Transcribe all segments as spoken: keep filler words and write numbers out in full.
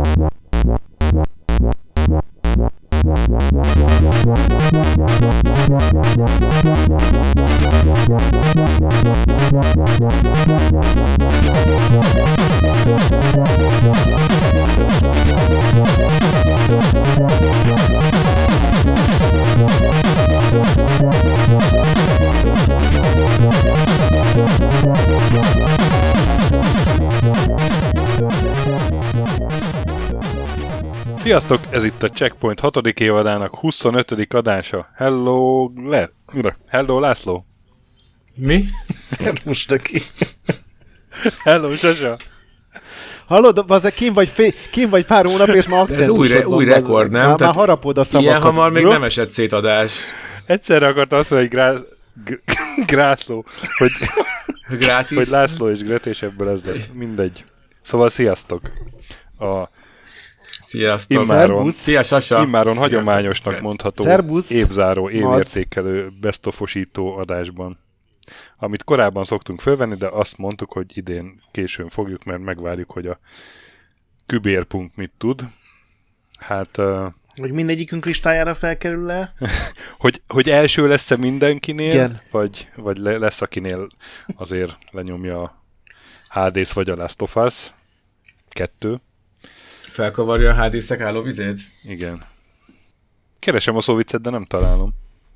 Sziasztok! Ez itt a Checkpoint hatodik évadának huszonötödik adása. Hello, Le... Hello, László! Mi? Szervus neki! Hello, Sasa! Hallod, bazeg, kim vagy, fé... kim vagy pár hónap, és ma akcentusod van. Ez új, új rekord, nem? Már, már harapod a szavakat. Ilyen hamar még nem esett szétadás. Egyszerre akarta azt mondani, hogy grá... G- Grászló, hogy... hogy László és Gret, és ebből ez lett. Mindegy. Szóval sziasztok! A... Sziasztok! Immáron, Szia, Sasa! Immáron hagyományosnak mondható Szerbusz. évzáró, évértékelő, bestofosító adásban. Amit korábban szoktunk fölvenni, de azt mondtuk, hogy idén későn fogjuk, mert megvárjuk, hogy a kübérpunk mit tud. Hát... Uh, hogy mindegyikünk listájára felkerül le? hogy, hogy első lesz-e mindenkinél, igen. vagy, vagy lesz, akinél azért lenyomja a Hades vagy a Last of Us. Kettő. Felkavarja a Hades-ek álló vizét? Igen. Keresem a szóviccet, de nem találom.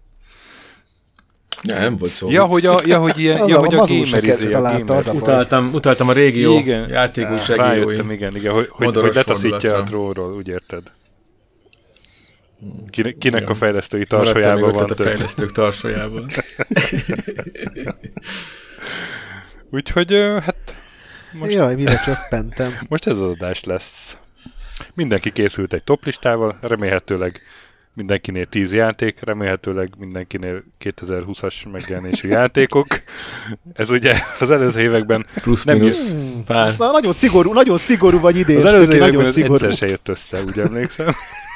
Ja, nem volt szó. Ja, hogy a, ja, hogy ilyen, ja, a, hogy a, a gamerizé, a gamer. Utaltam, utaltam a régió igen. játékos segélyói. Rájöttem, igen, igen, hogy, hogy, hogy letaszítja a tróról, úgy érted. Kinek, kinek igen. A fejlesztői tarsajában van több. A fejlesztők tarsajában. Úgyhogy, hát... Most, jaj, mire csöppentem. Most ez az adás lesz. Mindenki készült egy toplistával, remélhetőleg mindenkinél tíz játék, remélhetőleg mindenkinél kétezer-húszas megjelenésű játékok. Ez ugye az előző években plusz nem minusz pár. Nagyon szigorú, nagyon szigorú vagy idén. Az előző években ez egyszer se jött össze, úgy emlékszem.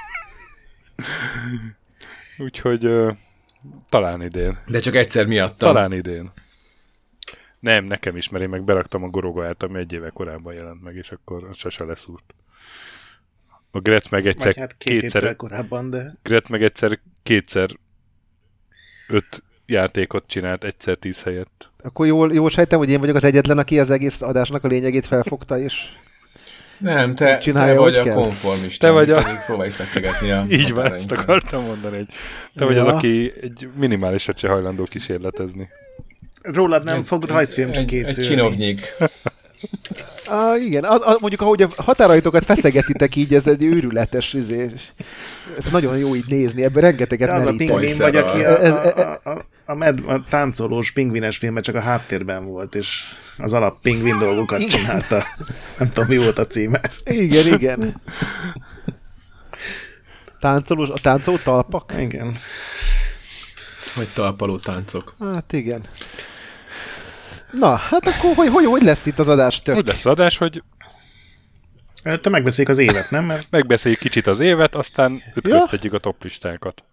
Úgyhogy uh, talán idén. De csak egyszer miattam. Talán idén. Nem, nekem is, mert én meg beraktam a Gorogóát, ami egy éve korábban jelent meg, és akkor Sasa leszúrt. A Gret meg egyszer hát két kétszer... korábban, de... Gret meg egyszer kétszer öt játékot csinált, egyszer tíz helyett. Akkor jól, jól sejtem, hogy én vagyok az egyetlen, aki az egész adásnak a lényegét felfogta, és... Nem, te, te vagy a konformista. Te vagy a... Próbálj feszegetni a... Így van, ezt akartam mondani, hogy te ja. vagy az, aki egy minimálisat se hajlandó kísérletezni. Rólad nem egy, fog rajzfilm egy, készülni. Egy csinovnyik. Ah, igen, a, a, mondjuk ahogy a határajtókat feszegetitek így, ez egy őrületes izé. Ez nagyon jó így nézni, ebben rengeteget az merít. a pingvin vagy, aki a, a, a, a, a, med, a táncolós pingvines filmben csak a háttérben volt, és az alap pingvin dolgokat igen. csinálta. Nem tudom, mi volt a címe. Igen, igen. Táncolós, a táncoló talpak? Igen. Vagy talpaló táncok. Hát igen. Na, hát akkor hogy, hogy, hogy lesz itt az adás tök? Úgy lesz az adás, hogy te megbeszéljük az évet, nem? Mert... Megbeszéljük kicsit az évet, aztán ütköztetjük ja. a toplistákat.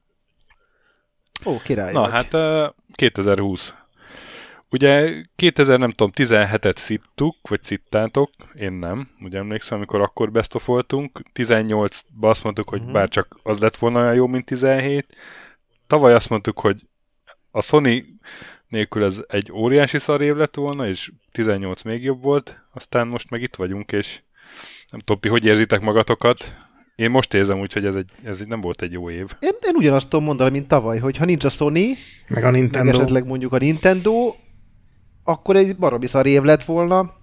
Ó, király. Na, vagy. hát uh, kétezer-húsz. Ugye kétezer, nem tudom, tizenhetet szittuk, vagy szittátok, én nem, ugye emlékszem, amikor akkor bestofoltunk. tizennyolcban azt mondtuk, hogy uh-huh. bár csak az lett volna olyan jó, mint tizenhét. Tavaly azt mondtuk, hogy a Sony nélkül ez egy óriási szarév lett volna, és tizennyolc még jobb volt, aztán most meg itt vagyunk, és nem tudom, ti hogy érzitek magatokat? Én most érzem úgy, hogy ez, egy, ez nem volt egy jó év. Én, én ugyanazt tudom mondani, mint tavaly, hogy ha nincs a Sony, meg a Nintendo, meg esetleg mondjuk a Nintendo, akkor egy baromi szar év lett volna,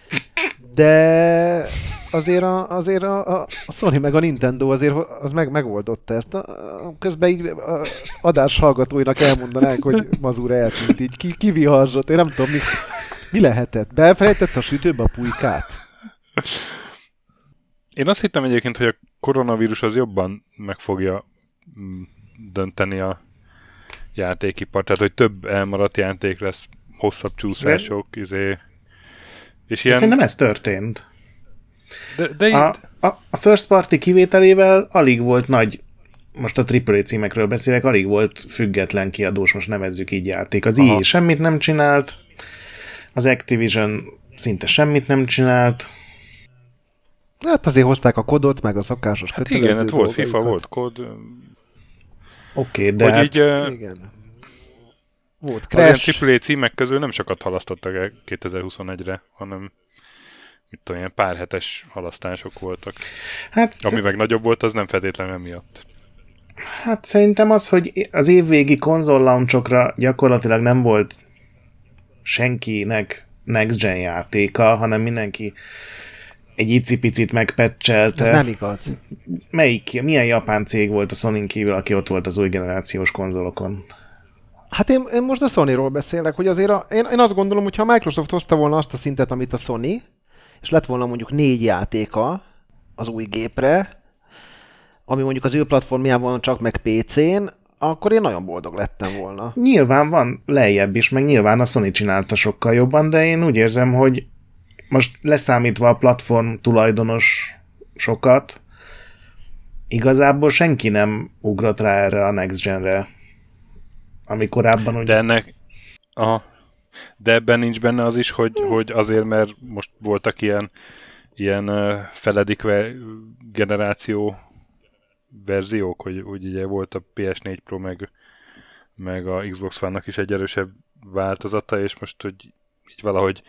de azért a, azért a, a Sony meg a Nintendo azért az meg, megoldotta ezt. Közben így a adás hallgatóinak elmondanák, hogy Mazur eltűnt, így ki, kiviharzsott, én nem tudom, mi, mi lehetett. Befelejtett a sütőbe a pulykát? Én azt hittem egyébként, hogy a koronavírus az jobban meg fogja dönteni a játékipart, tehát hogy több elmaradt játék lesz, hosszabb csúszások, de... izé... És ilyen... Szerintem ez történt. De, de a, a, a first party kivételével alig volt nagy, most a á á á címekről beszélek, alig volt független kiadós, most nevezzük így játék. Az í á semmit nem csinált, az Activision szinte semmit nem csinált, Hát azért hozták a kodot, meg a szokásos hát igen, hát volt FIFA, volt kod. Oké, okay, de hát... így, uh, igen. Volt Crash. Az ilyen á á á címek közül nem sokat halasztottak el kétezer-huszonegyre, hanem mit tudom, ilyen pár hetes halasztások voltak. Hát Ami sz... meg nagyobb volt, az nem feltétlenül emiatt. Hát szerintem az, hogy az évvégi konzol launchokra gyakorlatilag nem volt senkinek next gen játéka, hanem mindenki egy icipicit megpatchelte. Ez nem igaz. Melyik, milyen japán cég volt a Sonyn kívül, aki ott volt az új generációs konzolokon? Hát én, én most a Sonyról beszélek, hogy azért a, én, én azt gondolom, hogy ha a Microsoft hozta volna azt a szintet, amit a Sony, és lett volna mondjuk négy játéka az új gépre, ami mondjuk az ő platformján van csak meg pé cén, akkor én nagyon boldog lettem volna. Nyilván van lejjebb is, meg nyilván a Sony csinálta sokkal jobban, de én úgy érzem, hogy most leszámítva a platform tulajdonos sokat, igazából senki nem ugrott rá erre a Next Gen-re, ami korábban ugye... De ennek... Aha. De ebben nincs benne az is, hogy, hmm. hogy azért, mert most voltak ilyen, ilyen uh, feledikve generáció verziók, hogy, hogy ugye volt a pé es négy Pro, meg, meg a Xbox One-nak is egy erősebb változata, és most, hogy így valahogy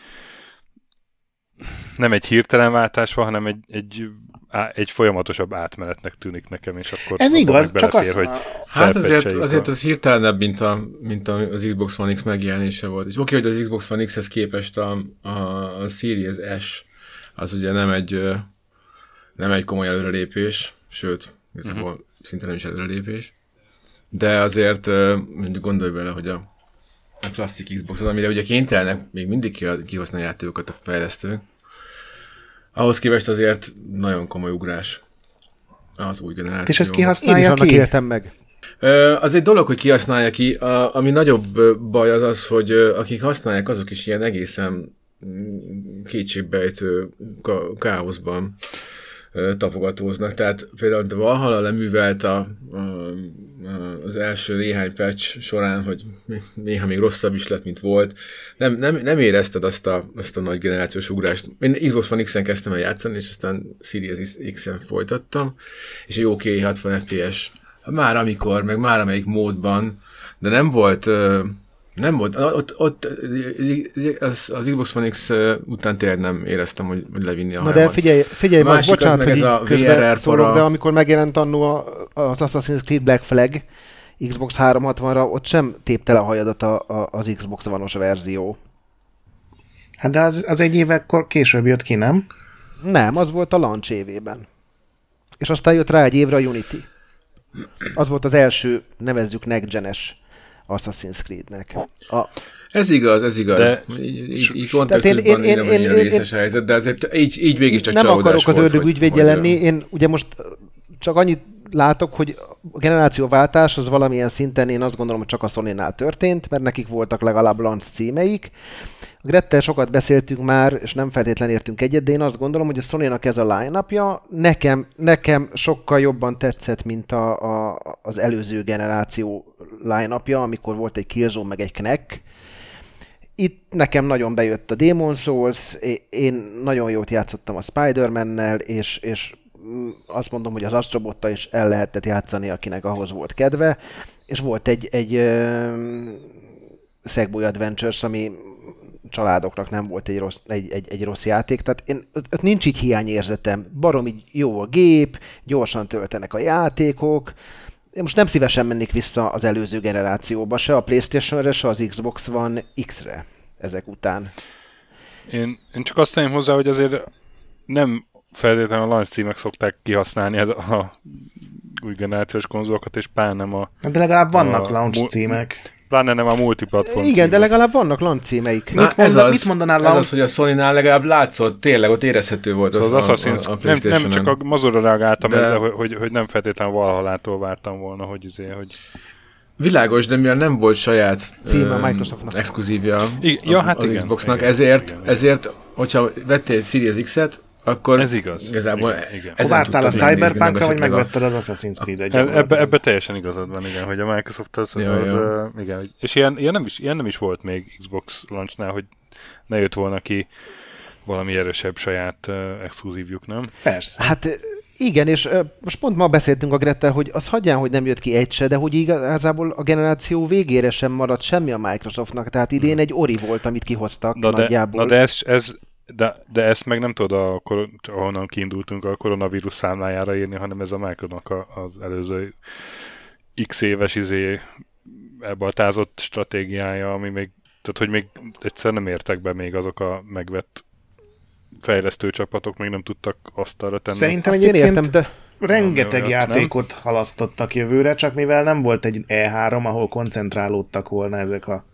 nem egy hirtelen váltás van, hanem egy, egy, egy folyamatosabb átmenetnek tűnik nekem, és akkor... Ez igaz, csak az... Hogy hát azért, azért az hirtelenebb, mint, a, mint a, az Xbox One X megjelenése volt. És oké, hogy az Xbox One X-hez képest a, a, a Series S az ugye nem egy, nem egy komoly előrelépés, sőt, igazából uh-huh. szinte nem is előrelépés. De azért mondjuk gondolj bele, hogy a, a klasszik Xbox az, amire ugye kénytelenek még mindig kihozni a játékokat a fejlesztők, ahhoz képest azért nagyon komoly ugrás az új generáció. És ezt kihasználja Én ki? Én éltem meg. Az egy dolog, hogy kihasználja ki. A, ami nagyobb baj az az, hogy akik használják, azok is ilyen egészen kétségbejtő káoszban tapogatóznak. Tehát például a Valhalla leművelt a, a, az első néhány patch során, hogy néha még rosszabb is lett, mint volt. Nem, nem, nem érezted azt a, azt a nagy generációs ugrást. Én Xbox One X-en kezdtem el játszani, és aztán Series X-en folytattam, és egy oké hatvan ef pé es már amikor, meg már amelyik módban, de nem volt... Nem volt. Ott, ott az, az Xbox One X után tényleg nem éreztem, hogy, hogy levinni a Na de figyelj, figyelj most, bocsánat, hogy a közben szólok, de amikor megjelent annó az Assassin's Creed Black Flag Xbox háromszázhatvanra, ott sem tépte le a hajadat a, a, az Xbox One-os verzió. Hát de az, az egy évekor később jött ki, nem? Nem, az volt a launch évében. És aztán jött rá egy évre a Unity. Az volt az első, nevezzük next gen-es Assassin's Creed-nek. A... Ez igaz, ez igaz. De... Így, így, így kontextusban írem, hogy a részes helyzet, de azért így, így végig csak nem csalódás akarok volt, az ördög ügyvédje hogy, lenni, én ugye most csak annyit látok, hogy a generációváltás az valamilyen szinten én azt gondolom, hogy csak a Sonynál történt, mert nekik voltak legalább launch címeik. A Grettel sokat beszéltünk már, és nem feltétlenül értünk egyet, de én azt gondolom, hogy a Sonynak ez a line-upja nekem, nekem sokkal jobban tetszett, mint a, a, az előző generáció line-upja, amikor volt egy Killzone meg egy Knack. Itt nekem nagyon bejött a Demon's Souls, én nagyon jót játszottam a Spider-Man-nel, és, és azt mondom, hogy az Astrobottal is el lehetett játszani, akinek ahhoz volt kedve, és volt egy, egy uh, Sackboy Adventures, ami családoknak nem volt egy rossz, egy, egy, egy rossz játék, tehát én, ott nincs így hiányérzetem, barom így jó a gép, gyorsan töltenek a játékok, én most nem szívesen mennék vissza az előző generációba, se a PlayStation-re, se az Xbox One X-re ezek után. Én, én csak azt tenném hozzá, hogy azért nem feltétlenül a launch címek szokták kihasználni a, a új generációs konzolokat, és pláne nem a... De legalább vannak a, launch mu- címek. Pláne nem a multiplatform Igen, címek. De legalább vannak launch címeik. Na, mit, mondan, az, mit mondanál launch? Ez az, hogy a Sonynál legalább látszott, tényleg ott érezhető volt szóval az, az, az a, a, a nem, nem csak a mazurra reagáltam de... ezzel, hogy, hogy, hogy nem feltétlenül Valhallától vártam volna, hogy izé, hogy... Világos, de mivel nem volt saját címe a Microsoftnak exkluzívja ja, hát az igen, Xboxnak, igen, ezért, igen, ezért, hogyha vettél Series X-et, akkor ez igaz. Igazából igen, igen. Ha vártál a Cyberpunk-ra, vagy megvetted az Assassin's Creed-et? Ebbe, ebbe teljesen igazad van, igen, hogy a Microsoft az, ja, az ja. Uh, igen, és ilyen, ilyen, nem is, ilyen nem is volt még Xbox launchnál, hogy ne jött volna ki valami erősebb saját uh, exkluzívjuk, nem? Persze. Hát igen, és uh, most pont ma beszéltünk a Grettel, hogy az hagyján, hogy nem jött ki egy se, de hogy igazából a generáció végére sem maradt semmi a Microsoftnak, tehát idén hmm. egy Ori volt, amit kihoztak na nagyjából. De, na de ez, ez De, de ezt meg nem tudod, a, ahonnan kiindultunk a koronavírus számlájára írni, hanem ez a Microsoftnak az előző x éves izé elbaltázott stratégiája, ami még, tehát hogy még egyszer nem értek be még azok a megvett fejlesztő csapatok, még nem tudtak asztalra tenni. Szerintem egyébként értem, de rengeteg olyat, játékot nem? halasztottak jövőre, csak mivel nem volt egy E három, ahol koncentrálódtak volna ezek a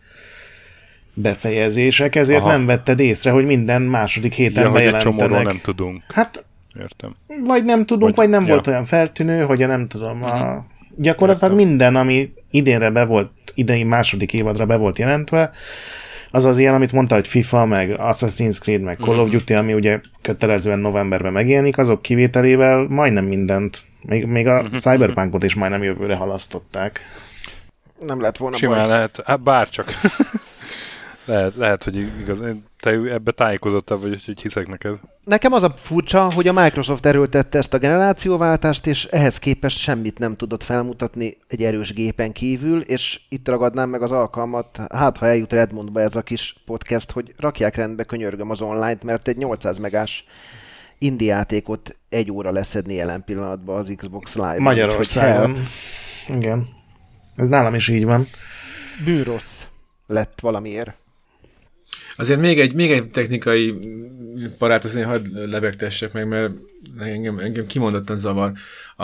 befejezések, ezért Aha. nem vetted észre, hogy minden második héten ja, bejelentenek. nem tudunk. Hát, értem. Vagy nem tudunk, vagy, vagy nem ja. volt olyan feltűnő, hogy nem tudom, uh-huh. a, gyakorlatilag értem. Minden, ami idénre be volt, idei második évadra be volt jelentve, az az ilyen, amit mondta, hogy FIFA, meg Assassin's Creed, meg Call uh-huh. of Duty, ami ugye kötelezően novemberben megjelenik, azok kivételével majdnem mindent, még, még a uh-huh. Cyberpunkot is majdnem jövőre halasztották. Nem lett volna Simán baj. lehet, hát bárcsak. Lehet, lehet, hogy igaz, te ebbe tájékozottabb vagy, hogy hiszek neked. Nekem az a furcsa, hogy a Microsoft erőltette ezt a generációváltást, és ehhez képest semmit nem tudott felmutatni egy erős gépen kívül, és itt ragadnám meg az alkalmat, hát ha eljut Redmondba ez a kis podcast, hogy rakják rendbe, könyörgöm az online-t, mert egy nyolcszáz megás indie játékot egy óra leszedni jelen pillanatban az Xbox Live. Magyarországon. Igen. Ez nálam is így van. Bűrossz lett valamiért. Azért még egy, még egy technikai parát azért hadd lebegtessek meg, mert engem, engem kimondottan zavar. A,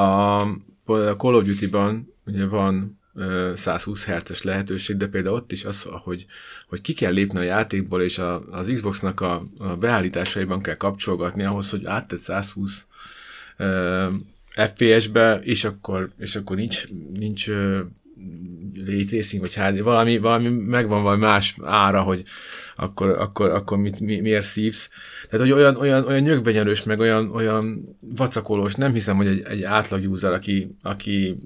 a Call of Duty-ban ugye van uh, száz húsz hertzes lehetőség, de például ott is az, hogy, hogy ki kell lépni a játékból, és a, az Xboxnak a, a beállításaiban kell kapcsolgatni ahhoz, hogy áttett száz húsz uh, ef pé es-be, és akkor, és akkor nincs, nincs uh, ray tracing, vagy há dé, valami, valami megvan valami más ára, hogy akkor, akkor, akkor mit, mi, miért szívsz. Tehát, hogy olyan, olyan, olyan nyögbenyelős, meg olyan, olyan vacakolós, nem hiszem, hogy egy, egy átlag user, aki, aki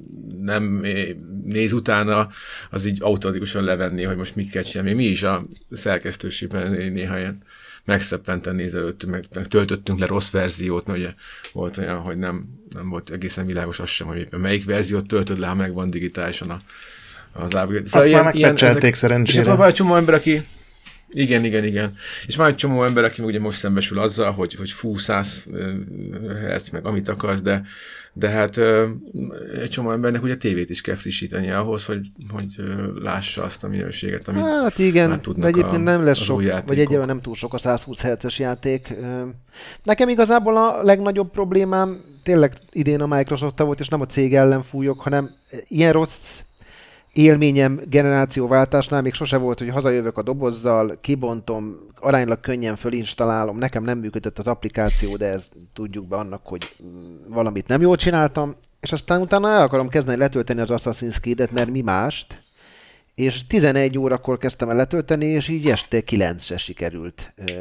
nem néz utána, az így automatikusan levenni, hogy most mit kell csinálni. Mi is a szerkesztőségben néha ilyen megszeppenten nézelődtünk, meg, meg töltöttünk le rossz verziót, mert ugye volt olyan, hogy nem, nem volt egészen világos az sem, hogy éppen melyik verziót töltöd le, ha megvan digitálisan a, az ábrígat. Azt szóval már megpecselték szerencsére. És akkor van egy csomó ember, aki igen, igen, igen. És van egy csomó ember, aki ugye most szembesül azzal, hogy, hogy fú, száz hertz, meg amit akarsz, de, de hát egy csomó embernek ugye tévét is kell frissíteni ahhoz, hogy, hogy lássa azt a minőséget, amit hát igen, de egyébként a, nem lesz sok, vagy egyébként nem túl sok a száz húsz hertzes játék. Nekem igazából a legnagyobb problémám tényleg idén a Microsoft volt, és nem a cég ellen fújok, hanem ilyen rossz élményem generációváltásnál még sose volt, hogy hazajövök a dobozzal, kibontom, aránylag könnyen fölinstalálom, nekem nem működött az applikáció, de ez tudjuk be annak, hogy valamit nem jól csináltam, és aztán utána el akarom kezdeni letölteni az Assassin's Creed-et, mert mi mást, és tizenegy órakor kezdtem el letölteni, és így este kilencre sikerült ö,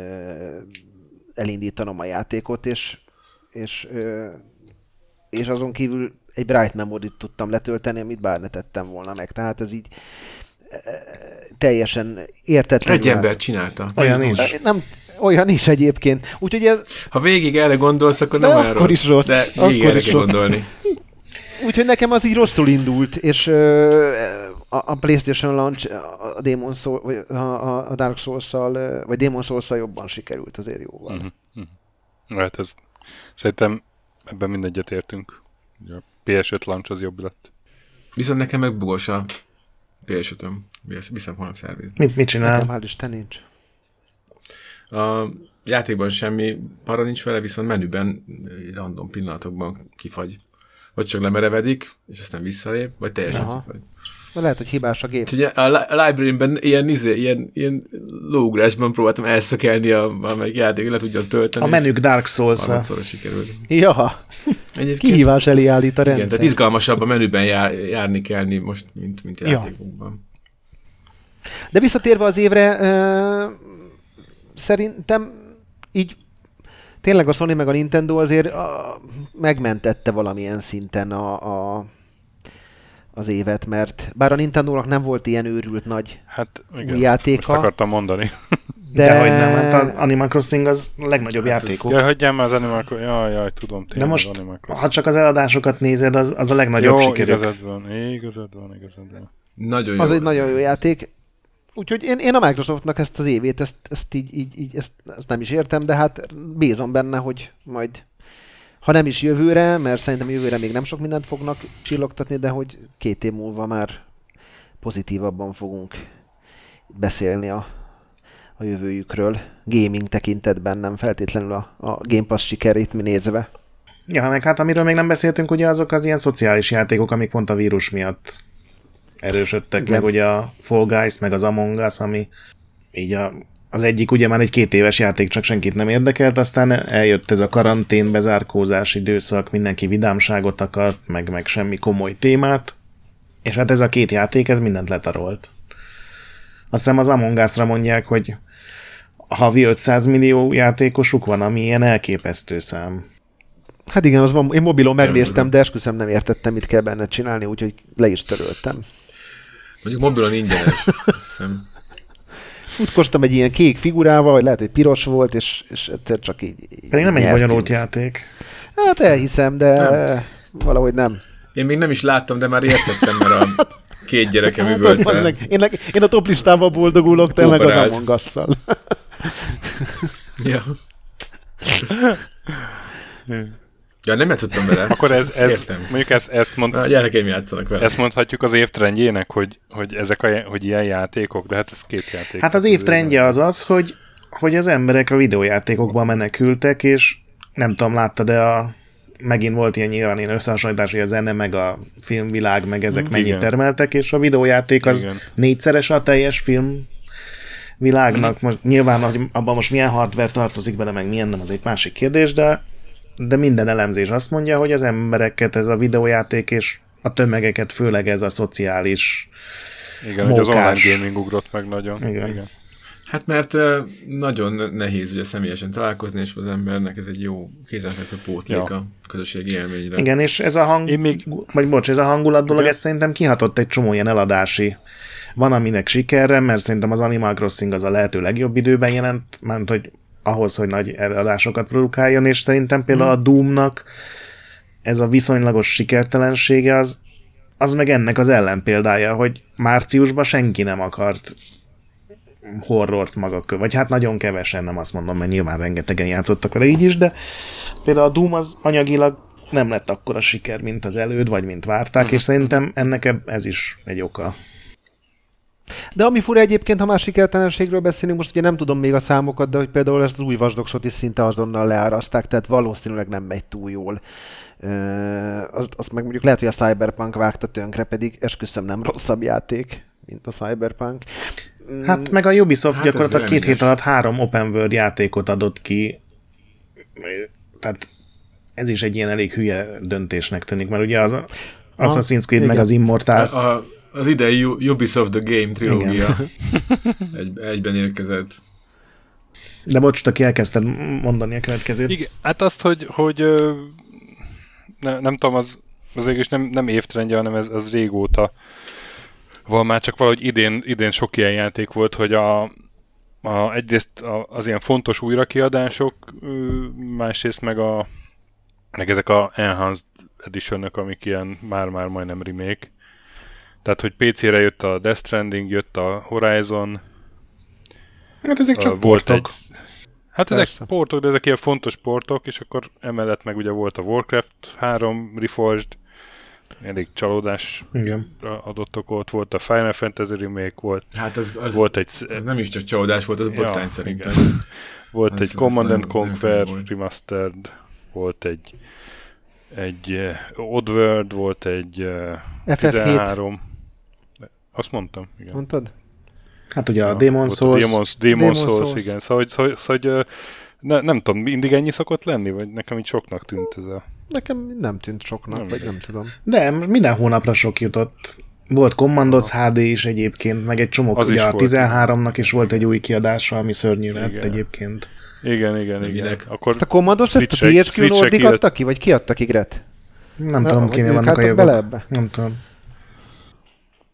elindítanom a játékot, és, és, ö, és azon kívül egy Bright Memory-t tudtam letölteni, amit bár ne tettem volna meg. Tehát ez így e, teljesen értetlenül. Egy ember csinálta. Olyan is. Nem, olyan is egyébként. Úgyhogy ez... Ha végig erre gondolsz, akkor nem olyan rossz. Is rossz. De végig erre kell gondolni. Úgyhogy nekem az így rosszul indult, és ö, a, a PlayStation launch a, Demon Soul, vagy a, a Dark Souls-szal, vagy Demon Souls-szal jobban sikerült azért jóval. Uh-huh. Hát ez szerintem ebben mindegyet értünk. A pé es öt launch az jobb lett. Viszont nekem meg bugos a pé es ötöm. Viszem holnap szervizni. Mit, mit csinál? Nekem hál' Isten nincs. A játékban semmi para nincs vele, viszont menüben random pillanatokban kifagy. Vagy csak lemerevedik, és aztán visszalép, vagy teljesen Aha. kifagy. De lehet, hogy hibás a gép. Ugye a, li- a library-ben ilyen, izé, ilyen, ilyen lóugrásban próbáltam elszökelni, amelyik játék le tudjon tölteni. A menük Dark Souls-a. harmadszorra sikerült. Ja, kihívás elé állít a rendszer. Igen, tehát izgalmasabb a menüben jár, járni kellni most, mint, mint játékokban. Ja. De visszatérve az évre, uh, szerintem így tényleg a Sony meg a Nintendo azért uh, megmentette valamilyen szinten a, a az évet, mert bár a Nintendónak nem volt ilyen őrült nagy hát, igen, új játéka. Most akartam mondani. De, De hogy nem, hát az Animal Crossing az a legnagyobb hát játékok. Jaj, hagyjál már az Animal Crossing. Jaj, jaj, tudom. De most, ha csak az eladásokat nézed, az, az a legnagyobb jó, sikerük. igazad van, igazad van, igazad van. Nagyon jó. Az egy nagyon jó játék. Úgyhogy én, én a Microsoftnak ezt az évét, ezt, ezt így, így, így ezt, ezt nem is értem, de hát bízom benne, hogy majd, ha nem is jövőre, mert szerintem jövőre még nem sok mindent fognak csillogtatni, de hogy két év múlva már pozitívabban fogunk beszélni a, a jövőjükről. Gaming tekintetben, nem feltétlenül a, a Game Pass sikerét mi nézve. Ja, meg hát amiről még nem beszéltünk, ugye azok az ilyen szociális játékok, amik pont a vírus miatt erősödtek, igen. Meg ugye a Fall Guys, meg az Among Us, ami így a, az egyik ugye már egy két éves játék, csak senkit nem érdekelt, aztán eljött ez a karantén, bezárkózás időszak, mindenki vidámságot akart, meg, meg semmi komoly témát, és hát ez a két játék, ez mindent letarolt. Azt hiszem az Among Us-ra mondják, hogy havi ötszáz millió játékosuk van, ami ilyen elképesztő szám. Hát igen, az van, én mobilon megnéztem, de esküszöm nem értettem, mit kell benne csinálni, úgyhogy le is töröltem. Mondjuk mobilon ingyenes, azt hiszem. Futkostam egy ilyen kék figurával, vagy lehet, hogy piros volt, és, és egyszer csak így... így Pedig nem egy bonyolult játék. Hát elhiszem, de nem. Valahogy nem. Én még nem is láttam, de már értettem, mert a két gyerekem üvöltve. Hát, én, én a top listában boldogulok, te meg az Among Us-szal. Ja. Ja, nem játszottam vele. Akkor ez, ez mondjuk ezt, ezt, mond, a gyerekeim játszanak vele. Ezt mondhatjuk az évtrendjének, hogy, hogy ezek a, hogy ilyen játékok, de hát ez két játék. Hát az évtrendje az az, hogy, hogy az emberek a videójátékokban menekültek, és nem tudom, láttad, de a, megint volt ilyen nyilván ilyen összehasonlítás, hogy a zene, meg a filmvilág, meg ezek mm, mennyit igen. termeltek, és a videójáték az igen. négyszeres a teljes film világnak. Mm. Most nyilván hogy abban most milyen hardware tartozik bele, meg milyen nem, az egy másik kérdés, de de minden elemzés azt mondja, hogy az embereket ez a videójáték és a tömegeket főleg ez a szociális igen, hogy az online gaming ugrott meg nagyon. Igen. Igen. Hát mert nagyon nehéz ugye személyesen találkozni, és az embernek ez egy jó kézenfekvő pótlék ja. a közösségi élményre. Igen, és ez a hang... még... vagy bocs, ez a hangulat dolog, ez szerintem kihatott egy csomó ilyen eladási. Van, aminek sikerre, mert szerintem az Animal Crossing az a lehető legjobb időben jelent, mert hogy ahhoz, hogy nagy eladásokat produkáljon, és szerintem például a Doomnak ez a viszonylagos sikertelensége az, az meg ennek az ellenpéldája, hogy márciusban senki nem akart horrort maga kö, vagy hát nagyon kevesen, nem azt mondom, mert nyilván rengetegen játszottak vele így is, de például a Doom az anyagilag nem lett akkora siker, mint az előd, vagy mint várták, uh-huh. és szerintem ennek ez is egy oka. De ami fura egyébként, ha már sikertelenségről beszélünk, most ugye nem tudom még a számokat, de hogy például ezt az új Watch Dogs-ot is szinte azonnal leáraszták, tehát valószínűleg nem megy túl jól. Azt, azt meg mondjuk lehet, hogy a Cyberpunk vágta tönkre, pedig esküszöm nem rosszabb játék, mint a Cyberpunk. Hát meg a Ubisoft hát gyakorlatilag két hét alatt három open world játékot adott ki, tehát ez is egy ilyen elég hülye döntésnek tűnik, mert ugye az Assassin's Creed meg az Immortals... A, a, az idei Ubisoft The Game trilógia egy, egyben érkezett. De bocs, aki elkezdted mondani a következőt. Igen, hát azt, hogy, hogy ne, nem tudom, az, az is nem, nem évtrendje, hanem ez az régóta van már, csak valahogy idén, idén sok ilyen játék volt, hogy a, a, egyrészt az ilyen fontos újrakiadások, másrészt meg, a, meg ezek a Enhanced Edition-ök, amik ilyen már-már majdnem remake. Tehát, hogy pé cére jött a Death Stranding, jött a Horizon. Hát ezek csak portok. Egy, hát persze. Ezek portok, de ezek ilyen fontos portok, és akkor emellett meg ugye volt a Warcraft három Reforged, elég csalódás igen. adott okot, volt a Final Fantasy remake, volt, hát az, az, volt egy... Az nem is csak csalódás volt, az ja, botrány szerintem. Volt az, egy Command and Conquer Remastered, volt egy egy uh, Oddworld, volt egy uh, tizenhárom. Azt mondtam, igen. Mondtad? Hát ugye a Demon's Souls. Demon's, Demon's Souls, Souls, igen. Szóval, hogy, hogy uh, ne, nem tudom, mindig ennyi szokott lenni? Vagy nekem így soknak tűnt ez a... Nekem nem tűnt soknak, nem vagy nem tudom. De minden hónapra sok jutott. Volt Commandos há dé is egyébként, meg egy csomó, az ugye a tizenháromnak is volt egy új kiadása, ami szörnyű lett igen. egyébként. Igen, igen, igen. Akkor ezt a Commandos, ezt a té há kú Nordic adta ki, vagy ki adta ki, Gret? Nem tudom, kinél vannak a jogok. Nem tudom.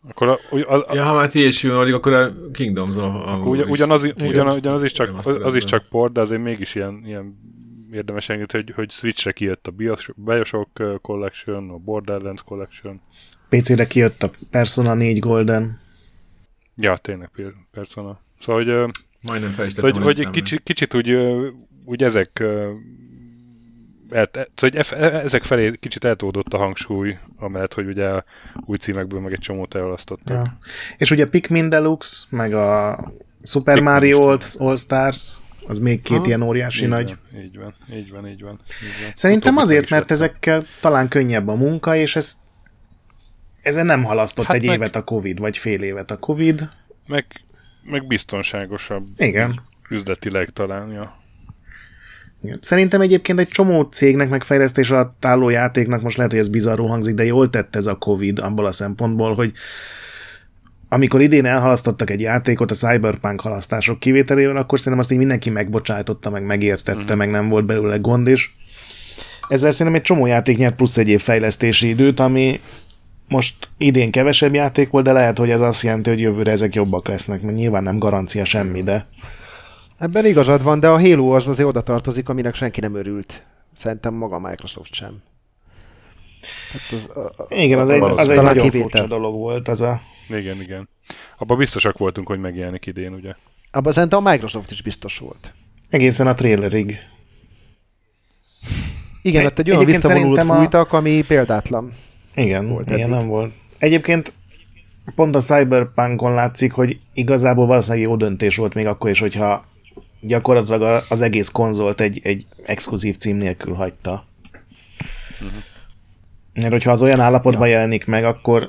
Akkor a, a, a, ja, ha már té es u-n akkor a Kingdoms a, a ugyan, ugyanaz, ugyan, ugyanaz is csak, az, az is csak port, de azért mégis ilyen, ilyen érdemes engedni, hogy, hogy Switchre kijött a Bioshock Collection, a Borderlands Collection. pé cére kijött a Persona négy Golden. Ja, tényleg Persona. Szóval, hogy, majdnem szóval, hogy, hogy kicsit, kicsit úgy, úgy ezek el, szóval, hogy ezek felé kicsit eltódott a hangsúly, amellett, hogy ugye új címekből meg egy csomót elolasztottak. Ja. És ugye Pikmin Deluxe, meg a Super Pikmin Mario All, All Stars, az még két ha, ilyen óriási így nagy. Van, így van, így van, így van. Így van. Szerintem Utóbbi azért, mert ezekkel talán könnyebb a munka, és ezt ezen nem halasztott hát egy meg, évet a Covid, vagy fél évet a Covid. Meg, meg biztonságosabb. Igen. Üzletileg talán, ja. Igen. Szerintem egyébként egy csomó cégnek, meg fejlesztés alatt álló játéknak, most lehet, hogy ez bizarrul hangzik, de jól tett ez a Covid abból a szempontból, hogy amikor idén elhalasztottak egy játékot a Cyberpunk halasztások kivételével, akkor szerintem azt így mindenki megbocsájtotta, meg megértette, mm-hmm. meg nem volt belőle gond, és ezzel szerintem egy csomó játék nyert plusz egy év fejlesztési időt, ami most idén kevesebb játék volt, de lehet, hogy ez azt jelenti, hogy jövőre ezek jobbak lesznek, mert nyilván nem garancia semmi, de... Ebben igazad van, de a Halo az azért oda tartozik, aminek senki nem örült. Szerintem maga a Microsoft sem. Hát az, a, a, igen, az, a, egy, az egy nagyon kivétel. Furcsa dolog volt. Az a... Igen, igen. Abban biztosak voltunk, hogy megjelenik idén, ugye? Abban szerintem a Microsoft is biztos volt. Egészen a trailerig. Igen, ott egy olyan visszavonult fújtak, a... ami példátlan. Igen, volt igen, nem volt. Egyébként pont a Cyberpunkon látszik, hogy igazából valószínűleg jó döntés volt még akkor is, hogyha gyakorlatilag az egész konzolt egy, egy exkluzív cím nélkül hagyta. Uh-huh. Mert hogyha az olyan állapotban ja. jelenik meg, akkor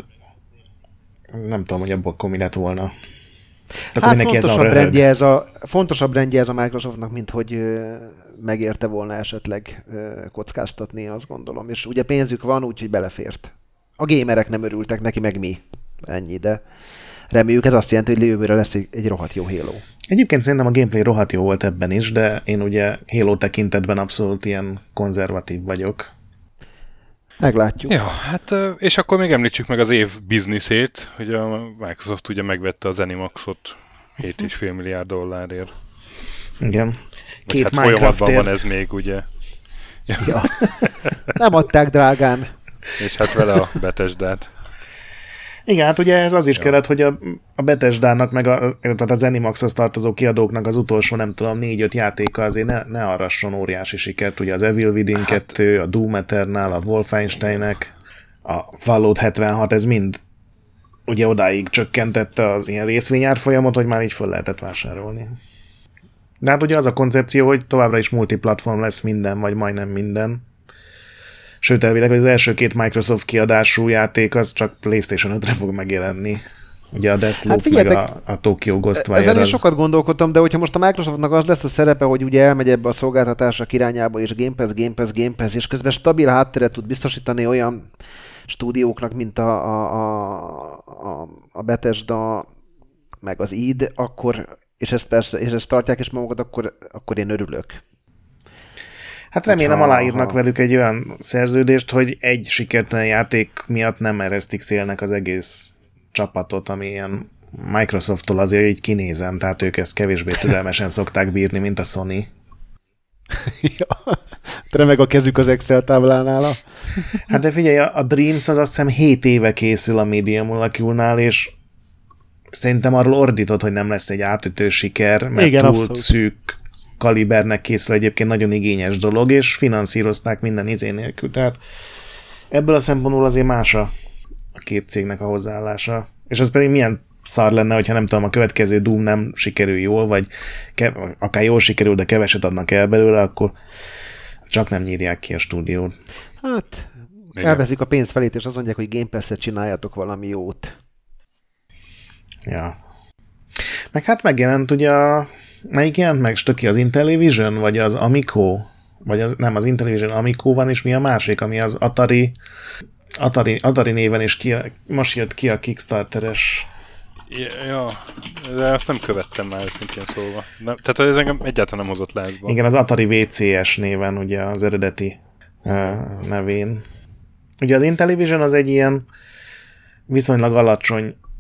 nem tudom, hogy abból akkor mi lett volna. Akkor hát fontosabb rendje, ez a, fontosabb rendje ez a Microsoftnak, mint hogy ö, megérte volna esetleg ö, kockáztatni, én azt gondolom. És ugye pénzük van, úgyhogy belefért. A gamerek nem örültek neki, meg mi. Ennyi, de reméljük ez azt jelenti, hogy jövőre lesz egy, egy rohadt jó Halo. Egyébként szerintem a gameplay rohadt jó volt ebben is, de én ugye Halo tekintetben abszolút ilyen konzervatív vagyok. Meglátjuk. Ja, hát és akkor még említsük meg az év bizniszét, hogy a Microsoft ugye megvette az Zenimaxot hét egész öt milliárd dollárért. Igen. Két hát folyamatban van ez még, ugye. Ja. Ja. Nem adták drágán. És hát vele a Bethesdát. Igen, hát ugye ez az is ja. kellett, hogy a, a Bethesdának, meg a, a Zenimaxhoz tartozó kiadóknak az utolsó, nem tudom, négy-öt játéka azért ne, ne arrasson óriási sikert. Ugye az Evil Within hát. kettő, a Doom Eternal, a Wolfensteinek, a Fallout hetvenhat, ez mind ugye odáig csökkentette az ilyen részvényárfolyamot, hogy már így föl lehetett vásárolni. De hát ugye az a koncepció, hogy továbbra is multiplatform lesz minden, vagy majdnem minden. Sőt, elvileg, hogy az első két Microsoft kiadású játék az csak PlayStation ötre fog megjelenni. Ugye a Deathloop, hát meg a, a Tokyo Ghostwire. Ezen az... is sokat gondolkodtam, de hogyha most a Microsoftnak az lesz a szerepe, hogy ugye elmegy ebbe a szolgáltatások irányába, és Game Pass, Game Pass, Game Pass, és közben stabil hátteret tud biztosítani olyan stúdióknak, mint a, a, a, a Bethesda, meg az id, akkor, és ezt persze, és ezt tartják is magukat, akkor, akkor én örülök. Hát remélem aláírnak velük egy olyan szerződést, hogy egy sikertelen játék miatt nem eresztik szélnek az egész csapatot, ami ilyen Microsofttól azért így kinézem, tehát ők ezt kevésbé türelmesen szokták bírni, mint a Sony. Ja, remeg a kezük az Excel táblánál. Hát de figyelj, a Dreams az azt hiszem hét éve készül a Media Molecule-nál, és szerintem arról ordított, hogy nem lesz egy átütő siker, mert igen, túl abszolút. Szűk kalibernek készül, egyébként nagyon igényes dolog, és finanszírozták minden izé nélkül. Tehát ebből a szempontból azért más a, a két cégnek a hozzáállása. És az pedig milyen szar lenne, hogyha nem tudom, a következő Doom nem sikerül jól, vagy ke- akár jól sikerül, de keveset adnak el belőle, akkor csak nem nyírják ki a stúdiót. Hát, igen. Elveszik a pénz felét, és azt mondják, hogy Game Pass-et csináljatok valami jót. Ja. Meg hát megjelent ugye a melyik jelent meg, Stöki, az Intellivision, vagy az Amico? Vagy az, nem, az Intellivision Amico van, és mi a másik, ami az Atari Atari, Atari néven is ki, most jött ki a Kickstarteres. Ja, ja, de ezt nem követtem már őszintén szólva. Nem, tehát ez engem egyáltalán nem hozott lázba. Igen, az Atari vé cé es néven, ugye az eredeti uh, nevén. Ugye az Intellivision az egy ilyen viszonylag alacsony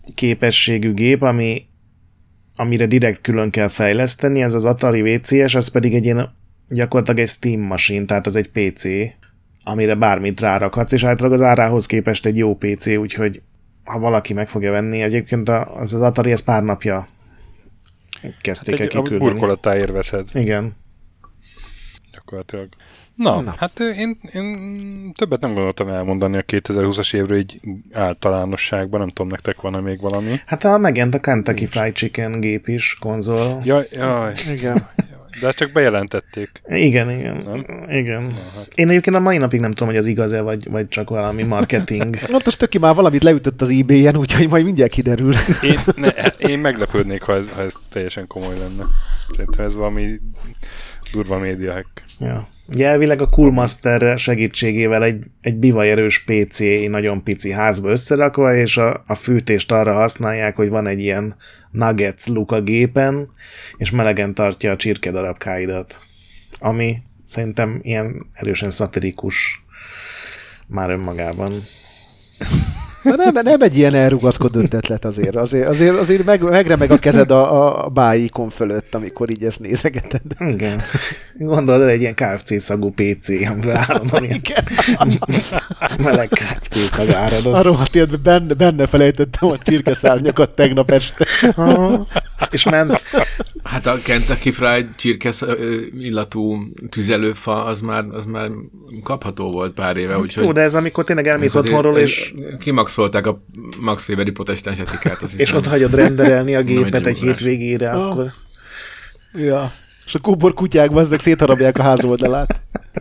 képességű gép, ami, amire direkt külön kell fejleszteni, ez az Atari vé cé es, az pedig egy ilyen gyakorlatilag egy Steam machine, tehát az egy pé cé, amire bármit rárakhatsz, és általában az árához képest egy jó pé cé, úgyhogy ha valaki meg fogja venni, egyébként az az Atari, ez pár napja kezdték hát el kiküldeni. A burkolatáért veszed. Igen. Gyakorlatilag. Na, Na. hát én, én többet nem gondoltam elmondani a kétezer-húszas évről így általánosságban, nem tudom, nektek van-e még valami? Hát ha megjelent a Kentucky Fried Chicken gép is, konzol. Jaj, jaj. Igen. De ezt csak bejelentették. Igen, igen. Nem? Igen. Na, hát. Én egyébként a mai napig nem tudom, hogy az igaz-e, vagy, vagy csak valami marketing. Ott az töki már valamit leütött az eBay-en, úgyhogy majd mindjárt kiderül. Én, ne, én meglepődnék, ha ez, ha ez teljesen komoly lenne. Szerintem ez valami durva média hack. Ja. Ugye elvileg a Coolmaster segítségével egy, egy bivajerős pé cé nagyon pici házba összerakva, és a, a fűtést arra használják, hogy van egy ilyen nuggets luk a gépen, és melegen tartja a csirke darabkáidat. Ami szerintem ilyen erősen szatirikus már önmagában. De nem, nem egy ilyen elrugaszkodott ötlet azért. Azért, azért, azért meg, megremeg a kezed a, a bájikon fölött, amikor így ezt nézegeted. Igen. Gondolod el egy ilyen ká ef cé szagú pé cé, amivel állandóan ilyen meleg ká ef cé szag árad. A rohadt életben benne, benne felejtettem a csirkeszárnyakat tegnap este. És ment. Hát a Kentucky Fried csirkesz illatú tüzelőfa, az már, az már kapható volt pár éve, úgyhogy... Jó, de ez amikor tényleg elmész otthonról, és... Kimaxolták a Max Weberi protestáns etikát, azt és ott hagyod rendelni a Nem gépet egy egy durás. hétvégére, Ah. akkor... Ja. És a kóbor kutyák bazdek szétharabják a ház oldalát.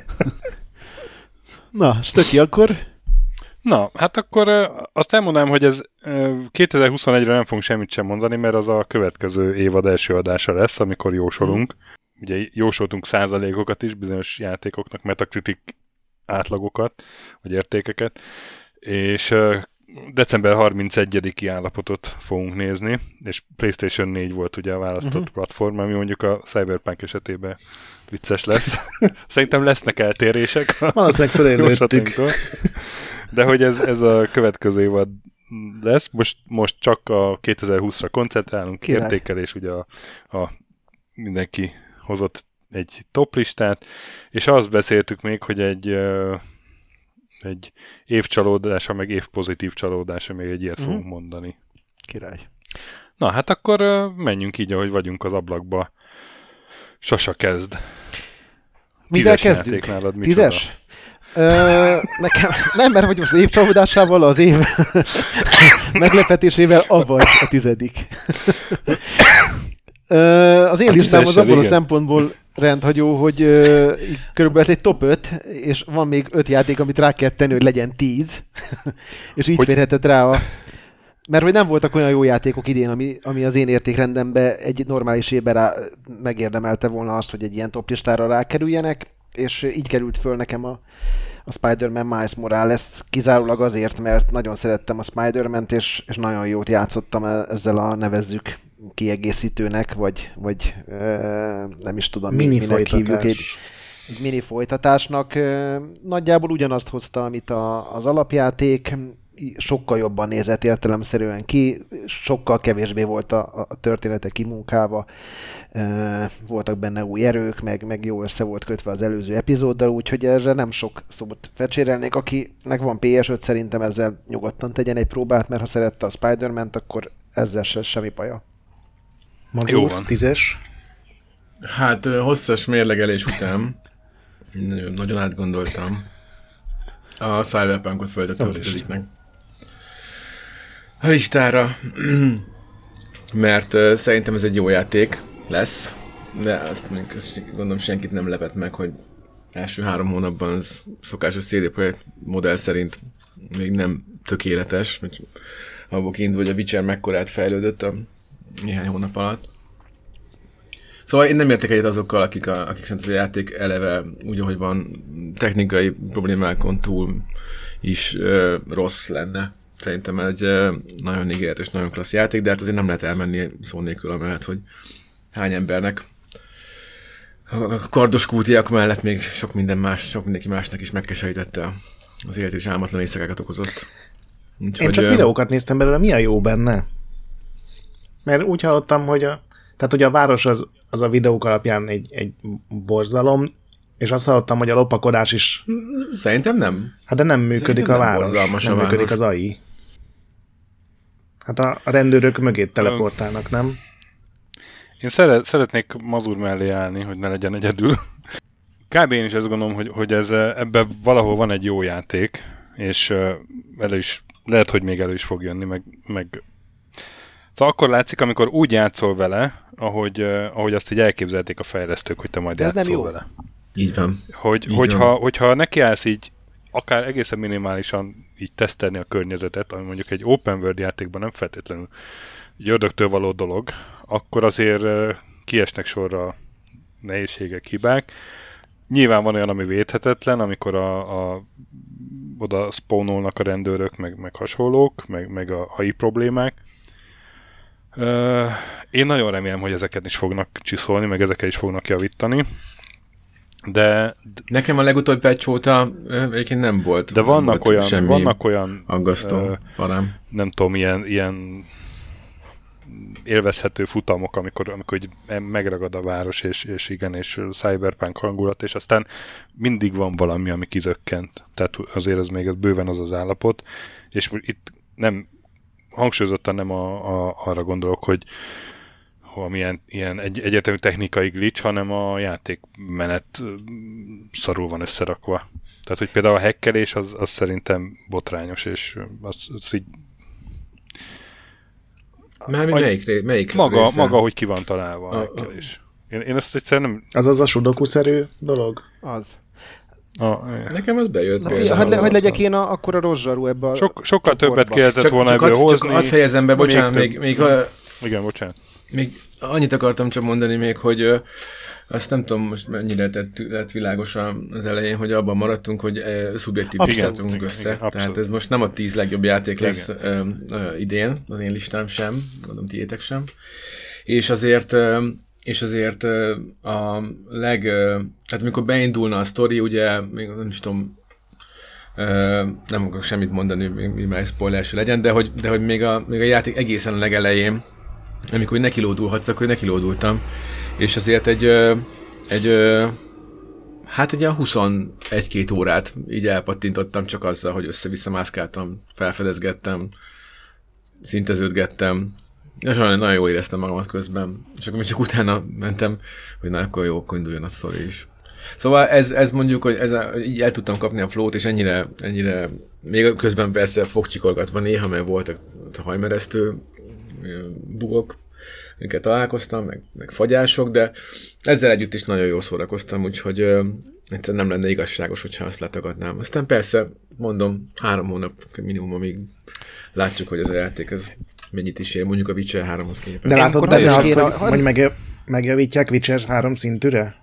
Na, Stöki, akkor... Na, hát akkor ö, azt elmondanám, hogy ez ö, kétezer-huszonegyre nem fogunk semmit sem mondani, mert az a következő évad első adása lesz, amikor jósolunk. Mm. Ugye jósoltunk százalékokat is, bizonyos játékoknak, Metacritic átlagokat, vagy értékeket, és ö, december harmincegyediki állapotot fogunk nézni, és PlayStation négy volt ugye a választott uh-huh. platform, ami mondjuk a Cyberpunk esetében vicces lesz. Szerintem lesznek eltérések a Valószínűleg fölélőttük. jóslatuinktól. De hogy ez, ez a következő évad lesz, most, most csak a kétezer-húszra koncentrálunk, Király. értékelés, ugye a, a mindenki hozott egy top listát, és azt beszéltük még, hogy egy ö, egy év csalódása, meg év pozitív csalódása, még egy ilyet uh-huh. fogunk mondani. Király. Na, hát akkor ö, menjünk így, ahogy vagyunk az ablakba. Sasa kezd. Mivel Tízes kezdünk? játék nálad, micsoda? Tízes? Ö, nekem, nem, mert hogy most az év csalódásával, az év meglepetésével, avagy a tizedik. Ö, az én A listám az tízessel, abból a igen. szempontból rendhagyó, hogy ö, így körülbelül ez egy top öt, és van még öt játék, amit rá kell tenni, hogy legyen tíz, és így Hogy- férhetett rá a... Mert hogy nem voltak olyan jó játékok idén, ami, ami az én értékrendembe egy normális évben rá megérdemelte volna azt, hogy egy ilyen toplistára rákerüljenek, és így került föl nekem a, a Spider-Man Miles Morales kizárólag azért, mert nagyon szerettem a Spider-Man-t, és, és nagyon jót játszottam e- ezzel a nevezzük kiegészítőnek, vagy, vagy ö, nem is tudom, Mini minek hívjuk, egy, folytatás. egy mini folytatásnak. Ö, Nagyjából ugyanazt hozta, amit a, az alapjáték, sokkal jobban nézett értelemszerűen ki, sokkal kevésbé volt a, a története kimunkálva, voltak benne új erők, meg, meg jó össze volt kötve az előző epizóddal, úgyhogy erre nem sok szót fecsérelnék. Akinek van pé es öt, szerintem ezzel nyugodtan tegyen egy próbát, mert ha szerette a Spider-Man-t, akkor ezzel se semmi baja. Mazur, Jó van. tízes. Hát ö, hosszas mérlegelés után nagyon, nagyon átgondoltam. A Cyberpunkot föltettem a tizediknek a listára, mert uh, szerintem ez egy jó játék lesz, de azt mondjuk, azt gondolom senkit nem lepett meg, hogy első három hónapban az szokásos cé dé Projekt modell szerint még nem tökéletes, hogy abból kiindul, hogy a Witcher mekkorát fejlődött a néhány hónap alatt. Szóval én nem értek egyet azokkal, akik, a, akik szerint a játék eleve úgy, ahogy van, technikai problémákon túl is ö, rossz lenne. Szerintem ez egy ö, nagyon ígéretes, nagyon klassz játék, de hát azért nem lehet elmenni szó nélkül amellett, hogy hány embernek a kardos kútiak mellett még sok minden más, sok mindenki másnak is megkeserítette az élet és álmatlan éjszakákat okozott. Úgyhogy, Én csak videókat néztem belőle, mi a jó benne? Mert úgy hallottam, hogy a, tehát, hogy a város az, az a videók alapján egy, egy borzalom, és azt hallottam, hogy a lopakodás is... Szerintem nem. Hát de nem működik Szerintem a város. Nem, nem a működik város. az á i. Hát a, a rendőrök mögé teleportálnak, nem? Én szeret, szeretnék Mazur mellé állni, hogy ne legyen egyedül. Kb. Én is ezt gondolom, hogy, hogy ez, ebben valahol van egy jó játék, és elő is, lehet, hogy még elő is fog jönni, meg, meg... Szóval akkor látszik, amikor úgy játszol vele, ahogy, ahogy azt így elképzelték a fejlesztők, hogy te majd ez játszol nem jó. vele. Így van. Hogy, így hogyha, van. hogyha nekiállsz így akár egészen minimálisan így tesztelni a környezetet, ami mondjuk egy open world játékban nem feltétlenül egy ördögtől való dolog, akkor azért kiesnek sorra nehézségek, hibák. Nyilván van olyan, ami védhetetlen, amikor a, a, oda spawnolnak a rendőrök, meg, meg hasonlók, meg, meg a á i problémák. Uh, én nagyon remélem, hogy ezeket is fognak csiszolni, meg ezeket is fognak javítani. De... Nekem a legutóbbi patch óta egyébként nem volt. De vannak volt olyan, vannak olyan aggasztó uh, parám. Nem tudom, ilyen, ilyen élvezhető futamok, amikor, amikor megragad a város, és, és igen, és cyberpunk hangulat, és aztán mindig van valami, ami kizökkent. Tehát azért ez még bőven az az állapot, és itt nem hangsúlyozottan nem a, a, arra gondolok, hogy valamilyen ilyen egy, egyértelmű technikai glitch, hanem a játékmenet szarul van összerakva. Tehát, hogy például a hackelés az, az szerintem botrányos, és az, az így Már melyik, melyik maga, része? maga, hogy ki van találva a, a hackelés. Én, én ezt egyszerűen nem... Az az a sudoku-szerű dolog? Az. A, Nekem az bejött. Na, fia, hogy, le, hogy legyek én a, akkor a rosszsarú ebbe a Sok, sokkal többet kellett csak, volna csak ebből ad, hozni. Csak hadd fejezem be, bocsánat, még, még, még, a, igen, bocsánat. még annyit akartam csak mondani még, hogy ö, azt nem tudom most mennyire tett, lett világos az elején, hogy abban maradtunk, hogy ö, szubjektív listát tudunk össze. Igen, tehát ez most nem a tíz legjobb játék lesz ö, ö, idén, az én listám sem, mondom tiétek sem. És azért... Ö, és azért a leg... Tehát amikor beindulna a sztori, ugye, még nem is tudom, nem akarok semmit mondani, még már spoiler se legyen, de hogy, de hogy még, a, még a játék egészen a legelején, amikor nekilódulhatsz, akkor nekilódultam, és azért egy, egy hát egy ilyen huszonegy-két órát így elpattintottam csak azzal, hogy össze-vissza mászkáltam, felfedezgettem, szinteződgettem, és nagyon, nagyon jól éreztem magamat közben, és akkor még csak utána mentem, hogy na, akkor jó, akkor induljon a sztori is. Szóval ez, ez mondjuk, hogy ez a, így el tudtam kapni a flót, és ennyire, ennyire még közben persze fogcsikorgatva néha, mert voltak hajmeresztő bugok, amiket találkoztam, meg, meg fagyások, de ezzel együtt is nagyon jól szórakoztam, úgyhogy ö, egyszerűen nem lenne igazságos, hogyha azt letagadnám. Aztán persze, mondom, három hónap minimum, amíg látjuk, hogy ez a játék ez mennyit is ér, mondjuk a Witcher háromhoz képest. De látod benne azt, hogy, a... hogy meg, megjavítják Witcher három szintűre?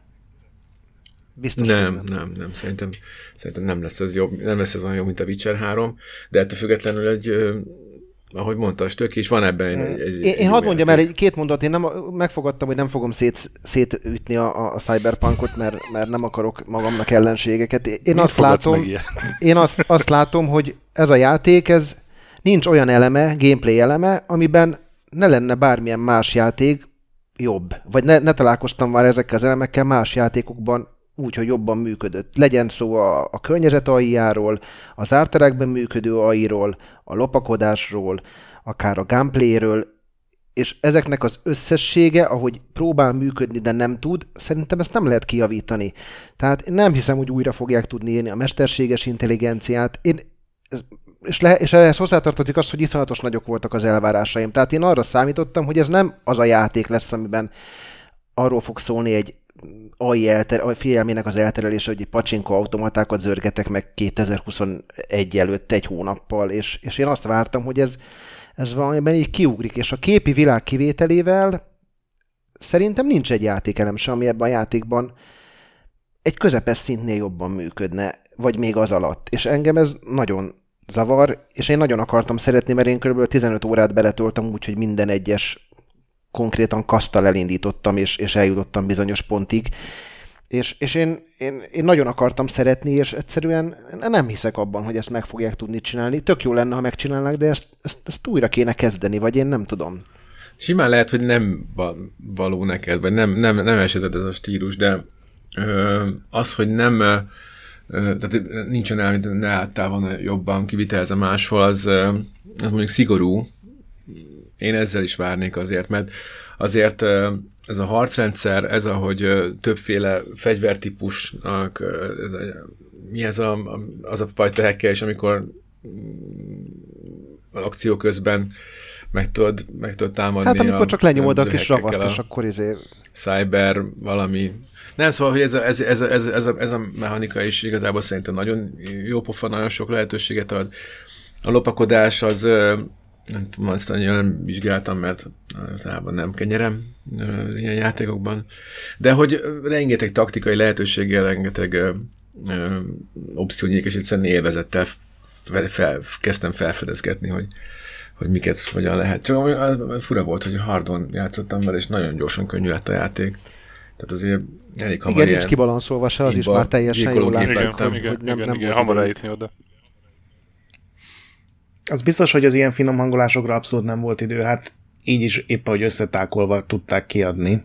Biztos nem, nem, nem, nem. Szerintem, szerintem nem lesz ez jobb, nem lesz ez olyan jó, mint a Witcher három, de ettől függetlenül egy, ö, ahogy mondta, tök is van ebben egy... egy, egy én én hadd mondjam el egy két mondat, én nem, megfogadtam, hogy nem fogom szét, szétütni a, a Cyberpunkot, mert, mert nem akarok magamnak ellenségeket. Én azt látom, én azt, azt látom, hogy ez a játék, ez nincs olyan eleme, gameplay eleme, amiben ne lenne bármilyen más játék jobb. Vagy ne, ne találkoztam már ezekkel az elemekkel más játékokban úgy, hogy jobban működött. Legyen szó a, a környezet á i-járól, az árterekben működő á i-ról, a lopakodásról, akár a gameplayről, és ezeknek az összessége, ahogy próbál működni, de nem tud, szerintem ezt nem lehet kijavítani. Tehát nem hiszem, hogy újra fogják tudni írni a mesterséges intelligenciát. Én ez, és, le, és ehhez hozzátartozik az, hogy iszonyatos nagyok voltak az elvárásaim. Tehát én arra számítottam, hogy ez nem az a játék lesz, amiben arról fog szólni egy á i elter, figyelmének az elterelése, hogy egy pacsinko automatákat zörgetek meg kétezer-huszonegy előtt egy hónappal, és, és én azt vártam, hogy ez, ez valamiben így kiugrik, és a képi világ kivételével szerintem nincs egy játékelem sem, ami ebben a játékban egy közepes szintnél jobban működne, vagy még az alatt. És engem ez nagyon zavar, és én nagyon akartam szeretni, mert én kb. tizenöt órát beletoltam úgy, hogy minden egyes konkrétan kasztal elindítottam, és, és eljutottam bizonyos pontig, És, és én, én, én nagyon akartam szeretni, és egyszerűen nem hiszek abban, hogy ezt meg fogják tudni csinálni. Tök jó lenne, ha megcsinálnák, de ezt, ezt, ezt újra kéne kezdeni, vagy én nem tudom. Simán lehet, hogy nem való neked, vagy nem, nem, nem eseted ez a stílus, de ö, az, hogy nem, ö, tehát nincsen el, mint ne láttál volna jobban kivitelezve máshol, az, ö, az mondjuk szigorú. Én ezzel is várnék azért, mert azért ö, ez a harcrendszer, ez ahogy ö, többféle fegyvertípusnak, ö, ez a, mi ez a, az a fajta hekkelés, amikor akció közben meg tudod, meg tudod támadni. Hát amikor csak lenyomod a kis ravaszt, a és akkor izé... cyber valami... Nem, szóval, hogy ez a, ez, ez, a, ez, a, ez, a, ez a mechanika is igazából szerintem nagyon jó pofa, nagyon sok lehetőséget ad. A lopakodás az, nem tudom, azt annyira nem vizsgáltam, mert általában nem kenyerem az ilyen játékokban. De hogy rengeteg taktikai lehetőséggel, rengeteg ö, ö, opciónyék, és egyszerűen élvezettel fel, fel, kezdtem felfedezgetni, hogy hogy miket hogyan lehet. Csak fura volt, hogy hardon játszottam vele, és nagyon gyorsan könnyű lett a játék. Tehát azért elég hamar. Igen, nincs kibalanszolva se, az is már teljesen jól láttam. Igen, igen, igen, igen, hamar eljutni oda. Az biztos, hogy az ilyen finom hangolásokra abszolút nem volt idő, hát így is épp ahogy összetákolva tudták kiadni.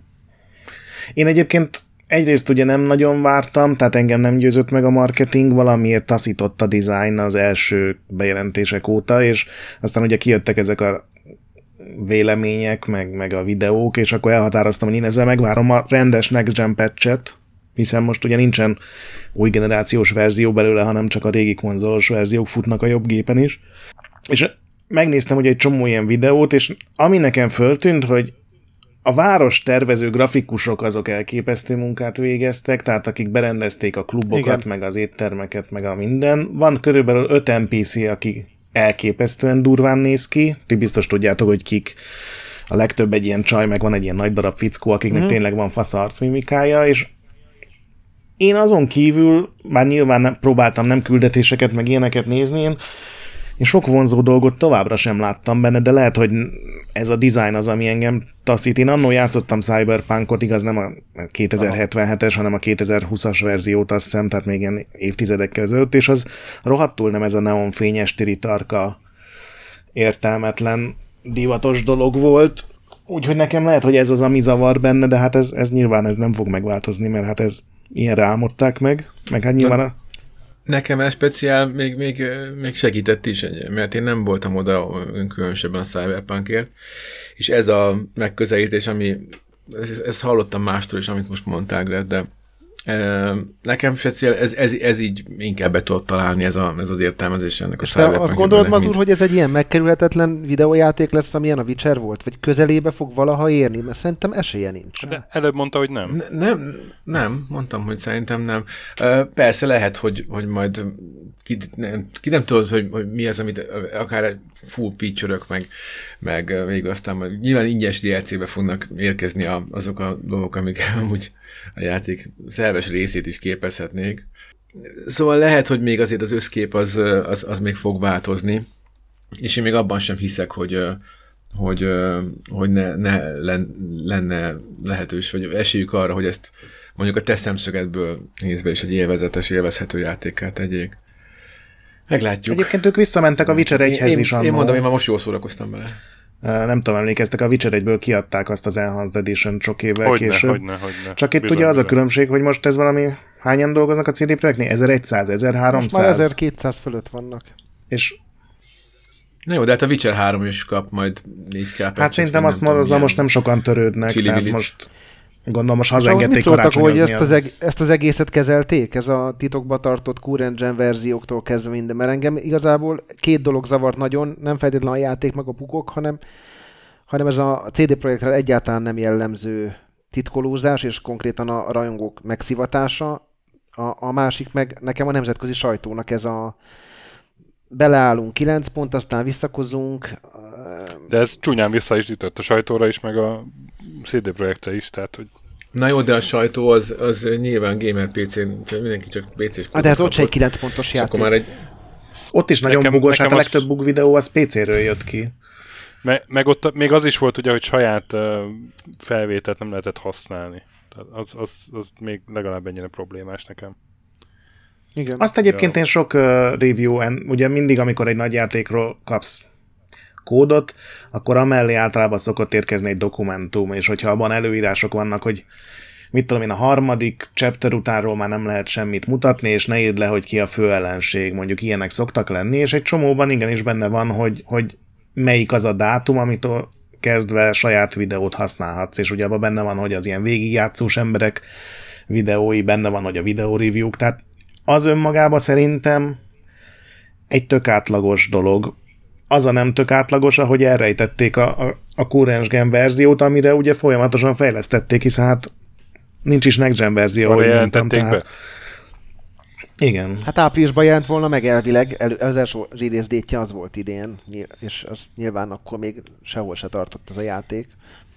Én egyébként egyrészt ugye nem nagyon vártam, tehát engem nem győzött meg a marketing, valamiért taszított a design az első bejelentések óta, és aztán ugye kijöttek ezek a vélemények, meg, meg a videók, és akkor elhatároztam, hogy én ezzel megvárom a rendes Next Gen patchet, hiszen most ugye nincsen új generációs verzió belőle, hanem csak a régi konzolos verziók futnak a jobb gépen is. És megnéztem ugye egy csomó ilyen videót, és ami nekem föltűnt, hogy a város tervező grafikusok azok elképesztő munkát végeztek, tehát akik berendezték a klubokat, igen, meg az éttermeket, meg a minden. Van körülbelül öt en pé cé, aki elképesztően durván néz ki. Ti biztos tudjátok, hogy kik. A legtöbb egy ilyen csaj, meg van egy ilyen nagy darab fickó, akiknek mm. tényleg van fasz arcmimikája, és én azon kívül, bár nyilván nem, próbáltam nem küldetéseket, meg ilyeneket nézni, én Én sok vonzó dolgot továbbra sem láttam benne, de lehet, hogy ez a design az, ami engem taszít. Én annól játszottam Cyberpunkot, igaz nem a kétezer-hetvenhetes, hanem a kétezer-húszas verziót, azt hiszem, tehát még ilyen évtizedekkel ezelőtt, és az rohadtul nem ez a neonfényes tiritarka értelmetlen divatos dolog volt. Úgyhogy nekem lehet, hogy ez az, ami zavar benne, de hát ez, ez nyilván ez nem fog megváltozni, mert hát ez ilyenre álmodták meg, meg hát nyilván a Nekem ez speciál még, még, még segített is, mert én nem voltam oda különösebben a Cyberpunkért, és ez a megközelítés, ami, ezt, ezt hallottam mástól is, amit most mondtál, Gret, de e, nekem speciál, ez, ez, ez így inkább be tudott találni ez, a, ez az értelmezés ennek a Cyberpunkért. Azt gondolod, Mazur, hogy ez egy ilyen megkerülhetetlen videójáték lesz, amilyen a Witcher volt? Vagy közelébe fog valaha érni? Mert szerintem esélye nincs. De előbb mondta, hogy nem. Ne, nem, nem, mondtam, hogy szerintem nem. Persze lehet, hogy, hogy majd ki nem, ki nem tudod, hogy, hogy mi az, amit akár full feature-ök, meg, meg még aztán majd nyilván ingyenes dé el cé-be fognak érkezni a, azok a dolgok, amik amúgy a játék szerves részét is képezhetnék. Szóval lehet, hogy még azért az összkép az, az, az még fog változni, és én még abban sem hiszek, hogy, hogy, hogy ne, ne lenne lehetős, vagy esélyük arra, hogy ezt mondjuk a te szemszögedből nézve is egy élvezetes, élvezhető játékká tegyék. Meglátjuk. Egyébként ők visszamentek a Witcher egyhez is annól. Én mondom, én már most jól szórakoztam vele. Nem tudom, emlékeztek, a Witcher egyből kiadták azt az Enhanced Edition sok évvel hogyne, később. Hogyne, hogyne. Csak itt bizony, ugye az a különbség, hogy most ez valami, hányan dolgoznak a cé dé Projektnél? ezerszáz, ezerháromszáz? Most már ezerkétszáz fölött vannak. És na jó, de hát a Witcher három is kap majd négy ká patchet. Hát szerintem azt azzal most nem sokan törődnek, tehát most gondolom most hazaengedték karácsonyozni. Hogy ezt az, eg- ezt az egészet kezelték? Ez a titokba tartott current gen verzióktól kezdve minden, mert engem igazából két dolog zavart nagyon, nem feltétlenül a játék meg a bugok, hanem, hanem ez a cé dé Projektre egyáltalán nem jellemző titkolózás, és konkrétan a rajongók megszivatása. A, a másik meg nekem a nemzetközi sajtónak ez a beleállunk kilenc pont, aztán visszakozunk. De ez csúnyán vissza is ütött a sajtóra is, meg a cé dé Projektre is, tehát hogy... Na jó, de a sajtó az, az nyilván gamer pé cén, mindenki csak pé cés ah, de ez ott se egy kilenc pontos játék. Már egy... Ott is nagyon nekem, bugos, nekem hát a legtöbb bug videó az pé céről jött ki. Me, meg ott még az is volt ugye, hogy saját uh, felvételt nem lehetett használni. Tehát az, az, az még legalább ennyire problémás nekem. Igen. Azt egyébként ja. én sok uh, review-en, ugye mindig, amikor egy nagy játékról kapsz kódot, akkor amellé általában szokott érkezni egy dokumentum, és hogyha abban előírások vannak, hogy mit tudom én, a harmadik chapter utánról már nem lehet semmit mutatni, és ne írd le, hogy ki a fő ellenség, mondjuk ilyenek szoktak lenni, és egy csomóban igenis benne van, hogy, hogy melyik az a dátum, amitől kezdve saját videót használhatsz, és ugye abban benne van, hogy az ilyen végigjátszós emberek videói, benne van, hogy a videó review-k, tehát az önmagában szerintem egy tök átlagos dolog. Az a nem tök átlagos, ahogy elrejtették a, a, a Current Gen verziót, amire ugye folyamatosan fejlesztették, hiszen hát nincs is Next Gen verzió, ahogy mondtam. Tehát... be? Igen. Hát áprilisban jelent volna meg elvileg, elő, az első release date-je az volt idén, és az nyilván akkor még sehol se tartott ez a játék.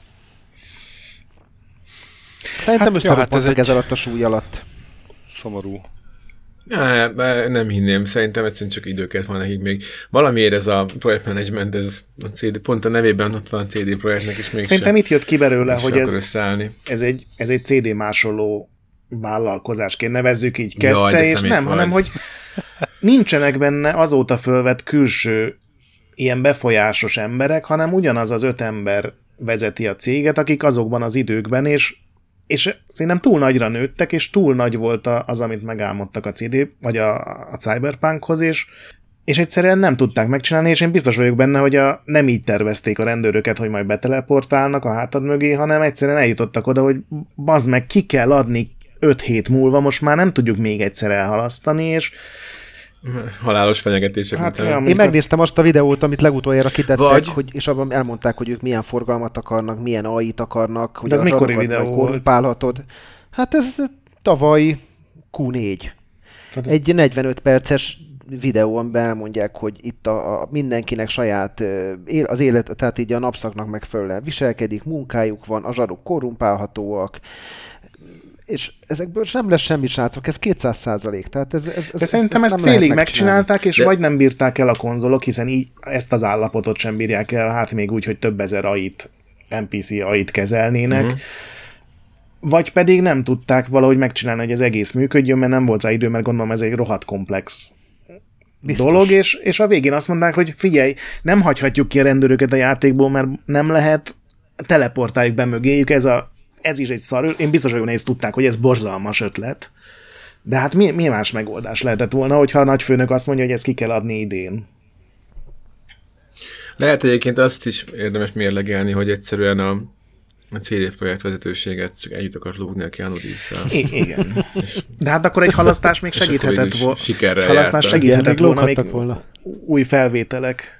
Szerintem hát, összeruppantak ja, hát ez, ez alatt a súly alatt. Szomorú. Ja, nem hinném, szerintem egyszerűen csak időket van nekik még. Valamiért ez a projektmenedzsment, ez a cé dé, pont a nevében ott van a cé dé projektnek is még szerintem itt jött ki belőle, hogy ez, ez, egy, ez egy cé dé másoló vállalkozásként nevezzük, így kezdte, Jaj, és nem, vagy. hanem hogy nincsenek benne azóta fölvett külső ilyen befolyásos emberek, hanem ugyanaz az öt ember vezeti a céget, akik azokban az időkben, és és szerintem túl nagyra nőttek, és túl nagy volt az, amit megálmodtak a cé dé, vagy a, a Cyberpunkhoz, és, és egyszerűen nem tudták megcsinálni, és én biztos vagyok benne, hogy a, nem így tervezték a rendőröket, hogy majd beteleportálnak a hátad mögé, hanem egyszerűen eljutottak oda, hogy bazd meg, ki kell adni öt hét múlva, most már nem tudjuk még egyszer elhalasztani, és halálos fenyegetések hát, után. Én megnéztem azt a videót, amit legutoljára kitettek, Vagy... hogy, és abban elmondták, hogy ők milyen forgalmat akarnak, milyen á í-t akarnak, hogy de ez mikori videó korrumpálhatod. Hát ez tavaly kú négy. Hát ez... Egy negyvenöt perces videó, amiben elmondják, hogy itt a, a mindenkinek saját az élet, tehát így a napszaknak megfelelően viselkedik, munkájuk van, a zsaruk korrumpálhatóak, és ezekből nem lesz semmi, srácok, ez kétszáz százalék. Tehát ez, ez, de ez, szerintem ez ezt félig megcsinálták, és de... vagy nem bírták el a konzolok, hiszen így ezt az állapotot sem bírják el, hát még úgy, hogy több ezer á í-t, en pé cé á í-t kezelnének, uh-huh. vagy pedig nem tudták valahogy megcsinálni, hogy ez egész működjön, mert nem volt rá idő, mert gondolom ez egy rohadt komplex Biztos. dolog, és, és a végén azt mondták, hogy figyelj, nem hagyhatjuk ki a rendőröket a játékból, mert nem lehet, teleportáljuk be mögéjük, ez a ez is egy szar, én biztos vagyok, hogy ezt tudták, hogy ez borzalmas ötlet. De hát mi, mi más megoldás lehetett volna, hogyha a nagyfőnök azt mondja, hogy ezt ki kell adni idén? Lehet egyébként azt is érdemes mérlegelni, hogy egyszerűen a, a cé dé projekt vezetőséget csak együtt akart lógni a Keanu Reeves-szel. I- igen. De hát akkor egy halasztás még segíthetett volna. Sikerrel halasztás járta. segíthetett volna még volna. Új felvételek.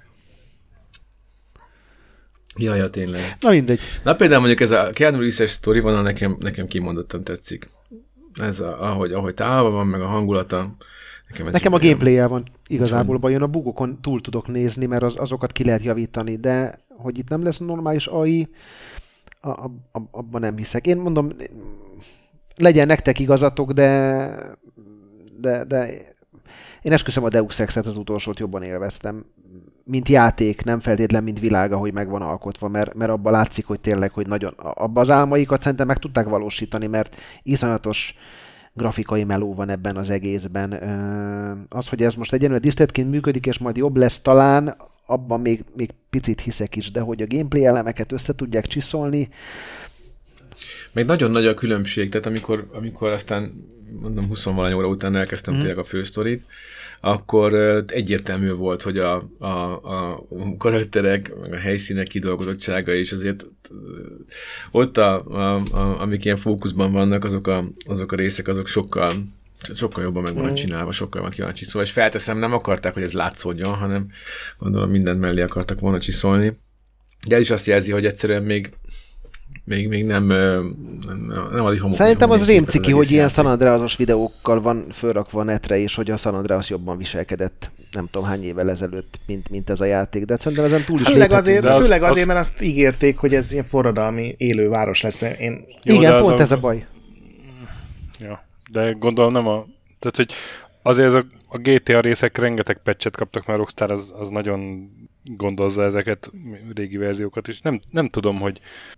Jaj, tényleg. Na mindegy. Na például mondjuk ez a Keanu Reeves-es sztori vonal nekem, nekem kimondottan tetszik. Ez a, ahogy, ahogy távol van, meg a hangulata. Nekem, ez nekem a gameplay-jel van igazából bajön. A bugokon túl tudok nézni, mert az, azokat ki lehet javítani, de hogy itt nem lesz normális á í, a, a, a, abban nem hiszek. Én mondom, legyen nektek igazatok, de de, de én esküszöm, a Deus Ex-et, az utolsót jobban élveztem. Mint játék, nem feltétlen, mint világ, ahogy meg van alkotva, mert, mert abban látszik, hogy tényleg, hogy nagyon, abban az álmaikat szerintem meg tudták valósítani, mert iszonyatos grafikai meló van ebben az egészben. Az, hogy ez most egyenlően disztetként működik, és majd jobb lesz talán, abban még, még picit hiszek is, de hogy a gameplay elemeket össze tudják csiszolni. Még nagyon nagy a különbség, tehát amikor, amikor aztán mondom húsz-valahány óra után elkezdtem mm. tényleg a fősztorit, akkor egyértelmű volt, hogy a, a, a karakterek, meg a helyszínek kidolgozottsága is azért ott, a, a, a, amik ilyen fókuszban vannak, azok a, azok a részek, azok sokkal, sokkal jobban meg vannak csinálva, sokkal van kíváncsi szóval, és felteszem, nem akarták, hogy ez látszódjon, hanem gondolom mindent mellé akartak volna csiszolni. De ez is azt jelzi, hogy egyszerűen még Még, még nem, nem, nem addig homok. Szerintem az rémciki, hogy ilyen San Andreas-os videókkal van fölrakva a netre, és hogy a San Andreas jobban viselkedett nem tudom hány évvel ezelőtt, mint, mint ez a játék. De szerintem ezen túl is főleg azért, az, főleg azért, az... mert azt ígérték, hogy ez ilyen forradalmi élő város lesz. Én... Jó, igen, pont a... ez a baj. Ja, de gondolom nem a... Tehát, hogy azért ez a, a gé té á részek rengeteg patchet kaptak, mert Rockstar az, az nagyon gondozza ezeket, régi verziókat is. Nem, nem tudom, hogy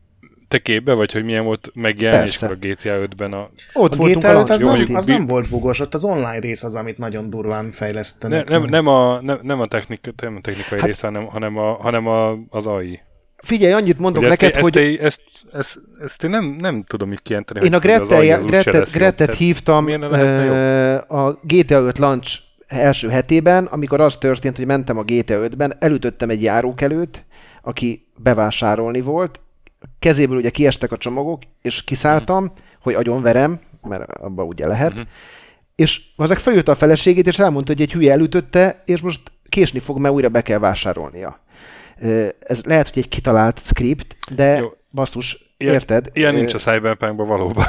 te képbe vagy, hogy milyen volt megjelenni, és akkor a gé té á ötben a... Ott a gé té á öt az, nem, az nem volt bugos, ott az online rész az, amit nagyon durván fejlesztenek. Ne, nem, nem, a, nem, nem a technika, nem a technikai hát, rész, hanem, hanem, a, hanem a, az á i. Figyelj, annyit mondok ugye neked, ezt, hogy... Ezt, ezt, ezt, ezt én nem, nem tudom így kijelenteni, én hogy a Grettet, Grettet, Grettet hívtam uh, a gé té á öt launch első hetében, amikor az történt, hogy mentem a gé té á ötben, elütöttem egy járókelőt, aki bevásárolni volt, kezéből ugye kiestek a csomagok, és kiszálltam, uh-huh. hogy agyonverem, mert abban ugye lehet, uh-huh. és azek felírta a feleségét, és elmondta, hogy egy hülye elütötte, és most késni fog, mert újra be kell vásárolnia. Ez lehet, hogy egy kitalált script, de jó. Basszus, ilyen, érted? Ilyen nincs a Cyberpunkban valóban.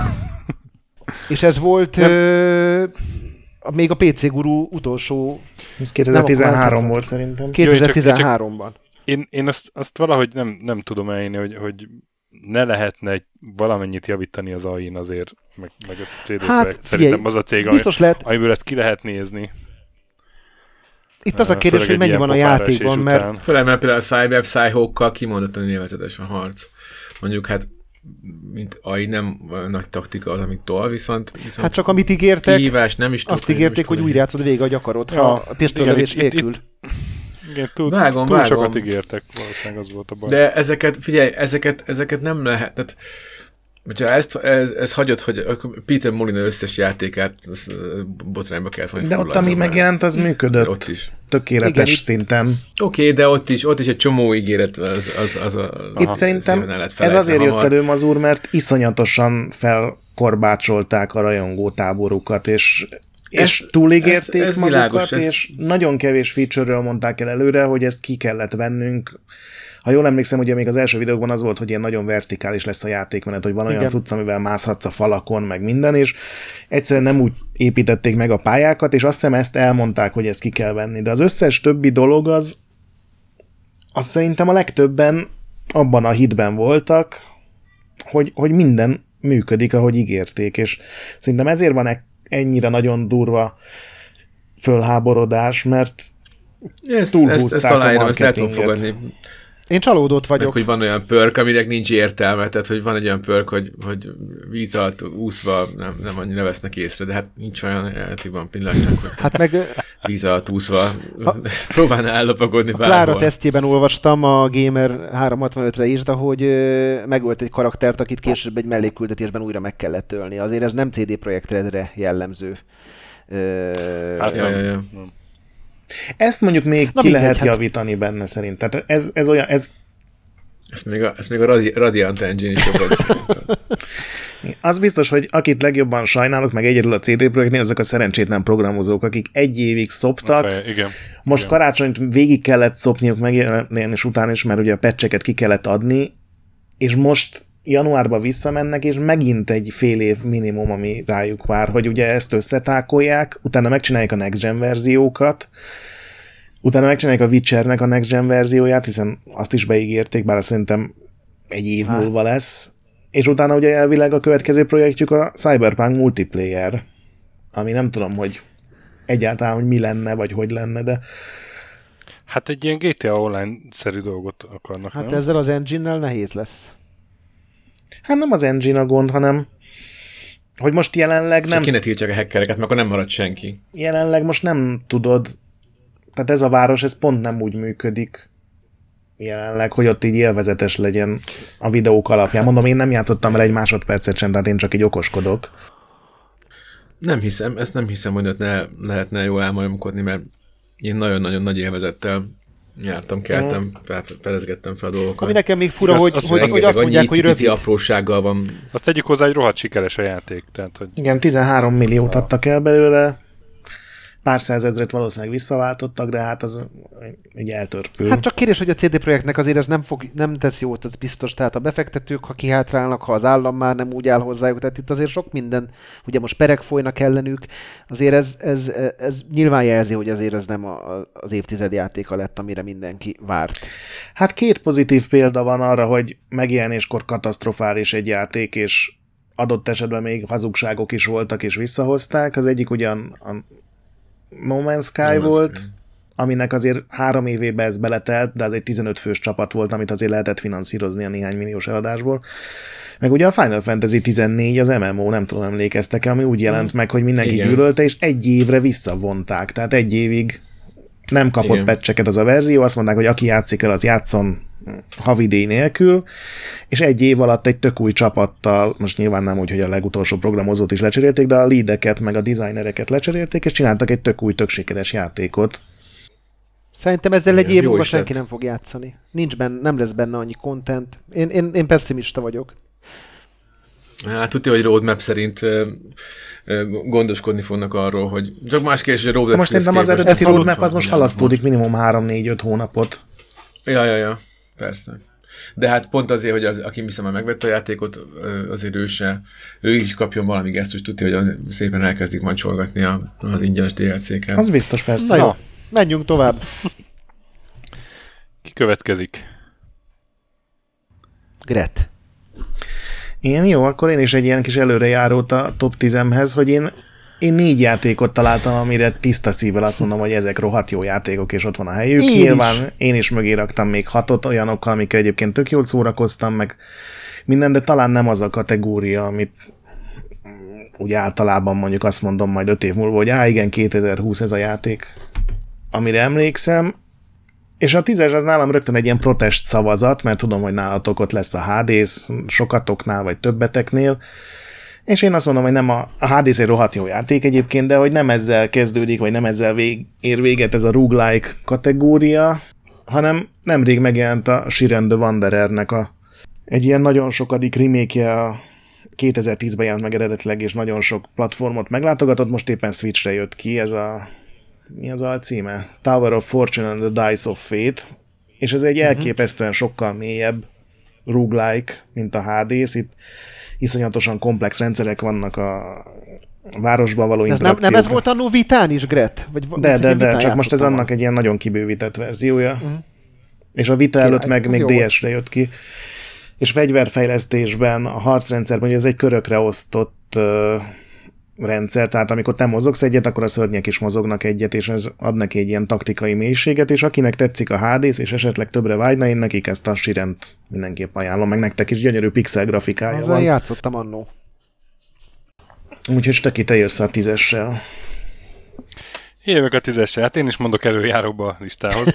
És ez volt ö, még a pé cé Guru utolsó... Ez kétezer-tizenhárom volt szerintem. kétezer-tizenháromban. Én, én azt, azt valahogy nem, nem tudom elhinni, hogy, hogy ne lehetne valamennyit javítani az á i-n azért, meg, meg a cé dé hát, projekt. Szerintem figyelj, az a cég, ami, lehet... amiből ezt ki lehet nézni. Itt az a kérdés, hogy mennyi van a játékban, mert... Felemel például a Cyber Psychokkal kimondottan élvezetes a harc. Mondjuk hát, mint á i nem nagy taktika az, amit tol, viszont, viszont hát csak amit ígértek, kihívás, nem is azt ígérték, hogy újra játszod végig a gyakorod, ja, ha a pisztolylövés nélkül. Itt, igen, túl, vágom, túl vágom. sokat ígértek, valószínűleg az volt a baj. De ezeket, figyelj, ezeket, ezeket nem lehet, tehát hogyha ezt, ez, ez hagyod, hogy Peter Molyneux összes játékát botrányba kellett volna de ott, ami megjelent, az működött. Ott is. Tökéletes igen, szinten. Oké, okay, de ott is, ott is egy csomó ígéret az, az, az a... Itt aha, szerintem ez azért hamar. Jött elő, Mazur, mert iszonyatosan felkorbácsolták a rajongó táborukat, és és túlígérték ez, ez magukat, világos, és ez... nagyon kevés feature-ről mondták el előre, hogy ezt ki kellett vennünk. Ha jól emlékszem, ugye még az első videókban az volt, hogy ilyen nagyon vertikális lesz a játékmenet, hogy van olyan igen. cucc, amivel mászhatsz a falakon, meg minden, és egyszerűen nem úgy építették meg a pályákat, és azt hiszem ezt elmondták, hogy ezt ki kell venni. De az összes többi dolog az, az szerintem a legtöbben abban a hitben voltak, hogy, hogy minden működik, ahogy ígérték, és szerintem ezért van ennyire nagyon durva fölháborodás, mert ezt, túlhúzták ezt, ezt a aláírom, marketinget. Én csalódott vagyok. Meg, hogy van olyan perk, aminek nincs értelme, tehát hogy van egy olyan perk, hogy, hogy víz alatt úszva nem, nem annyira vesznek észre, de hát nincs olyan játékban pillanatnyilag, hogy hát meg, víz alatt úszva próbálna ellopagodni bárhol. A Klára tesztjében olvastam, a Gamer háromszázhatvanötre írta, hogy megölt egy karaktert, akit később egy mellékküldetésben újra meg kellett ölni. Azért ez nem cé dé Projekt Redre jellemző. Hát, ja, ja, ja. Ezt mondjuk még na ki mindegy, lehet hát... javítani benne szerint. Tehát ez, ez olyan... Ez... Ezt még a, ezt még a Radi- Radiant Engine is jobban. Az biztos, hogy akit legjobban sajnálok, meg egyedül a cé dé Projektnél, azok a szerencsétlen programozók, akik egy évig szoptak. Feje, igen. Most igen. karácsonyt végig kellett szopniuk megjelenni, és után is, mert ugye a patcheket ki kellett adni, és most januárban visszamennek, és megint egy fél év minimum, ami rájuk vár, hogy ugye ezt összetákolják, utána megcsinálják a next gen verziókat, utána megcsinálják a Witchernek a next gen verzióját, hiszen azt is beígérték, bár szerintem egy év Há. múlva lesz, és utána ugye elvileg a következő projektjük a Cyberpunk multiplayer, ami nem tudom, hogy egyáltalán, hogy mi lenne, vagy hogy lenne, de hát egy ilyen gé té á Online-szerű dolgot akarnak, hát nem? ezzel az engine-nel nehéz lesz. Hát nem az engine a gond, hanem hogy most jelenleg nem... Csak kéne tiltsák a hackereket, mert akkor nem marad senki. Jelenleg most nem tudod, tehát ez a város, ez pont nem úgy működik jelenleg, hogy ott így élvezetes legyen a videók alapján. Mondom, én nem játszottam el egy másodpercet sem, tehát én csak így okoskodok. Nem hiszem, ezt nem hiszem, hogy ott ne lehetne jól elmajomkodni, mert én nagyon-nagyon nagy élvezettel jártam, keltem, felezgettem fel a dolgokat. Ami nekem még fura, azt, hogy, azt, hogy, hogy, hogy azt mondják, hogy rövid. aprósággal van. Azt tegyük hozzá, hogy rohadt sikeres a játék. Tehát, hogy... Igen, tizenhárom milliót adtak el belőle, pár százezret valószínűleg visszaváltottak, de hát az így eltörpül. Hát csak kérdés, hogy a cé dé Projektnek azért ez nem, fog, nem tesz jót, az biztos. Tehát a befektetők, ha kihátrálnak, ha az állam már nem úgy áll hozzájuk, tehát itt azért sok minden, ugye most perek folynak ellenük, azért ez, ez, ez nyilván jelzi, hogy azért ez nem a, az évtized játéka lett, amire mindenki várt. Hát két pozitív példa van arra, hogy megjelenéskor katasztrofális egy játék, és adott esetben még hazugságok is voltak, és visszahozták. Az egyik ugyan a No Man's Sky no volt, Sky. aminek azért három évében ez beletelt, de az egy tizenöt fős csapat volt, amit azért lehetett finanszírozni a néhány milliós eladásból. Meg ugye a Final Fantasy tizennégy, az em em o, nem tudom, emlékeztek-e, ami úgy jelent meg, hogy mindenki Igen. gyűlölte, és egy évre visszavonták. Tehát egy évig nem kapott patcheket az a verzió, azt mondták, hogy aki játszik el, az játszon havidíj nélkül, és egy év alatt egy tök új csapattal, most nyilván nem úgy, hogy a legutolsó programozót is lecserélték, de a leadeket, meg a designereket lecserélték, és csináltak egy tök új, tök sikeres játékot. Szerintem ezzel egy év múlva senki nem fog játszani. Nincs benne, nem lesz benne annyi content. Én, én, én pessimista vagyok. Hát tudja, hogy roadmap szerint ö, ö, gondoskodni fognak arról, hogy csak más kérdés, hogy a roadmap... Most szerintem az eredeti roadmap az most halasztódik minimum három négy öt hónapot. Ja, ja, ja, persze. De hát pont azért, hogy az, aki viszont már megvette a játékot, azért ő se, ő is kapjon valami gesztust, tudja, hogy szépen elkezdik majd csorgatni a, az ingyenes dé el cé-ket. Az biztos, persze. Na jó, menjünk tovább. Ki következik? Gret. Én jó, akkor én is egy ilyen kis előrejárót a top tízemhez, hogy én, én négy játékot találtam, amire tiszta szívvel azt mondom, hogy ezek rohadt jó játékok, és ott van a helyük. Én Nyilván is. Én is mögé raktam még hatot olyanokkal, amikkel egyébként tök jól szórakoztam, meg minden, de talán nem az a kategória, amit úgy általában mondjuk azt mondom majd öt év múlva, hogy á, igen, kétezer-húsz ez a játék, amire emlékszem. És a tízes az nálam rögtön egy ilyen protest szavazat, mert tudom, hogy nálatok ott lesz a Hades, sokatoknál, vagy többeteknél. És én azt mondom, hogy nem a, a Hades egy rohadt jó játék egyébként, de hogy nem ezzel kezdődik, vagy nem ezzel vég, ér véget ez a roguelike kategória, hanem nemrég megjelent a Shiren the Wanderernek a, egy ilyen nagyon sokadik remake-je, a kétezer-tízben jelent meg eredetileg, és nagyon sok platformot meglátogatott, most éppen Switchre jött ki, ez a mi az alcíme? Tower of Fortune and the Dice of Fate, és ez egy uh-huh. elképesztően sokkal mélyebb roguelike, mint a Hades. Itt iszonyatosan komplex rendszerek vannak a városban való interakciók. Nem, nem ez volt a Vitán is, Gret? Vagy, de, de, de, csak most ez van. Annak egy ilyen nagyon kibővített verziója. Uh-huh. És a Vita előtt meg még dé esre jött ki. És fegyverfejlesztésben, a harcrendszerben, hogy ez egy körökre osztott uh, rendszer, tehát amikor te mozogsz egyet, akkor a szörnyek is mozognak egyet, és ez ad neki egy ilyen taktikai mélységet, és akinek tetszik a Hades, és esetleg többre vágyna, én nekik ezt a Shirent mindenképp ajánlom, meg nektek is gyönyörű pixel grafikája Azzal van. Azzal játszottam annó. Úgyhogy Stöki, te jössz a tízessel. Én jövök a tízessel, hát én is mondok előjáróba a listához.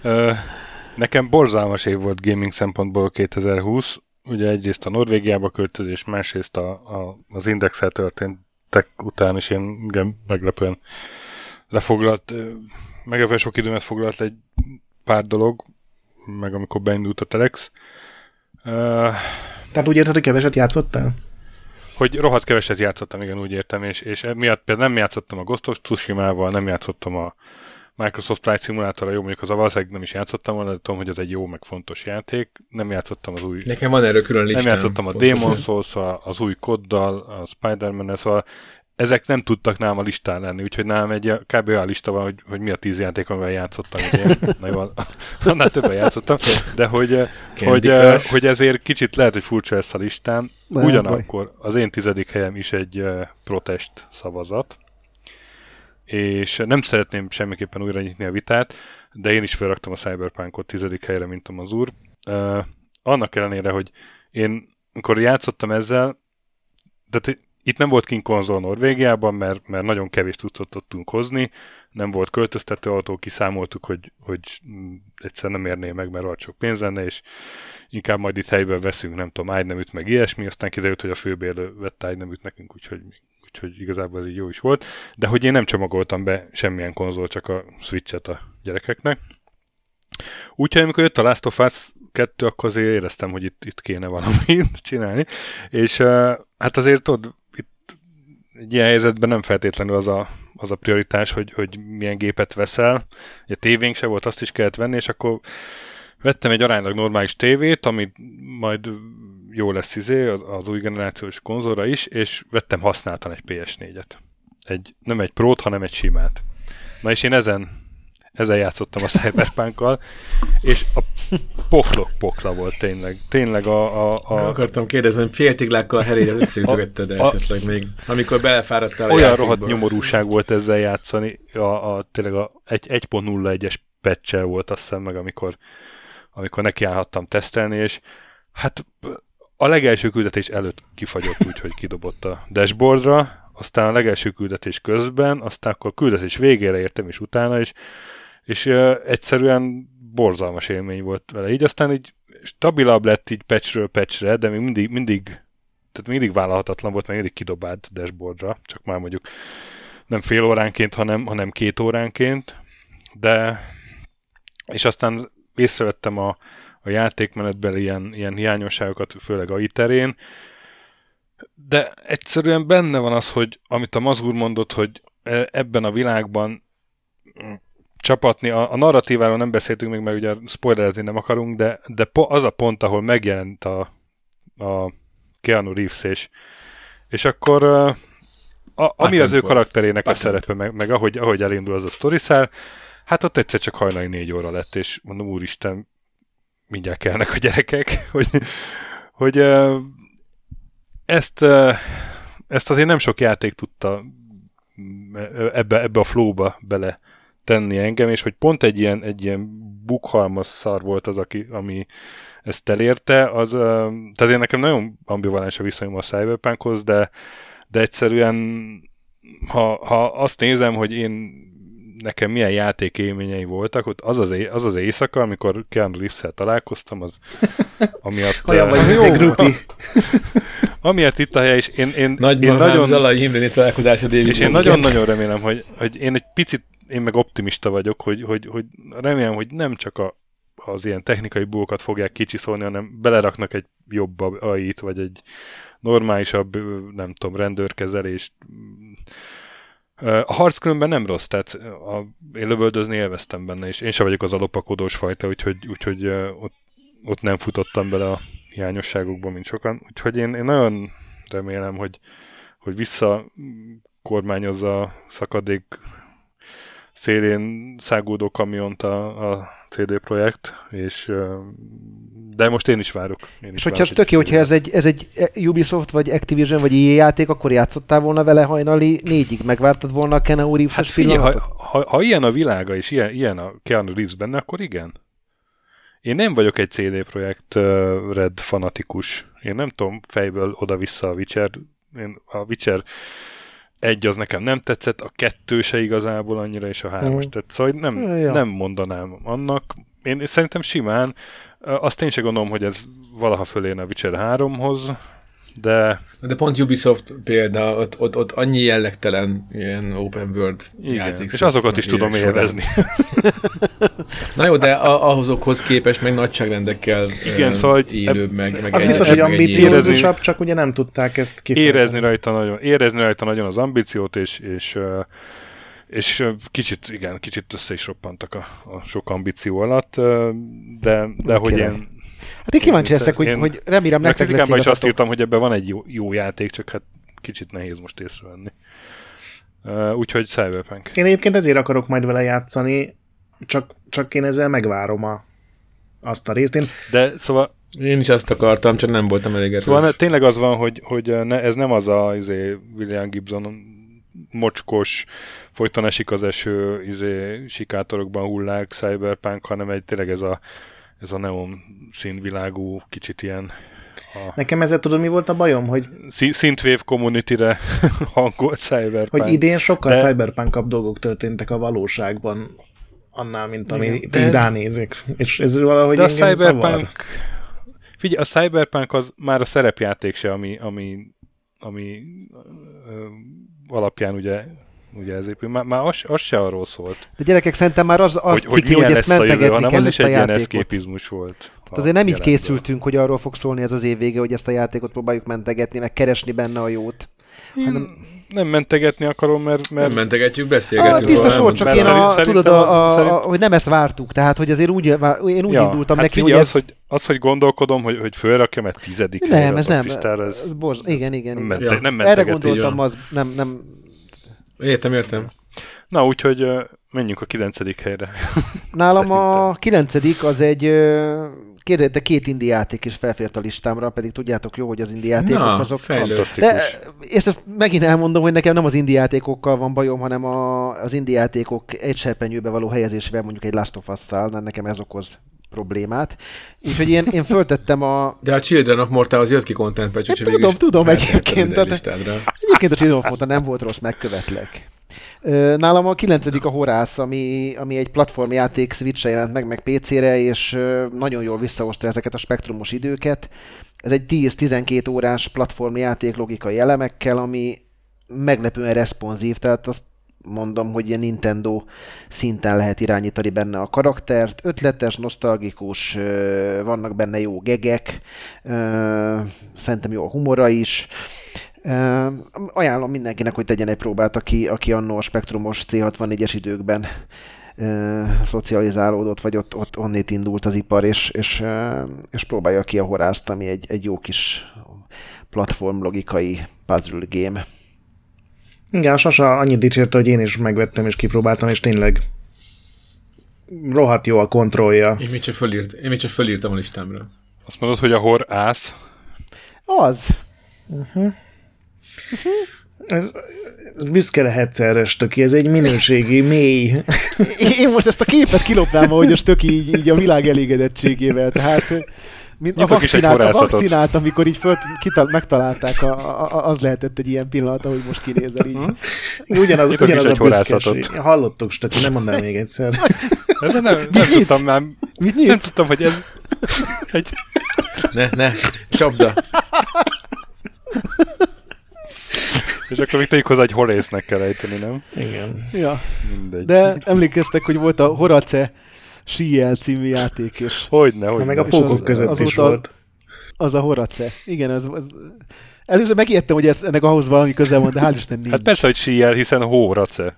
Nekem borzalmas év volt gaming szempontból kétezer-húsz, ugye egyrészt a Norvégiába költözés, másrészt a, a, az Indexel történt tek után is én igen, meglepően lefoglalt, meglepően sok időmet foglalt egy pár dolog, meg amikor beindult a Telex. Uh, Tehát úgy érted, hogy keveset játszottál? Hogy rohadt keveset játszottam, igen, úgy értem, és, és miatt például nem játszottam a Ghost of Tsushima-val, nem játszottam a Microsoft Flight Simulatorra, jó, mondjuk az valószínűleg nem is játszottam volna, de tudom, hogy ez egy jó, meg fontos játék. Nem játszottam az új... Nekem van erről külön listám. Nem játszottam a Demon's Souls-szal, az új koddal, a Spider-Man-nel, szóval ezek nem tudtak nálam a listán lenni, úgyhogy nálam egy kb. Olyan lista van, hogy, hogy mi a tíz játék, amivel játszottam. Na jó, annál többen játszottam, de hogy, hogy, hogy ezért kicsit lehet, hogy furcsa lesz a listám. Ugyanakkor az én tizedik helyem is egy protest szavazat, és nem szeretném semmiképpen újra nyitni a vitát, de én is felraktam a Cyberpunkot tizedik helyre, mint a Mazur. Uh, annak ellenére, hogy én, amikor játszottam ezzel, de itt nem volt kint konzol Norvégiában, mert, mert nagyon kevés tudtot tudtunk hozni, nem volt költöztető autó, kiszámoltuk, hogy, hogy egyszer nem érné meg, mert rohadt sok pénz lenne, és inkább majd itt helyben veszünk, nem tudom, ágyneműt, meg ilyesmi, aztán kiderült, hogy a főbérlő vett ágyneműt nekünk, úgyhogy, úgyhogy igazából ez így jó is volt, de hogy én nem csomagoltam be semmilyen konzol, csak a Switch-et a gyerekeknek. Úgyhogy amikor jött a Last of Us kettő, akkor azért éreztem, hogy itt, itt kéne valamit csinálni, és uh, hát azért tudod, itt egy ilyen helyzetben nem feltétlenül az a, az a prioritás, hogy, hogy milyen gépet veszel. Ugye tévénk se volt, azt is kellett venni, és akkor vettem egy aránylag normális tévét, ami majd jó lesz izé, az, az új generációs konzolra is, és vettem használtan egy pé es négyet. Egy, nem egy Pro-t, hanem egy simát. Na és én ezen ezzel játszottam a Cyberpunkkal, és a poflok pokla volt tényleg. Tényleg a... a, a akartam kérdezni, féltiglákkal a herére összeütögetted esetleg még, amikor belefáradtál a olyan játékba. rohadt nyomorúság volt ezzel játszani, a, a, tényleg a egy pont nulla egyes patch-el volt azt hiszem meg, amikor, amikor nekiállhattam tesztelni, és hát a legelső küldetés előtt kifagyott úgy, hogy kidobott a dashboardra, aztán a legelső küldetés közben, aztán akkor a küldetés végére értem is utána is, és uh, egyszerűen borzalmas élmény volt vele. Így aztán így stabilabb lett így patchről patchre, de még mindig, mindig, tehát mindig vállalhatatlan volt, meg mindig kidobált dashboardra, csak már mondjuk nem fél óránként, hanem, hanem két óránként, de és aztán észrevettem a, a játékmenetben ilyen, ilyen hiányosságokat, főleg á i terén, de egyszerűen benne van az, hogy amit a Mazur mondott, hogy ebben a világban csapatni, a, a narratíváról nem beszéltünk még, mert ugye spoilerezni nem akarunk, de, de po, az a pont, ahol megjelent a, a Keanu Reeves, és, és akkor a, a, ami az ő karakterének Patent. a szerepe, meg, meg ahogy, ahogy elindul az a sztoriszál, hát ott egyszer csak hajnali négy óra lett, és mondom, úristen, mindjárt kelnek a gyerekek, hogy, hogy ezt, ezt azért nem sok játék tudta ebbe, ebbe a flowba bele tenni engem, és hogy pont egy ilyen, egy ilyen bukhalmas szar volt az, aki, ami ezt elérte, az, tehát én nekem nagyon ambivalens a viszonyom a Cyberpunkhoz, de, de egyszerűen ha, ha azt nézem, hogy én nekem milyen játékélményei voltak, ott az az, az, az éjszaka, amikor Keanu Reeves-szel találkoztam, az amiatt... Olyan vagy, mint egy grupi. Amiatt itt a hely, és én, én, Nagy én nagyon... Zalai Imréni találkozás a David És én nagyon-nagyon remélem, hogy, hogy én egy picit, én meg optimista vagyok, hogy, hogy, hogy remélem, hogy nem csak a, az ilyen technikai bugokat fogják kicsiszolni, hanem beleraknak egy jobb á i-t, vagy egy normálisabb, nem tudom, rendőrkezelést. A harc különben nem rossz, tehát a, én lövöldözni élveztem benne, és én sem vagyok az a lopakodós fajta, úgyhogy, úgyhogy ott, ott nem futottam bele a hiányosságokba, mint sokan. Úgyhogy én, én nagyon remélem, hogy, hogy visszakormányozza a szakadék szélén szágódó kamiont a, a cé dé Projekt, és de most én is várok. Én és is hogyha várok, ez tök jó, hogyha ez egy, ez egy Ubisoft, vagy Activision, vagy i á játék, akkor játszottál volna vele hajnali négyig? Megvártad volna a Keanu Reeves-es hát figyelj, pillanatot? ha, ha, ha ilyen a világa, és ilyen, ilyen a Keanu Reeves benne, akkor igen. Én nem vagyok egy cé dé Projekt uh, Red fanatikus. Én nem tudom fejből oda-vissza a Witcher. Én a Witcher egy az nekem nem tetszett, a kettő se igazából annyira, és a hármas mm. tetszett. Szóval nem, ja. nem mondanám annak. Én szerintem simán. Azt én se gondolom, hogy ez valaha fölérne a Witcher háromhoz, de... De pont Ubisoft példa, ott, ott, ott annyi jellegtelen ilyen open world igen, játék. És azokat is tudom élvezni. Na jó, de ahhozokhoz képest meg nagyságrendekkel igen, szóval élőbb meg, meg... Az egy, biztos, hogy ambiciózusabb, érezni, csak ugye nem tudták ezt kifejezni. Érezni rajta nagyon, érezni rajta nagyon az ambíciót, és, és, és kicsit, igen, kicsit össze is roppantak a, a sok ambíció alatt, de, de hogy én... Hát én kíváncsi leszek, hogy, hogy remélem nektek lesz is azt írtam, hogy ebben van egy jó, jó játék, csak hát kicsit nehéz most észrevenni. Uh, úgyhogy Cyberpunk. Én egyébként ezért akarok majd vele játszani, csak, csak én ezzel megvárom a, azt a részt. Én... De szóval... Én is azt akartam, csak nem voltam elég erős. Szóval ne, tényleg az van, hogy, hogy ne, ez nem az a izé, William Gibson mocskos, folyton esik az eső, izé, sikátorokban hullák Cyberpunk, hanem egy tényleg ez a ez a neon színvilágú, kicsit ilyen... A Nekem ezzel tudod, mi volt a bajom? Hogy Synthwave Community-re hangolt Cyberpunk. Hogy idén sokkal de... Cyberpunk-abb dolgok történtek a valóságban annál, mint ami itt így ránézik. És ez valahogy de a engem Cyberpunk... zavar. Figyelj, a Cyberpunk az már a szerepjáték se, ami, ami, ami ö, alapján ugye ugye ez épül. Már, már az, az se arról szólt. De gyerekek, szerintem már az, az hogy, ciki, hogy, hogy ezt mentegetni kell az ezt is a egy ilyen játékot. eszképizmus volt. Tehát azért nem így készültünk, hogy arról fog szólni ez az év vége, hogy ezt a játékot próbáljuk mentegetni, meg keresni benne a jót. Hanem... Nem mentegetni akarom, mert... mert... Nem mentegetjük, beszélgetünk. Ah, tiszta sor, csak én a, szerint, tudod, a, a, szerint... a, hogy nem ezt vártuk, tehát hogy azért úgy, én úgy ja, indultam hát neki, hogy ez... az, hogy az, hogy gondolkodom, hogy, hogy fölrakjam egy tizedik nem, ez nem, listára, ez... ez borz... igen, igen. Nem, igen. mente, ja. nem Erre gondoltam, az nem, nem... Értem, értem. Na, úgyhogy uh, menjünk a kilencedik helyre. Nálam a kilencedik az egy, de két indie játék is felfért a listámra, pedig tudjátok jó, hogy az indie játékok Na, azok... fantasztikus. És ezt megint elmondom, hogy nekem nem az indie játékokkal van bajom, hanem a, az indie játékok egy serpenyőbe való helyezésével, mondjuk egy Last of Us-szal, nekem ez okoz problémát. Úgyhogy én, én föltettem a... De a Children of Mortal-hoz jött ki content patch, úgyhogy tudom, tudom egyébként. Egyébként a Children of Mortal nem volt rossz, megkövetlek. Nálam a kilencedik a Horász, ami, ami egy platformjáték, Switch-re jelent meg, meg pé cére, és nagyon jól visszahozta ezeket a spektrumos időket. Ez egy tíz-tizenkét órás platformjáték logikai elemekkel, ami meglepően responsív, tehát azt mondom, hogy ilyen Nintendo szinten lehet irányítani benne a karaktert. Ötletes, nosztalgikus, vannak benne jó gegek, szerintem jó a humora is. Uh, ajánlom mindenkinek, hogy tegyen egy próbát, aki, aki annó a spektrumos cé hatvannégyes időkben uh, szocializálódott, vagy ott, ott onnét indult az ipar, és, és, uh, és próbálja ki a Horászt, ami egy, egy jó kis platformlogikai puzzle game. Igen, a Sasa annyit dicsérte, hogy én is megvettem és kipróbáltam, és tényleg rohadt jó a kontrollja. Én még csak, fölírt, én még csak fölírtam a listámra. Azt mondod, hogy a Horász? Az. Uh-huh. Uh-huh. Ez, ez büszke lehetsz erre, Stöki, ez egy minőségi, mély. Én most ezt a képet kilopnám, ahogy a Stöki így, így a világ elégedettségével, tehát mint a vakcinát, a vakcinát, amikor így föl, kital, megtalálták, a, a, az lehetett egy ilyen pillanat, ahogy most kinézel így. Hmm? Ugyanaz, ugyanaz a büszkeség. Hallottuk, Stöki, nem mondd el még egyszer. De nem, nem, nem tudtam már. Mit nem tudtam, hogy ez egy... Ne, ne, csapda. És akkor még tegyük hozzá, hogy Horásznek kell ejteni, nem? Igen. Ja. Mindegy. De emlékeztek, hogy volt a Horace Síjel című játék is. Hogyne, hogyne. Meg a pókok között az is volt. Az a Horace. Igen, az... az... Először megijedtem, hogy ez, ennek ahhoz valami közel van, de hál' Isten nincs. Hát persze, hogy Síjel, hiszen Horace.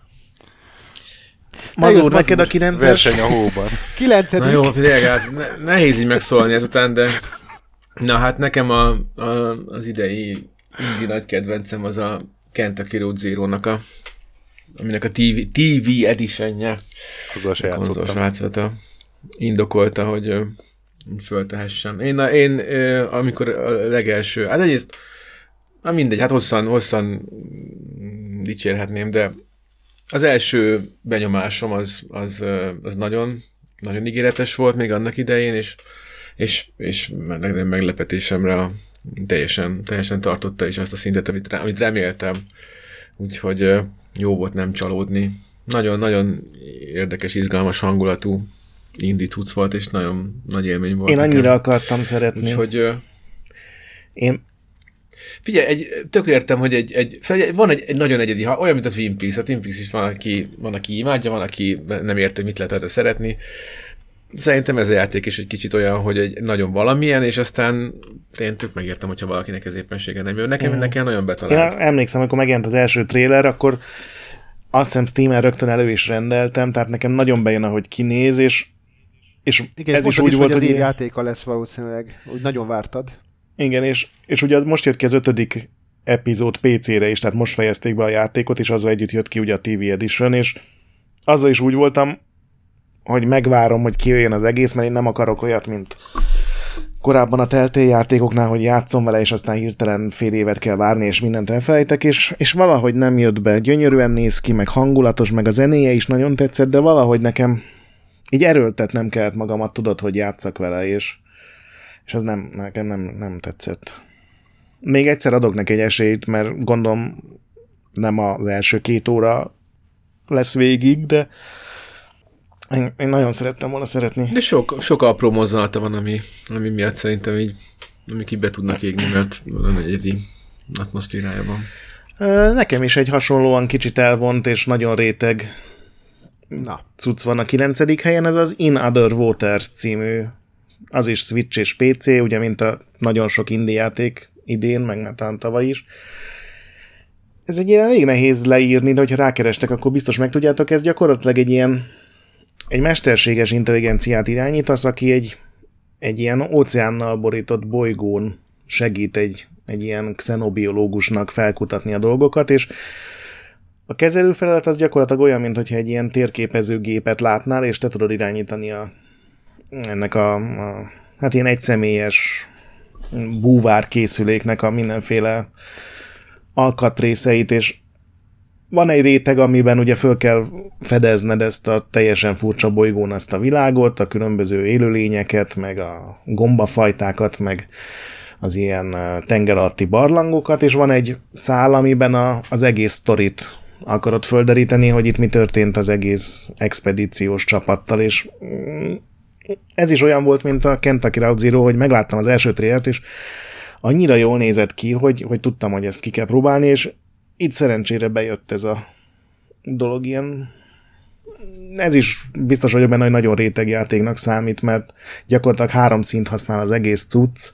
Mazur, neked a kilences? Verseny a hóban. Kilencedik. Na jó, tényleg, hát ne, nehéz így megszólni ezután, de na hát nekem a, a, az idei indie nagy kedvencem az a Kentucky Road Zero-nak a, aminek a té vé, té vé editionje, Azzal se játszottam. változata indokolta, hogy ö, föltehessem. Én, én ö, amikor a legelső, hát egyrészt, na mindegy, hát hosszan, hosszan dicsérhetném, de az első benyomásom az, az, az nagyon, nagyon ígéretes volt még annak idején, és, és, és meglepetésemre a, teljesen, teljesen tartotta is azt a szintet, amit, amit reméltem. Úgyhogy jó volt nem csalódni. Nagyon-nagyon érdekes, izgalmas hangulatú indie cucc volt, és nagyon nagy élmény volt. Én nekem. annyira akartam szeretni. Úgyhogy... Én... Figyelj, egy, tök értem, hogy egy, egy, szóval egy, van egy, egy nagyon egyedi, olyan, mint a Twin Peaks. A Twin Peaks is van, aki, van, aki imádja, van, aki nem érte, mit lehet rajta szeretni. Szerintem ez a játék is egy kicsit olyan, hogy egy nagyon valamilyen, és aztán én tök megértem, hogyha valakinek ez éppenséggel nem jön. Nekem, mm. nekem nagyon betalált. Én emlékszem, amikor megjelent az első trailer, akkor azt hiszem Steamen rögtön elő is rendeltem, tehát nekem nagyon bejön, ahogy kinéz, és, és igen, ez is úgy is, volt, hogy az hogy... év játéka lesz valószínűleg, úgy nagyon vártad. Igen, és, és ugye az most jött ki az ötödik epizód pé cére is, tehát most fejezték be a játékot, és azzal együtt jött ki ugye a té vé Edition, és azzal is úgy voltam, hogy megvárom, hogy kijöjjön az egész, mert én nem akarok olyat, mint korábban a Telltale játékoknál, hogy játszom vele, és aztán hirtelen fél évet kell várni, és mindent elfelejtek, és, és valahogy nem jött be. Gyönyörűen néz ki, meg hangulatos, meg a zenéje is nagyon tetszett, de valahogy nekem így erőltetnem kellett magamat, tudod, hogy játszak vele, és, és az nem, nekem nem, nem tetszett. Még egyszer adok neki egy esélyt, mert gondolom nem az első két óra lesz végig, de én, én nagyon szerettem volna szeretni. De sok, sok apró mozzanata van, ami, ami miatt szerintem így, amik így be tudnak égni, mert van egy egyedi atmoszférája van. Nekem is egy hasonlóan kicsit elvont és nagyon réteg Na. cucc van a kilencedik helyen, ez az In Other Waters című, az is Switch és pé cé, ugye mint a nagyon sok indie játék idén, meg már talán tavaly is. Ez egy ilyen elég nehéz leírni, de hogyha rákerestek, akkor biztos megtudjátok, ez gyakorlatilag egy ilyen egy mesterséges intelligenciát irányítasz, aki egy, egy ilyen óceánnal borított bolygón segít egy, egy ilyen xenobiológusnak felkutatni a dolgokat, és A kezelőfelület az gyakorlatilag olyan, mintha egy ilyen térképező gépet látnál, és te tudod irányítani a, ennek a, a hát ilyen egyszemélyes búvár készüléknek a mindenféle alkatrészeit, és van egy réteg, amiben ugye föl kell fedezned ezt a teljesen furcsa bolygón azt a világot, a különböző élőlényeket, meg a gombafajtákat, meg az ilyen tenger alatti barlangokat, és van egy szál, amiben a, az egész sztorit akarod földeríteni, hogy itt mi történt az egész expedíciós csapattal, és ez is olyan volt, mint a Kentucky Route Zero, hogy megláttam az első trailert, és annyira jól nézett ki, hogy, hogy tudtam, hogy ezt ki kell próbálni, és itt szerencsére bejött ez a dolog ilyen. Ez is biztos vagyok benne, hogy nagyon réteg játéknak számít, mert gyakorlatilag három szint használ az egész cucc.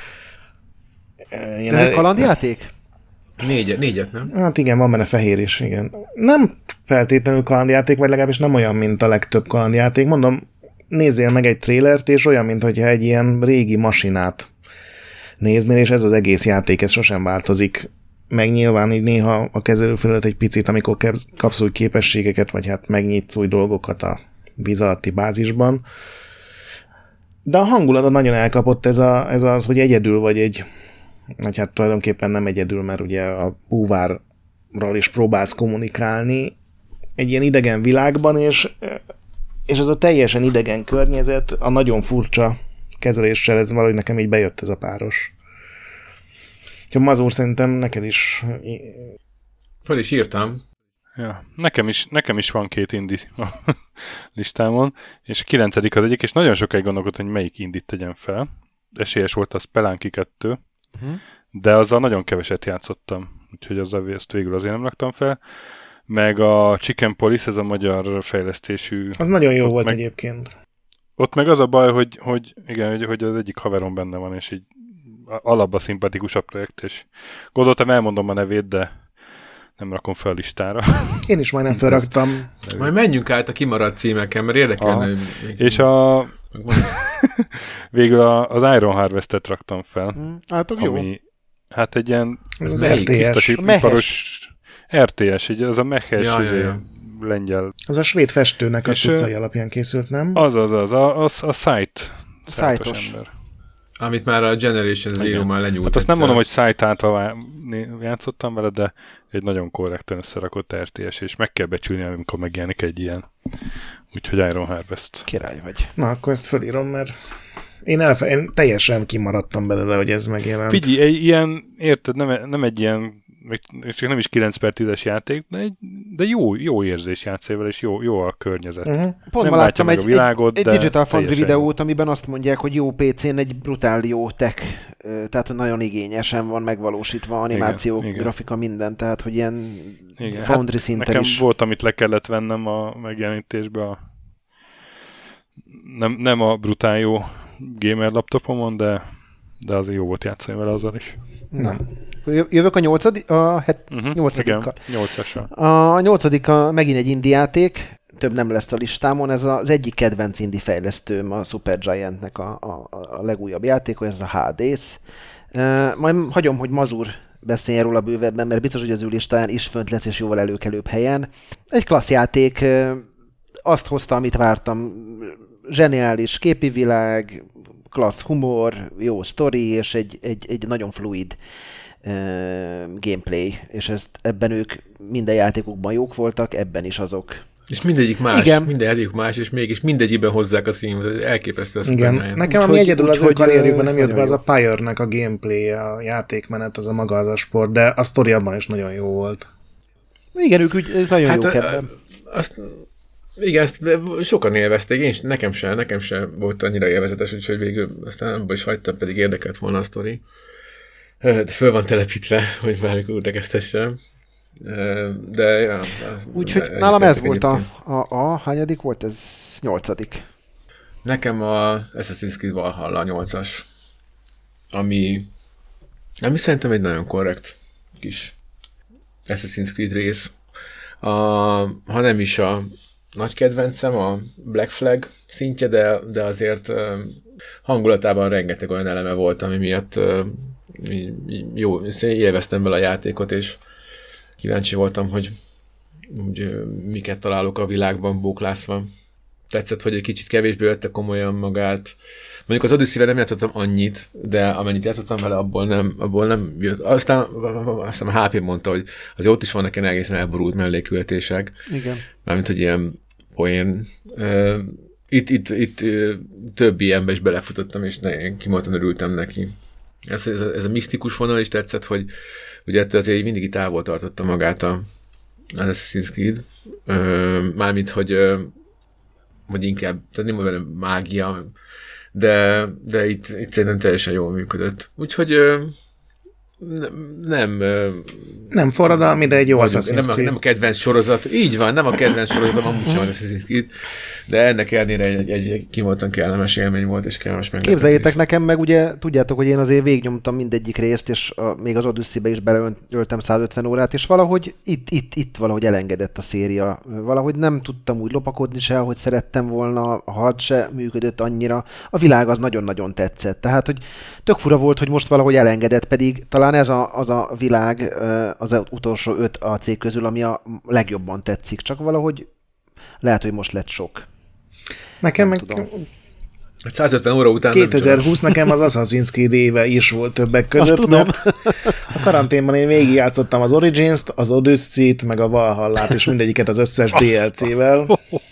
Ilyen ez egy kalandjáték? Négyet, négyet, nem? Hát igen, van benne fehér is, igen. Nem feltétlenül kalandjáték, vagy legalábbis nem olyan, mint a legtöbb kalandjáték. Mondom, nézzél meg egy trélert, és olyan, mintha egy ilyen régi masinát néznél, és ez az egész játék, ez sosem változik. Meg nyilván így néha a kezelőfelület egy picit, amikor kapsz új képességeket, vagy hát megnyitsz új dolgokat a víz alatti bázisban. De a hangulata nagyon elkapott ez, a, ez az, hogy egyedül vagy egy, vagy hát tulajdonképpen nem egyedül, mert ugye a búvárral is próbálsz kommunikálni egy ilyen idegen világban, és, és ez a teljesen idegen környezet a nagyon furcsa kezeléssel, ez valahogy nekem így bejött ez a páros. Úgyhogy Mazur, szerintem neked is... Fel is írtam. Ja, nekem is, nekem is van két indi a listámon, és a kilencedik az egyik, és nagyon sokáig gondolkodtam, hogy melyik indit tegyen fel. Esélyes volt a Spelunky kettő, uh-huh. de azzal nagyon keveset játszottam, úgyhogy azzal ezt végül azért nem raktam fel. Meg a Chicken Police, ez a magyar fejlesztésű... Az nagyon jó volt meg, egyébként. Ott meg az a baj, hogy, hogy igen, hogy, hogy az egyik haverom benne van, és így alapban szimpatikusabb projekt, és gondoltam, elmondom a nevét, de nem rakom fel a listára. Én is majdnem felraktam. Majd menjünk át a kimaradt címeken, mert érdekelne. Hogy... És a... végül a, az Iron Harvest-et raktam fel. Hmm, hát ami, jó. Hát egy ilyen... Ez az er té es. Iparos er té es, egy, az a mehes ja, ja, ja. lengyel. Az a svéd festőnek és a cuccai alapján készült, nem? Az, az, az. A, a, a Sight. Sightos ember. Amit már a Generation Zero-mal lenyúlt. Hát azt nem mondom, hogy Sight-átva játszottam vele, de egy nagyon korrekten összerakott er té es, és meg kell becsülni, amikor megjelenik egy ilyen. Úgyhogy Iron Harvest. Király vagy. Na, akkor ezt felírom, mert én, elfe- én teljesen kimaradtam belőle, hogy ez megjelent. Figyelj, egy ilyen, érted, nem, nem egy ilyen, csak nem is kilenc per tízes játék, de, egy, de jó, jó érzés játszével, és jó, jó a környezet. Uh-huh. Pont ma láttam egy, a világot, egy, egy Digital Foundry videót, amiben azt mondják, hogy jó pé cén egy brutál jó tech, tehát nagyon igényesen van megvalósítva, animáció, igen, grafika, igen. minden, tehát hogy ilyen igen, Foundry hát szinten nekem is. volt, amit le kellett vennem a megjelenítésbe, a, nem, nem a brutál jó gamer laptopomon, de, de azért jó volt játszani vele azzal is. Nem. Jövök a nyolcadik, a het, uh-huh, nyolcadikkal. Igen, nyolcasra. A nyolcadik a, megint egy indie játék, több nem lesz a listámon, ez az egyik kedvenc indie fejlesztőm, a Supergiantnek a, a, a legújabb játék, ez a Hades. Uh, majd hagyom, hogy Mazur beszéljen róla bővebben, mert biztos, hogy az ő listáján is fönt lesz, és jóval előkelőbb helyen. Egy klassz játék, uh, azt hozta, amit vártam, zseniális képi világ, klassz humor, jó sztori, és egy, egy, egy nagyon fluid uh, gameplay, és ezt, ebben ők minden játékukban jók voltak, ebben is azok. És mindegyik más, igen. minden játékuk más, és mégis mindegyikben hozzák a színvonalat, elképesztő a Igen, nekem ami egyedül az ő karrierjükben nem jött be, az a Pyre-nek a gameplay, a játékmenet, az a maga az a sport, de a sztori abban is nagyon jó volt. Igen, ők, ők nagyon hát jók a, ebben. Azt... Igen, ezt sokan élvezték, én nekem sem, nekem sem volt annyira élvezetes, úgyhogy végül aztán abban is hagytam, pedig érdekelt volna a sztori. De föl van telepítve, hogy bármikor utaztessem. De ja, úgyhogy nálam ez volt a, a, a hányadik volt? Ez nyolcadik. Nekem a Assassin's Creed Valhalla nyolcas, ami, ami szerintem egy nagyon korrekt kis Assassin's Creed rész. A, ha nem is a nagy kedvencem, a Black Flag szintje, de, de azért hangulatában rengeteg olyan eleme volt, ami miatt jó, élveztem vele a játékot, és kíváncsi voltam, hogy úgy, miket találok a világban bóklászva. Tetszett, hogy egy kicsit kevésbé vette komolyan magát. Mondjuk az Odyssey-vel nem játszottam annyit, de amennyit játszottam vele, abból nem, abból nem jött. Aztán, aztán a há pé mondta, hogy azért ott is vannak ilyen egészen elborult mellékületések. Igen. Mármint, hogy ilyen poén. Uh, itt, itt, itt uh, több ilyenbe is belefutottam, és ne, kimondottan örültem neki. Ez, ez, a, ez a misztikus vonal is tetszett, hogy ugye ettől azért mindig távol tartotta magát a, az Assassin's Creed. Uh, mármint, hogy, uh, hogy inkább, tehát nem olyan mágia, de, de itt, itt szerintem teljesen jól működött. Úgyhogy uh, nem... Nem, nem forradalmi, de egy jó Assassin's nem, Creed. Nem a kedvenc sorozat. Így van, nem a kedvenc sorozatom, amúgy sem az Assassin's Creed, de ennek ellenére egy, egy, egy kimondottan kellemes élmény volt, és kellemes meglepetés. Képzeljétek nekem meg, ugye tudjátok, hogy én azért végignyomtam mindegyik részt, és a, még az Odyssey-be is beleöltem százötven órát, és valahogy itt, itt, itt valahogy elengedett a széria. Valahogy nem tudtam úgy lopakodni se, ahogy szerettem volna, a harc se működött annyira. A világ az nagyon-nagyon tetszett. Tehát, hogy tök fura volt, hogy most valahogy elengedett, pedig talán ez a, az a világ az utolsó öt á cé közül, ami a legjobban tetszik. Csak valahogy lehet, hogy most lett sok. Nekem meg százötven óra után kétezer-húsz nekem az Assassin's Creed éve is volt többek között, mert a karanténban én végigjátszottam az Origins-t, az Odyssey-t, meg a Valhallát, és mindegyiket az összes dé el cé-vel.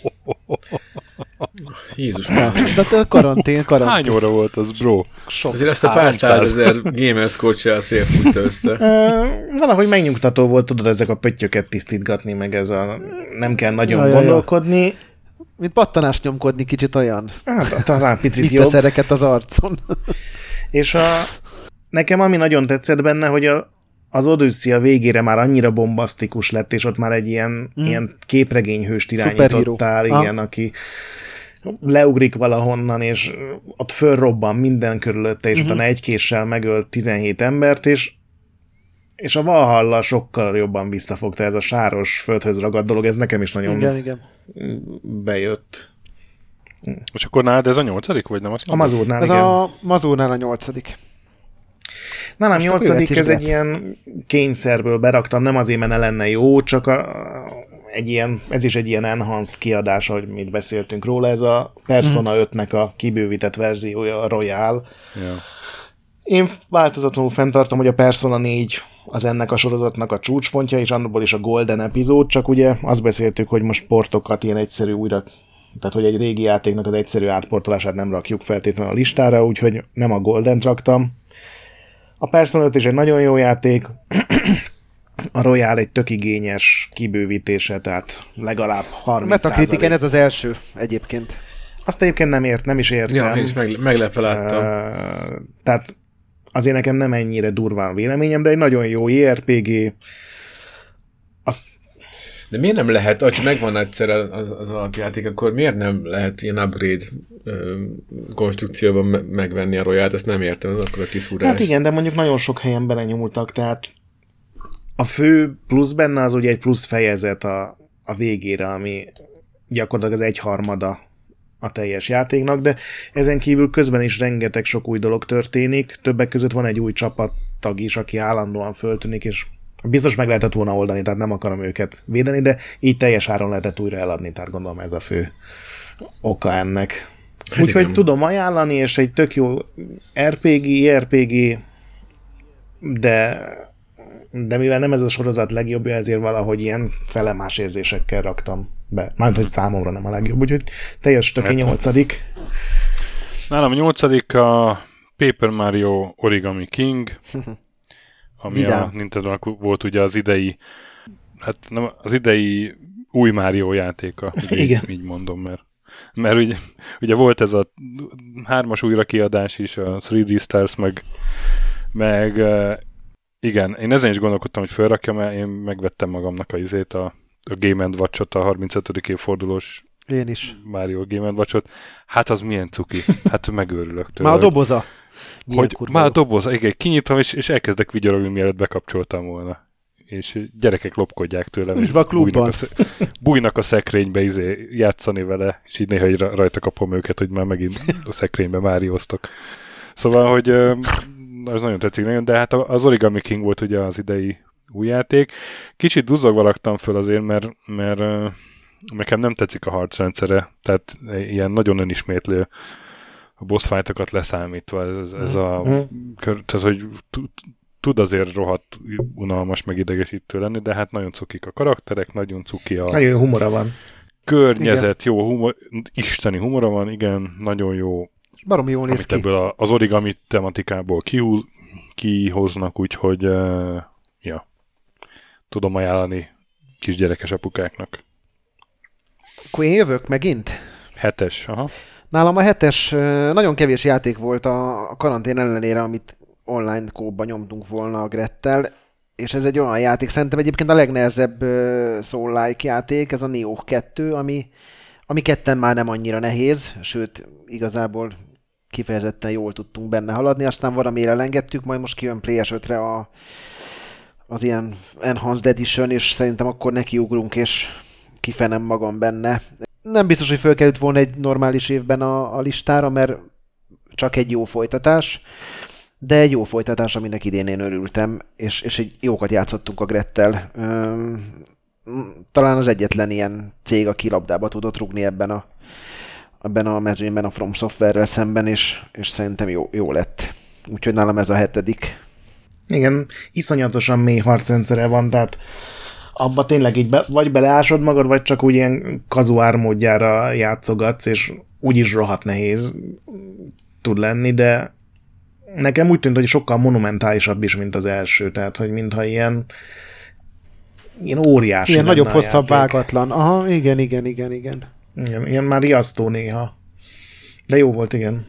Jézus ja, de a karantén, karantén. Hány óra volt az, bro? Sok. Azért ezt a pár százezer gamerscore-csel szélfújta össze. Uh, valahogy megnyugtató volt, tudod, ezek a pöttyöket tisztítgatni, meg ez a nem kell nagyon ja, gondolkodni. Ja, ja. Mint pattanást nyomkodni, kicsit olyan. Hát, talán picit jobb. Szereket az arcon. És a, nekem ami nagyon tetszett benne, hogy a, az Odyssey a végére már annyira bombasztikus lett, és ott már egy ilyen, mm. ilyen képregényhőst irányítottál, igen, ah. aki leugrik valahonnan, és ott fölrobban minden körülötte, és uh-huh. utána egy késsel megölt tizenhét embert, és, és a Valhalla sokkal jobban visszafogta, ez a sáros, földhöz ragadt dolog, ez nekem is nagyon igen, igen. bejött. És akkor nálad ez a nyolcadik, vagy nem azt mondod? A Mazurnál, ez igen. a Mazurnál a nyolcadik. Nálam nyolcadik, ez egy ilyen kényszerből beraktam, nem azért, mert ne lenne jó, csak a, egy ilyen, ez is egy ilyen enhanced kiadás, ahogy mit beszéltünk róla, ez a Persona ötnek a kibővített verziója, a Royale. Yeah. Én változatlanul fenntartom, hogy a Persona négy az ennek a sorozatnak a csúcspontja, és annabból is a Golden epizód, csak ugye azt beszéltük, hogy most portokat ilyen egyszerű újra, tehát hogy egy régi játéknak az egyszerű átportolását nem rakjuk feltétlenül a listára, úgyhogy nem a Goldent raktam. A Persona öt is egy nagyon jó játék, a Royale egy tök igényes kibővítése, tehát legalább harminc százalék. Metacritiken ez az első egyébként. Azt egyébként nem ért, nem is értem. Ja, én is meg, meglepve láttam. Uh, tehát azért nekem nem ennyire durván véleményem, de egy nagyon jó i er pé gé. Azt... De miért nem lehet, ha megvan egyszer az, az alapjáték, akkor miért nem lehet ilyen upgrade ö, konstrukcióban me- megvenni a Royalt? Ezt nem értem, ez akkor a kiszúrás. Hát igen, de mondjuk nagyon sok helyen belenyomultak, tehát a fő plusz benne az ugye egy plusz fejezet a, a végére, ami gyakorlatilag az egyharmada a teljes játéknak, de ezen kívül közben is rengeteg sok új dolog történik, többek között van egy új csapattag is, aki állandóan föltűnik, és biztos meg lehetett volna oldani, tehát nem akarom őket védeni, de így teljes áron lehetett újra eladni, tehát gondolom ez a fő oka ennek. Úgyhogy tudom ajánlani, és egy tök jó er pé gé, i er pé gé, de, de mivel nem ez a sorozat legjobbja, ezért valahogy ilyen felemás érzésekkel raktam be. Mármint, hogy számomra nem a legjobb, úgyhogy teljes töki nyolcadik. Nálam a nyolcadik a Paper Mario Origami King, ami Vidám. A Nintendo-nak volt ugye az idei, hát nem, az idei új Mario játéka, így, így mondom, mert, mert ugye, ugye volt ez a hármas újrakiadás is, a három dé Stars, meg, meg igen, én ezen is gondolkodtam, hogy felrakjam, mert én megvettem magamnak a izét, a, a Game and Watch-ot, a harmincötödik évfordulós én is. Mario Game and Watch-ot. Hát az milyen cuki, hát megőrülök tőle. Már a doboza. Hogy már a doboza, igen, kinyitom, és, és elkezdek vigyorogni, mielőtt bekapcsoltam volna. És gyerekek lopkodják tőlem, és bújnak a, bújnak a szekrénybe izé, játszani vele, és így néha rajta kapom őket, hogy már megint a szekrénybe márióztok. Szóval, hogy az nagyon tetszik, de hát az Origami King volt ugye az idei új játék. Kicsit duzzogva raktam föl azért, mert, mert uh, nekem nem tetszik a harcrendszere, tehát ilyen nagyon önismétlő a boss fightokat leszámítva, ez, ez a mm. kör, tehát hogy tud azért rohadt unalmas, meg idegesítő lenni, de hát nagyon cukik a karakterek, nagyon cuki a... Nagyon humora van. Környezet, igen. Jó, humor, isteni humora van, igen, nagyon jó. Baromi jól néz ki. Ebből az origami tematikából kihúz, kihoznak, úgyhogy uh, ja, tudom ajánlani kisgyerekes apukáknak. Akkor én jövök megint? Hetes, aha. Nálam a hetes, nagyon kevés játék volt a karantén ellenére, amit online kóba nyomtunk volna a Grettel, és ez egy olyan játék, szerintem egyébként a legnehezebb Soul-like játék, ez a Nioh kettő, ami, ami ketten már nem annyira nehéz, sőt, igazából kifejezetten jól tudtunk benne haladni, aztán valamire elengedtük, majd most kijön Play es ötre a, az ilyen Enhanced Edition, és szerintem akkor nekiugrunk, és kifenem magam benne. Nem biztos, hogy fölkerült volna egy normális évben a, a listára, mert csak egy jó folytatás, de egy jó folytatás, aminek idén én örültem, és, és egy jókat játszottunk a Grettel. Üm, talán az egyetlen ilyen cég, aki labdába tudott rugni ebben a, ebben a mezőnyben a From Software-rel szemben, és, és szerintem jó, jó lett. Úgyhogy nálam ez a hetedik. Igen, iszonyatosan mély harcrendszere van, tehát abba tényleg így be, vagy beleásod magad, vagy csak úgy ilyen kazuár módjára játszogatsz, és úgyis rohadt nehéz tud lenni, de nekem úgy tűnt, hogy sokkal monumentálisabb is, mint az első, tehát, hogy mintha ilyen ilyen óriási ilyen nagyobb, hosszabb, vágatlan. Aha, igen, igen, igen, igen. Igen, ilyen már riasztó néha. De jó volt, igen.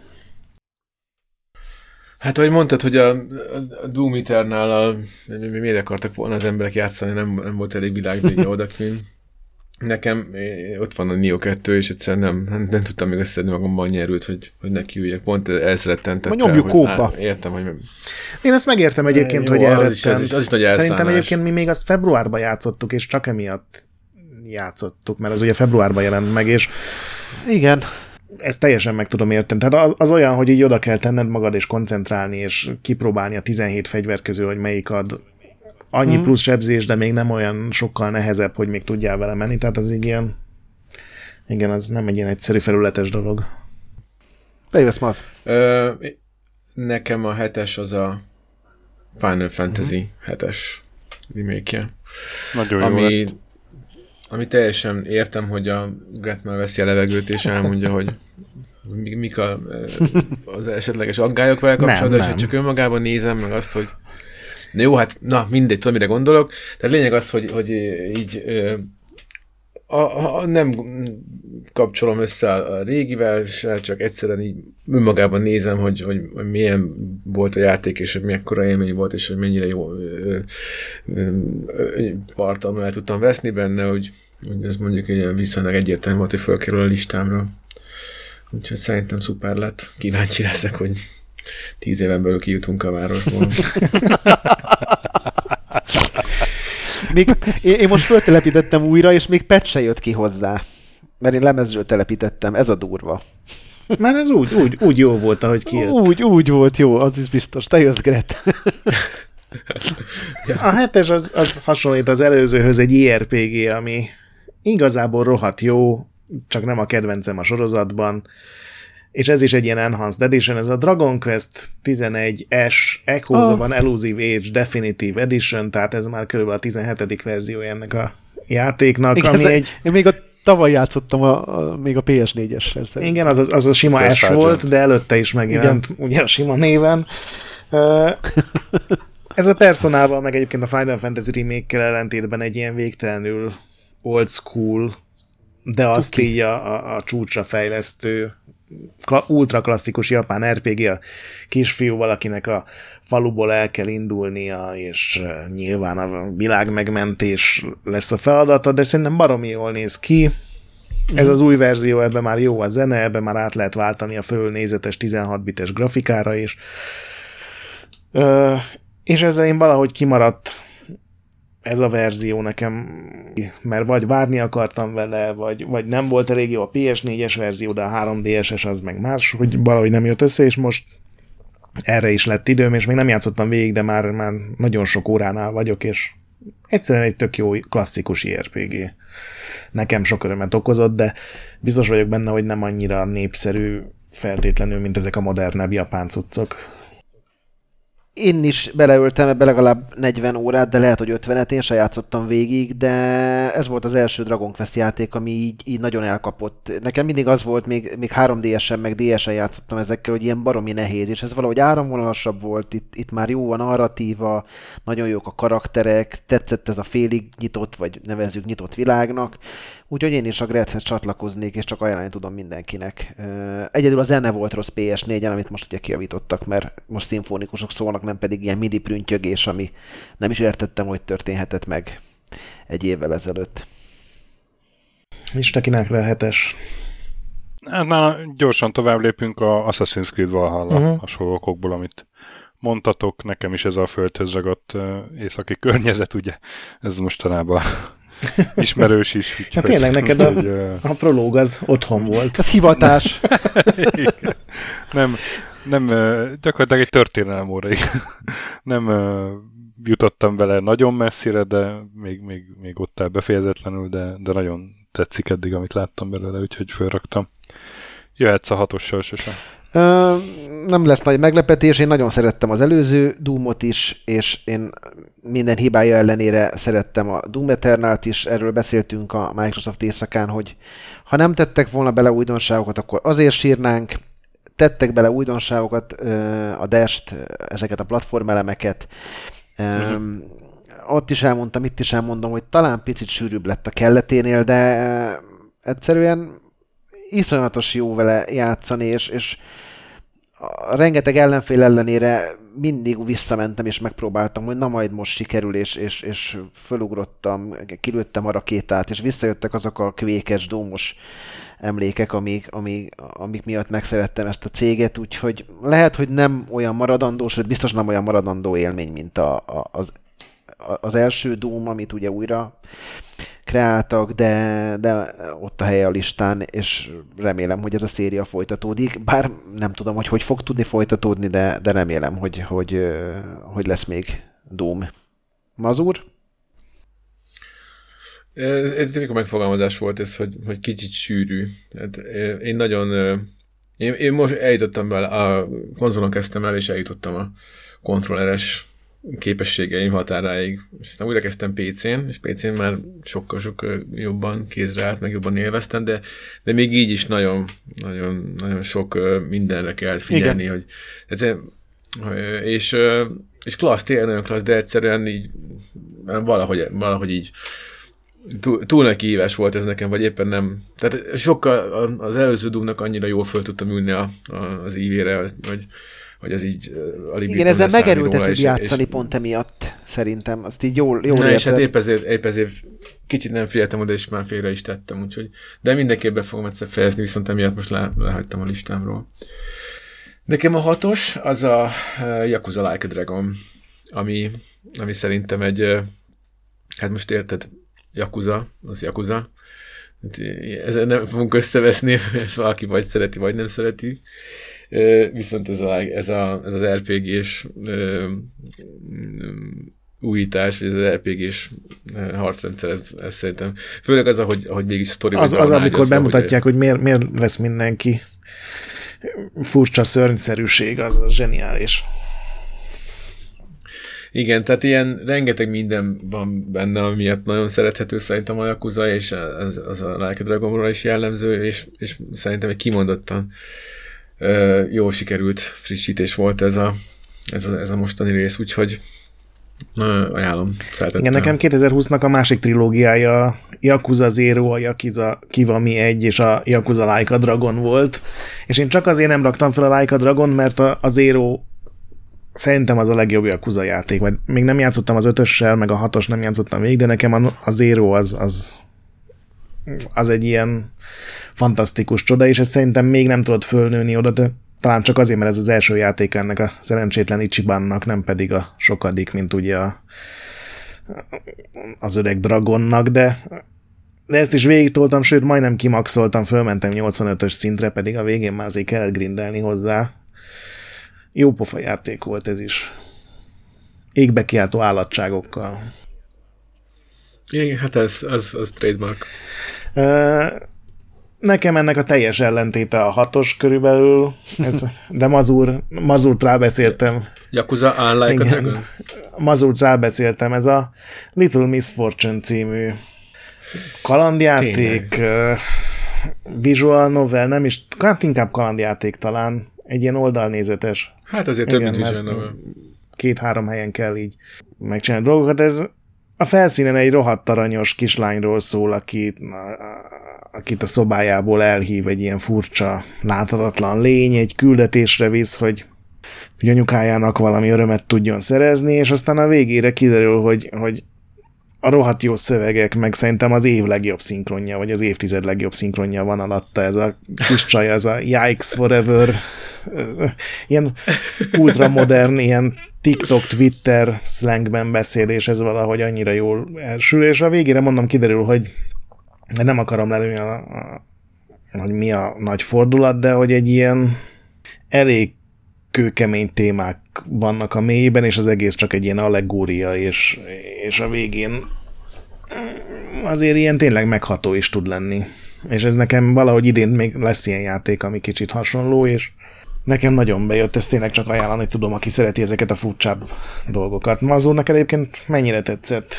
Hát, ahogy mondtad, hogy a, a Doom Eternal-al miért akartak volna az emberek játszani, nem, nem volt elég világvége odakint. Nekem ott van a Nioh kettő, és egyszerűen nem, nem, nem tudtam még összedni magamban annyi erőt, hogy, hogy nekiüljek. Pont elszerettentettem. Ma nyomjuk kóba. Értem, hogy... Én ezt megértem egyébként, jó, hogy elrettent. Az is, az is, az is nagy elszállás. Szerintem egyébként mi még azt februárban játszottuk, és csak emiatt játszottuk, mert az ugye februárban jelent meg, és... Igen. Ezt teljesen meg tudom érteni. Tehát az, az olyan, hogy így oda kell tenned magad, és koncentrálni, és kipróbálni a tizenhét fegyver közül, hogy melyik ad annyi plusz sebzés, de még nem olyan sokkal nehezebb, hogy még tudjál vele menni. Tehát az így ilyen... Igen, az nem egy ilyen egyszerű felületes dolog. Te jössz, Maz. Ö, nekem a hetes az a Final Fantasy uh-huh. hetes remake-je. Nagyon jó ami, lett. Ami teljesen értem, hogy a Gret már veszi a levegőt, és elmondja, hogy mik a, az esetleges aggályok vele kapcsolatban, és csak önmagában nézem meg azt, hogy na jó, hát na mindegy, tudom, mire gondolok. Tehát lényeg az, hogy, hogy így a, a, nem kapcsolom össze a régivel, se, csak egyszerűen így önmagában nézem, hogy, hogy, hogy milyen volt a játék, és hogy mekkora élmény volt, és hogy mennyire jó partalmon el tudtam veszni benne, hogy, hogy ez mondjuk egy ilyen viszonylag egyértelmű volt, hogy fölkerül a listámra. Úgyhogy szerintem szuper lett. Kíváncsi leszek, hogy tíz éven belül kijutunk a városból. Még, én, én most föltelepítettem újra, és még patch se jött ki hozzá. Mert én lemezről telepítettem, ez a durva. Már ez úgy, úgy, úgy jó volt, ahogy kijött. Úgy, úgy volt jó, az is biztos. Te jössz, Gret. A hetes az, az hasonlít az előzőhöz egy i er pé gé, ami igazából rohadt jó, csak nem a kedvencem a sorozatban, és ez is egy ilyen Enhanced Edition, ez a Dragon Quest tizenegy es Echoes of an Elusive Age Definitive Edition, tehát ez már körülbelül a tizenhetedik verziója ennek a játéknak, igen, ami egy... Én még a tavaly játszottam a, a, még a pé es négyessel szerintem. Igen, az, az, az a sima S volt, de előtte is megjelent, igen. Ugye a sima néven. Ez a Personával, meg egyébként a Final Fantasy remake-kel ellentétben egy ilyen végtelenül old school, de azt Cuki. így a, a, a csúcsra fejlesztő kla- ultra klasszikus japán er pé gé, a kisfiú valakinek a faluból el kell indulnia, és uh, nyilván a világ megmentés lesz a feladata, de szerintem baromi jól néz ki. Mm. Ez az új verzió, ebben már jó a zene, ebben már át lehet váltani a fölnézetes tizenhat bites grafikára is. Uh, és ezzel én valahogy kimaradt ez a verzió nekem, mert vagy várni akartam vele, vagy, vagy nem volt elég jó a pé es négyes verzió, de a három dé es-es az meg más, hogy valahogy nem jött össze, és most erre is lett időm, és még nem játszottam végig, de már, már nagyon sok óránál vagyok, és egyszerűen egy tök jó klasszikus i er pé gé. Nekem sok örömet okozott, de biztos vagyok benne, hogy nem annyira népszerű feltétlenül, mint ezek a modernebb japán cuccok. Én is beleöltem ebbe legalább negyven órát, de lehet, hogy ötvenet, én se játszottam végig, de ez volt az első Dragon Quest játék, ami így, így nagyon elkapott. Nekem mindig az volt, még, még három dé esen, meg dé esen játszottam ezekkel, hogy ilyen baromi nehéz, és ez valahogy áramvonalasabb volt, itt, itt már jó a narratíva, nagyon jók a karakterek, tetszett ez a félig nyitott, vagy nevezzük nyitott világnak, úgyhogy én is a Grethez csatlakoznék, és csak ajánlani tudom mindenkinek. Egyedül a zene volt rossz pé es négyen, amit most ugye kijavítottak, mert most szimfonikusok szólnak, nem pedig ilyen midi prüntjögés, ami nem is értettem, hogy történhetett meg egy évvel ezelőtt. És te kinek lehetes? Hát na, gyorsan tovább lépünk a Assassin's Creed Valhalla uh-huh. hasonló okokból, amit mondtatok. Nekem is ez a földhöz ragadt uh, északi környezet, ugye? Ez mostanában ismerős is. Úgy, hát tényleg neked a, hogy, uh... a prológ az otthon volt. Ez hivatás. nem, nem, gyakorlatilag egy történelem óraig. Nem uh, jutottam vele nagyon messzire, de még, még, még ott áll befejezetlenül, de, de nagyon tetszik eddig, amit láttam belőle, úgyhogy fölraktam. Jöhetsz a hatossal sosem. Ö, nem lesz nagy meglepetés, én nagyon szerettem az előző Doomot is, és én minden hibája ellenére szerettem a Doom Eternalt is, erről beszéltünk a Microsoft éjszakán, hogy ha nem tettek volna bele újdonságokat, akkor azért sírnánk, tettek bele újdonságokat, a Dash-t, ezeket a platformelemeket, mm-hmm. Ott is elmondtam, itt is elmondom, hogy talán picit sűrűbb lett a kelleténél, de egyszerűen iszonyatos jó vele játszani, és, és a rengeteg ellenfél ellenére mindig visszamentem, és megpróbáltam, hogy na majd most sikerül, és, és, és fölugrottam, kilőttem a rakétát, és visszajöttek azok a kvékes, dómos emlékek, amik, amik, amik miatt megszerettem ezt a céget, úgyhogy lehet, hogy nem olyan maradandó, sőt biztos nem olyan maradandó élmény, mint a, a, az, az első Doom, amit ugye újra kreáltak, de, de ott a helye a listán, és remélem, hogy ez a széria folytatódik, bár nem tudom, hogy hogy fog tudni folytatódni, de, de remélem, hogy, hogy, hogy lesz még Doom. Mazur? Ez, ez a megfogalmazás volt ez, hogy, hogy kicsit sűrű. Hát én nagyon... Én, én most eljutottam be, a konzolon kezdtem el, és eljutottam a kontrolleres képességeim határáig. És aztán újra kezdtem pé cén, és pé cén már sokkal-sokkal jobban kézre állt, meg jobban élveztem, de, de még így is nagyon, nagyon, nagyon sok mindenre kell figyelni, igen. hogy ez, és, és klassz, tényleg nagyon klassz, de egyszerűen így valahogy, valahogy így túl, túl nagy kihívás volt ez nekem, vagy éppen nem. Tehát sokkal az előző Doomnak annyira jól föl tudtam ülni a, a, az ívére, hogy hogy ez így uh, igen, ezzel megerőltetőbb játszani és, pont emiatt, szerintem. Azt így jól, jól na, és hát épp ezért, épp ezért kicsit nem figyeltem oda, és már félre is tettem, úgyhogy, de mindenképp be fogom egyszer fejezni, viszont emiatt most le, lehagytam a listámról. Nekem a hatos, az a uh, Yakuza Like a Dragon, ami, ami szerintem egy, uh, hát most érted, Yakuza, az Yakuza, ezzel nem fogunk összeveszni, mert valaki vagy szereti, vagy nem szereti. Uh, viszont ez, a, ez, a, ez az er pé gés uh, újítás, vagy ez az er pé gés uh, harcrendszer, ez, ez szerintem. Főleg az, ahogy, ahogy mégis a sztori az, az, amikor bemutatják, hogy, hogy miért, miért lesz mindenki furcsa szörnyszerűség, az, az zseniális. Igen, tehát ilyen rengeteg minden van benne, amiatt nagyon szerethető szerintem a Yakuza, és az, az a Like a Dragonra is jellemző, és, és szerintem egy kimondottan Uh, jól sikerült frissítés volt ez a, ez a, ez a mostani rész, úgyhogy uh, ajánlom. Szeretettel. Igen, nekem kétezer-húsznak a másik trilógiája Yakuza Zero, a Yakuza Kiwami egy és a Yakuza Like a Dragon volt, és én csak azért nem raktam fel a Like a Dragon, mert a, a Zero szerintem az a legjobb Yakuza játék, vagy még nem játszottam az ötössel, meg a hatos nem játszottam végig, de nekem a, a Zero az, az az egy ilyen fantasztikus csoda, és ezt szerintem még nem tudod fölnőni oda, de talán csak azért, mert ez az első játék ennek a szerencsétlen Ichibannak, nem pedig a sokadik, mint ugye a, az öreg Dragonnak, de, de ezt is végigtoltam, sőt, majdnem kimaxoltam, fölmentem nyolcvanötös szintre, pedig a végén már azért kell grindelni hozzá. Jó pofa játék volt ez is. Égbe kiáltó állatságokkal. Igen, hát ez az, az trademark. Uh, nekem ennek a teljes ellentéte a hatos körülbelül, ez, de Mazur, Mazurt rábeszéltem. Yakuza Unlike a Dragon? Mazurt rábeszéltem, ez a Little Miss Fortune című kalandjáték, uh, visual novel, nem is, hát inkább kalandjáték talán, egy ilyen oldalnézetes. Hát azért több, mint visual novel. Két-három helyen kell így megcsinálni dolgokat. Ez a felszínen egy rohadt aranyos kislányról szól, aki, akit a szobájából elhív egy ilyen furcsa, láthatatlan lény, egy küldetésre visz, hogy, hogy anyukájának valami örömet tudjon szerezni, és aztán a végére kiderül, hogy, hogy a rohadt jó szövegek, meg szerintem az év legjobb szinkronja, vagy az évtized legjobb szinkronja van alatta, ez a kis csaj, ez a Yikes Forever, ilyen ultramodern, ilyen TikTok, Twitter slangben beszél, és ez valahogy annyira jól elsül, és a végére mondom, kiderül, hogy nem akarom lelőni, a, a, hogy mi a nagy fordulat, de hogy egy ilyen elég kőkemény témák vannak a mélyében, és az egész csak egy ilyen allegória, és, és a végén azért ilyen tényleg megható is tud lenni. És ez nekem valahogy idén még lesz ilyen játék, ami kicsit hasonló, és nekem nagyon bejött, ezt tényleg csak ajánlani tudom, aki szereti ezeket a furcsább dolgokat. Mazurnak egyébként mennyire tetszett?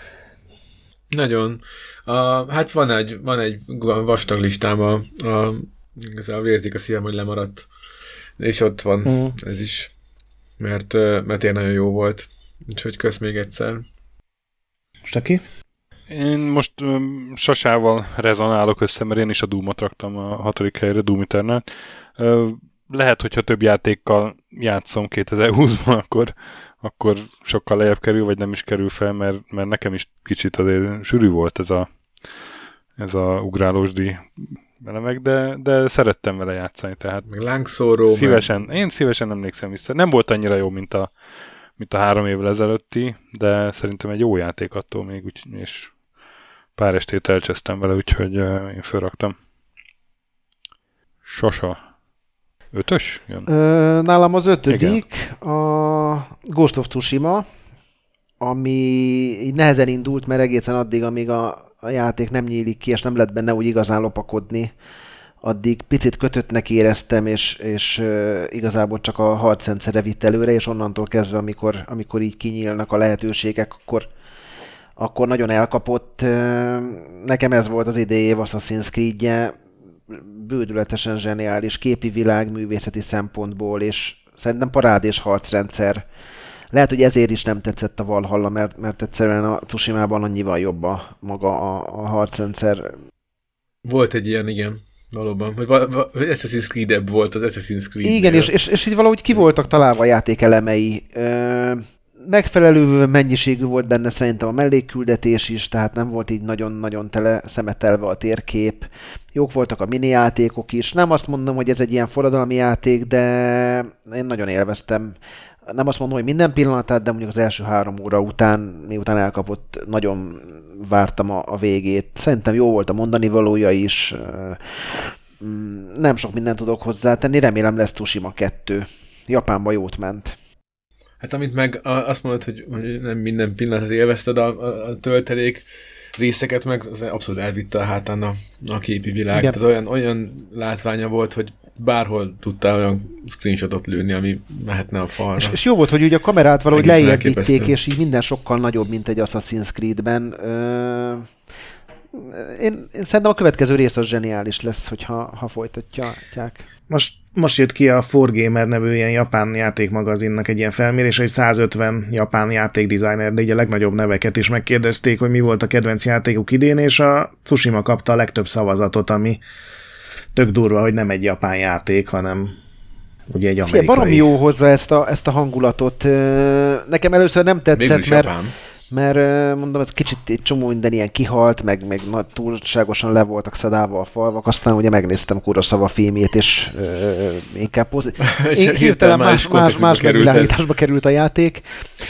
Nagyon. Uh, hát van egy, van egy vastag listám, a, a, a vérzik a szívem, hogy lemaradt. És ott van mm. ez is, mert, mert én nagyon jó volt. Úgyhogy kösz még egyszer. Most aki? Én most um, Sasával rezonálok össze, mert én is a Doom-ot raktam a hatodik helyre, Doom Eternal. Uh, lehet, hogyha több játékkal játszom kétezer-húszban, akkor, akkor sokkal lejjebb kerül, vagy nem is kerül fel, mert, mert nekem is kicsit azért sűrű volt ez a, ez a ugrálósdi elemek, de, de szerettem vele játszani, tehát meg lángszóró, szívesen, meg... én szívesen emlékszem vissza. Nem volt annyira jó, mint a, mint a három évvel ezelőtti, de szerintem egy jó játék attól még, úgy, és pár estét elcsesztem vele, úgyhogy uh, én fölraktam. Sasa. Ötös? Jön? Ö, nálam az ötödik, igen. A Ghost of Tsushima, ami így nehezen indult, mert egészen addig, amíg a a játék nem nyílik ki, és nem lett benne úgy igazán lopakodni, addig picit kötöttnek éreztem, és, és uh, igazából csak a harcrendszerre vitt előre, és onnantól kezdve, amikor, amikor így kinyílnak a lehetőségek, akkor, akkor nagyon elkapott. Uh, nekem ez volt az idei év Assassin's Creed-je, bődületesen zseniális képi világ, művészeti szempontból, és szerintem parádés harcrendszer. Lehet, hogy ezért is nem tetszett a Valhalla, mert, mert egyszerűen a Tsushima-ban annyival jobb a maga a, a harcrendszer. Volt egy ilyen, igen, valóban. Hogy Assassin's Creed-ebb volt az Assassin's Creed. Igen, és, és, és így valahogy ki voltak találva a játék elemei. Ö, megfelelő mennyiségű volt benne szerintem a mellékküldetés is, tehát nem volt így nagyon-nagyon tele szemetelve a térkép. Jók voltak a mini játékok is. Nem azt mondom, hogy ez egy ilyen forradalmi játék, de én nagyon élveztem. Nem azt mondom, hogy minden pillanatát, de mondjuk az első három óra után, miután elkapott, nagyon vártam a, a végét. Szerintem jó volt a mondani valója is. Nem sok mindent tudok hozzátenni, remélem lesz Tsushima kettő. Japánba jót ment. Hát amit meg azt mondod, hogy, hogy nem minden pillanatot élvezted a, a, a töltelék részeket, meg az abszolút elvitte a hátán a, a képi világ. Igen. Tehát olyan, olyan látványa volt, hogy bárhol tudtál olyan screenshotot lőni, ami mehetne a falra. És, és jó volt, hogy ugye a kamerát valahogy lejjebb vitték, és így minden sokkal nagyobb, mint egy Assassin's Creed-ben. Ö... Én, én szerintem a következő rész az zseniális lesz, hogyha ha folytatják. Most, most jött ki a four Gamer nevű ilyen japán játékmagazinnak egy ilyen felmérés, hogy százötven japán játékdesigner, de így a legnagyobb neveket is megkérdezték, hogy mi volt a kedvenc játékuk idén, és a Tsushima kapta a legtöbb szavazatot, ami tök durva, hogy nem egy japán játék, hanem ugye egy amerikai. Fie, baromi jó hozzá ezt a, ezt a hangulatot. Nekem először nem tetszett, mert... Japán. Mert mondom, ez kicsit egy csomó minden ilyen kihalt, meg, meg túlságosan le voltak szedálva a falvak, aztán ugye megnéztem Kurosawa filmjét, és ö, inkább pozitív. Hirtelen más, más, más megvilágításba került a játék.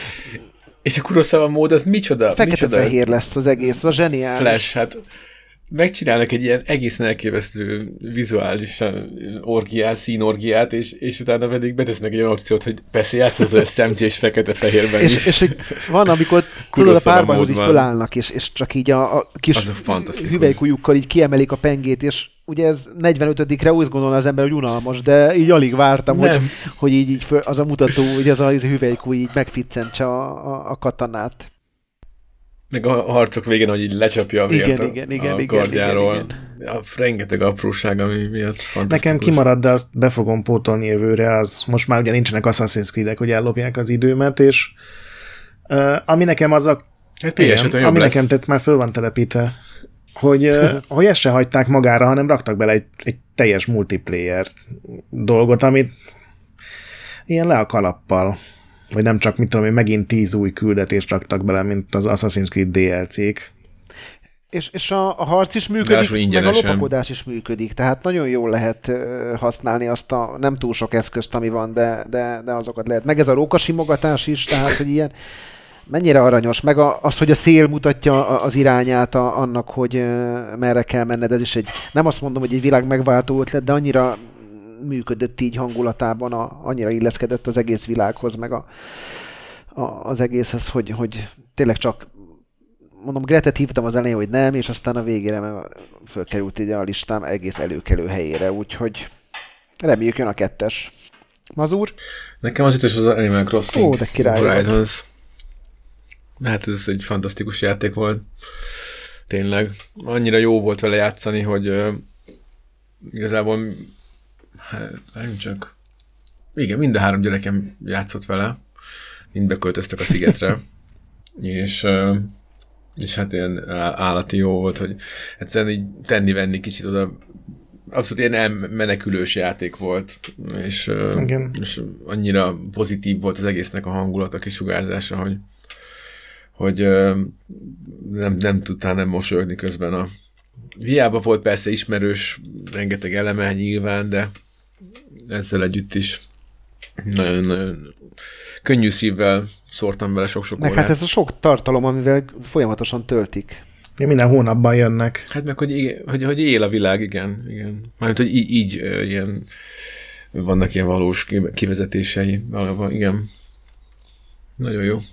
És a Kurosawa mód, az micsoda? Fekete-fehér lesz az egész, az zseniális. Flash, hát megcsinálnak egy ilyen egészen elképesztő vizuális orgiát, színorgiát, és, és utána pedig betesznek egy olyan opciót, hogy persze játszol az szemcsi és fekete-fehérben és, is. És van, amikor tudod, a párbajhoz így fölállnak, és, és csak így a, a kis hüvelykujjukkal így kiemelik a pengét, és ugye ez negyvenötödikre úgy gondolna az ember, hogy unalmas, de így alig vártam, hogy, hogy így, így föl, az a mutató, hogy az a hüvelykúj így megficcentse a, a, a katanát. Meg a harcok végén, hogy így lecsapja a vért igen, a, igen, igen, a kardjáról. Igen, igen. A rengeteg apróság, ami miatt fantasztikus. Nekem kimarad, de azt be fogom pótolni jövőre, az most már ugye nincsenek Assassin's Creed-ek, hogy ellopják az időmet, és uh, ami nekem az a... Hát igen, ami lesz. nekem tett, már föl van telepítve, hogy, uh, hogy ezt se hagyták magára, hanem raktak bele egy, egy teljes multiplayer dolgot, amit ilyen le a kalappal. Vagy nem csak, mit tudom én, megint tíz új küldetést raktak bele, mint az Assassin's Creed dé el cé-k. És, és a, a harc is működik, meg a lopakodás is működik, tehát nagyon jól lehet uh, használni azt a nem túl sok eszközt, ami van, de, de, de azokat lehet. Meg ez a rókasimogatás is, tehát, hogy ilyen mennyire aranyos, meg a, az, hogy a szél mutatja az irányát a, annak, hogy uh, merre kell menned, ez is egy, nem azt mondom, hogy egy világ megváltó ötlet, de annyira működött így hangulatában, a, annyira illeszkedett az egész világhoz, meg a, a, az egészhez, hogy, hogy tényleg csak mondom, Gretet hívtam az elején, hogy nem, és aztán a végére meg fölkerült ide a listám egész előkelő helyére, úgyhogy reméljük jön a kettes. Mazur? Nekem az ötös az Animal Crossing. Ó, de király Horizons. Hát ez egy fantasztikus játék volt. Tényleg. Annyira jó volt vele játszani, hogy uh, igazából hát, nem csak... Igen, mind a három gyerekem játszott vele. Mind beköltöztek a szigetre. és, uh, és hát ilyen állati jó volt, hogy egyszerűen így tenni-venni kicsit oda. Abszolút ilyen menekülős játék volt, és, uh, és annyira pozitív volt az egésznek a hangulata, kisugárzása, hogy hogy uh, nem, nem tudtál nem mosolyogni közben. A... Hiába volt persze ismerős, rengeteg eleme nyilván, de ezzel együtt is nagyon-nagyon könnyű szívvel szórtam bele sok-sok órát. Meg hát ez a sok tartalom, amivel folyamatosan töltik. Ja, minden hónapban jönnek. Hát meg, hogy, hogy, hogy él a világ, igen. igen. Mármint, hogy így, így ilyen, vannak ilyen valós kivezetései. Valóban, igen. Nagyon jó.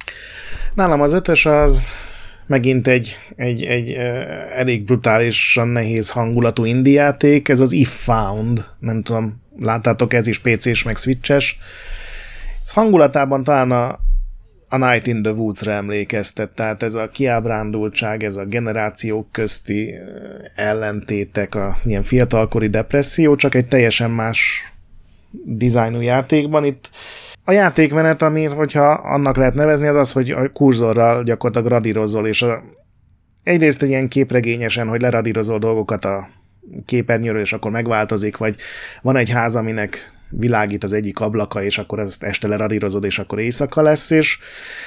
Nálam az ötös az megint egy, egy, egy elég brutálisan nehéz hangulatú indie játék, ez az If Found, nem tudom, láttátok, ez is pé cés meg switches. Ez hangulatában talán a, a Night in the Woods-ra emlékeztet, tehát ez a kiábrándultság, ez a generációk közti ellentétek, a ilyen fiatalkori depresszió, csak egy teljesen más dizájnú játékban. Itt a játékmenet, ami, hogyha annak lehet nevezni, az az, hogy a kurzorral gyakorlatilag radírozol, és a, egyrészt egy ilyen képregényesen, hogy leradírozol dolgokat a képernyőről, és akkor megváltozik, vagy van egy ház, aminek világít az egyik ablaka, és akkor ezt este leradírozod, és akkor éjszaka lesz, és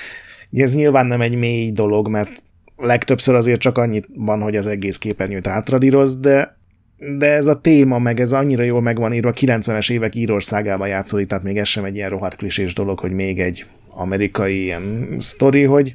ez nyilván nem egy mély dolog, mert legtöbbször azért csak annyit van, hogy az egész képernyőt átradíroz, de de ez a téma, meg ez annyira jól meg van írva, a kilencvenes évek Írországában játszódik, tehát még ez sem egy ilyen rohadt klisés dolog, hogy még egy amerikai ilyen sztori, hogy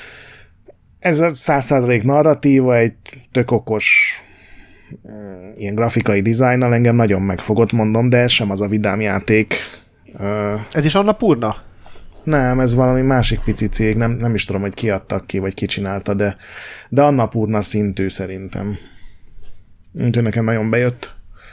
ez a száz százalék narratíva, egy tök okos ilyen grafikai dizájnnal engem nagyon megfogott, mondom, de ez sem az a vidám játék. Ez is Annapurna? Nem, ez valami másik pici cég, nem, nem is tudom, hogy ki adtak ki, vagy ki csinálta, de, de Annapurna szintű szerintem. Úgyhogy nekem nagyon bejött.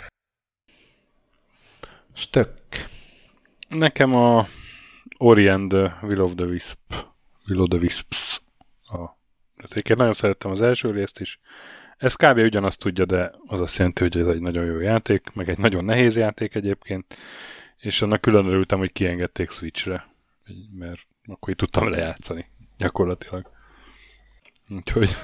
Stök. Nekem a Ori and the Will of the Wisp. Will of the Wisps. A... Én nagyon szerettem az első részt is. Ez kb. Ugyanazt tudja, de az azt jelenti, hogy ez egy nagyon jó játék, meg egy nagyon nehéz játék egyébként, és annak külön örültem, hogy kiengedték Switchre, mert akkor így tudtam lejátszani, gyakorlatilag. Úgyhogy...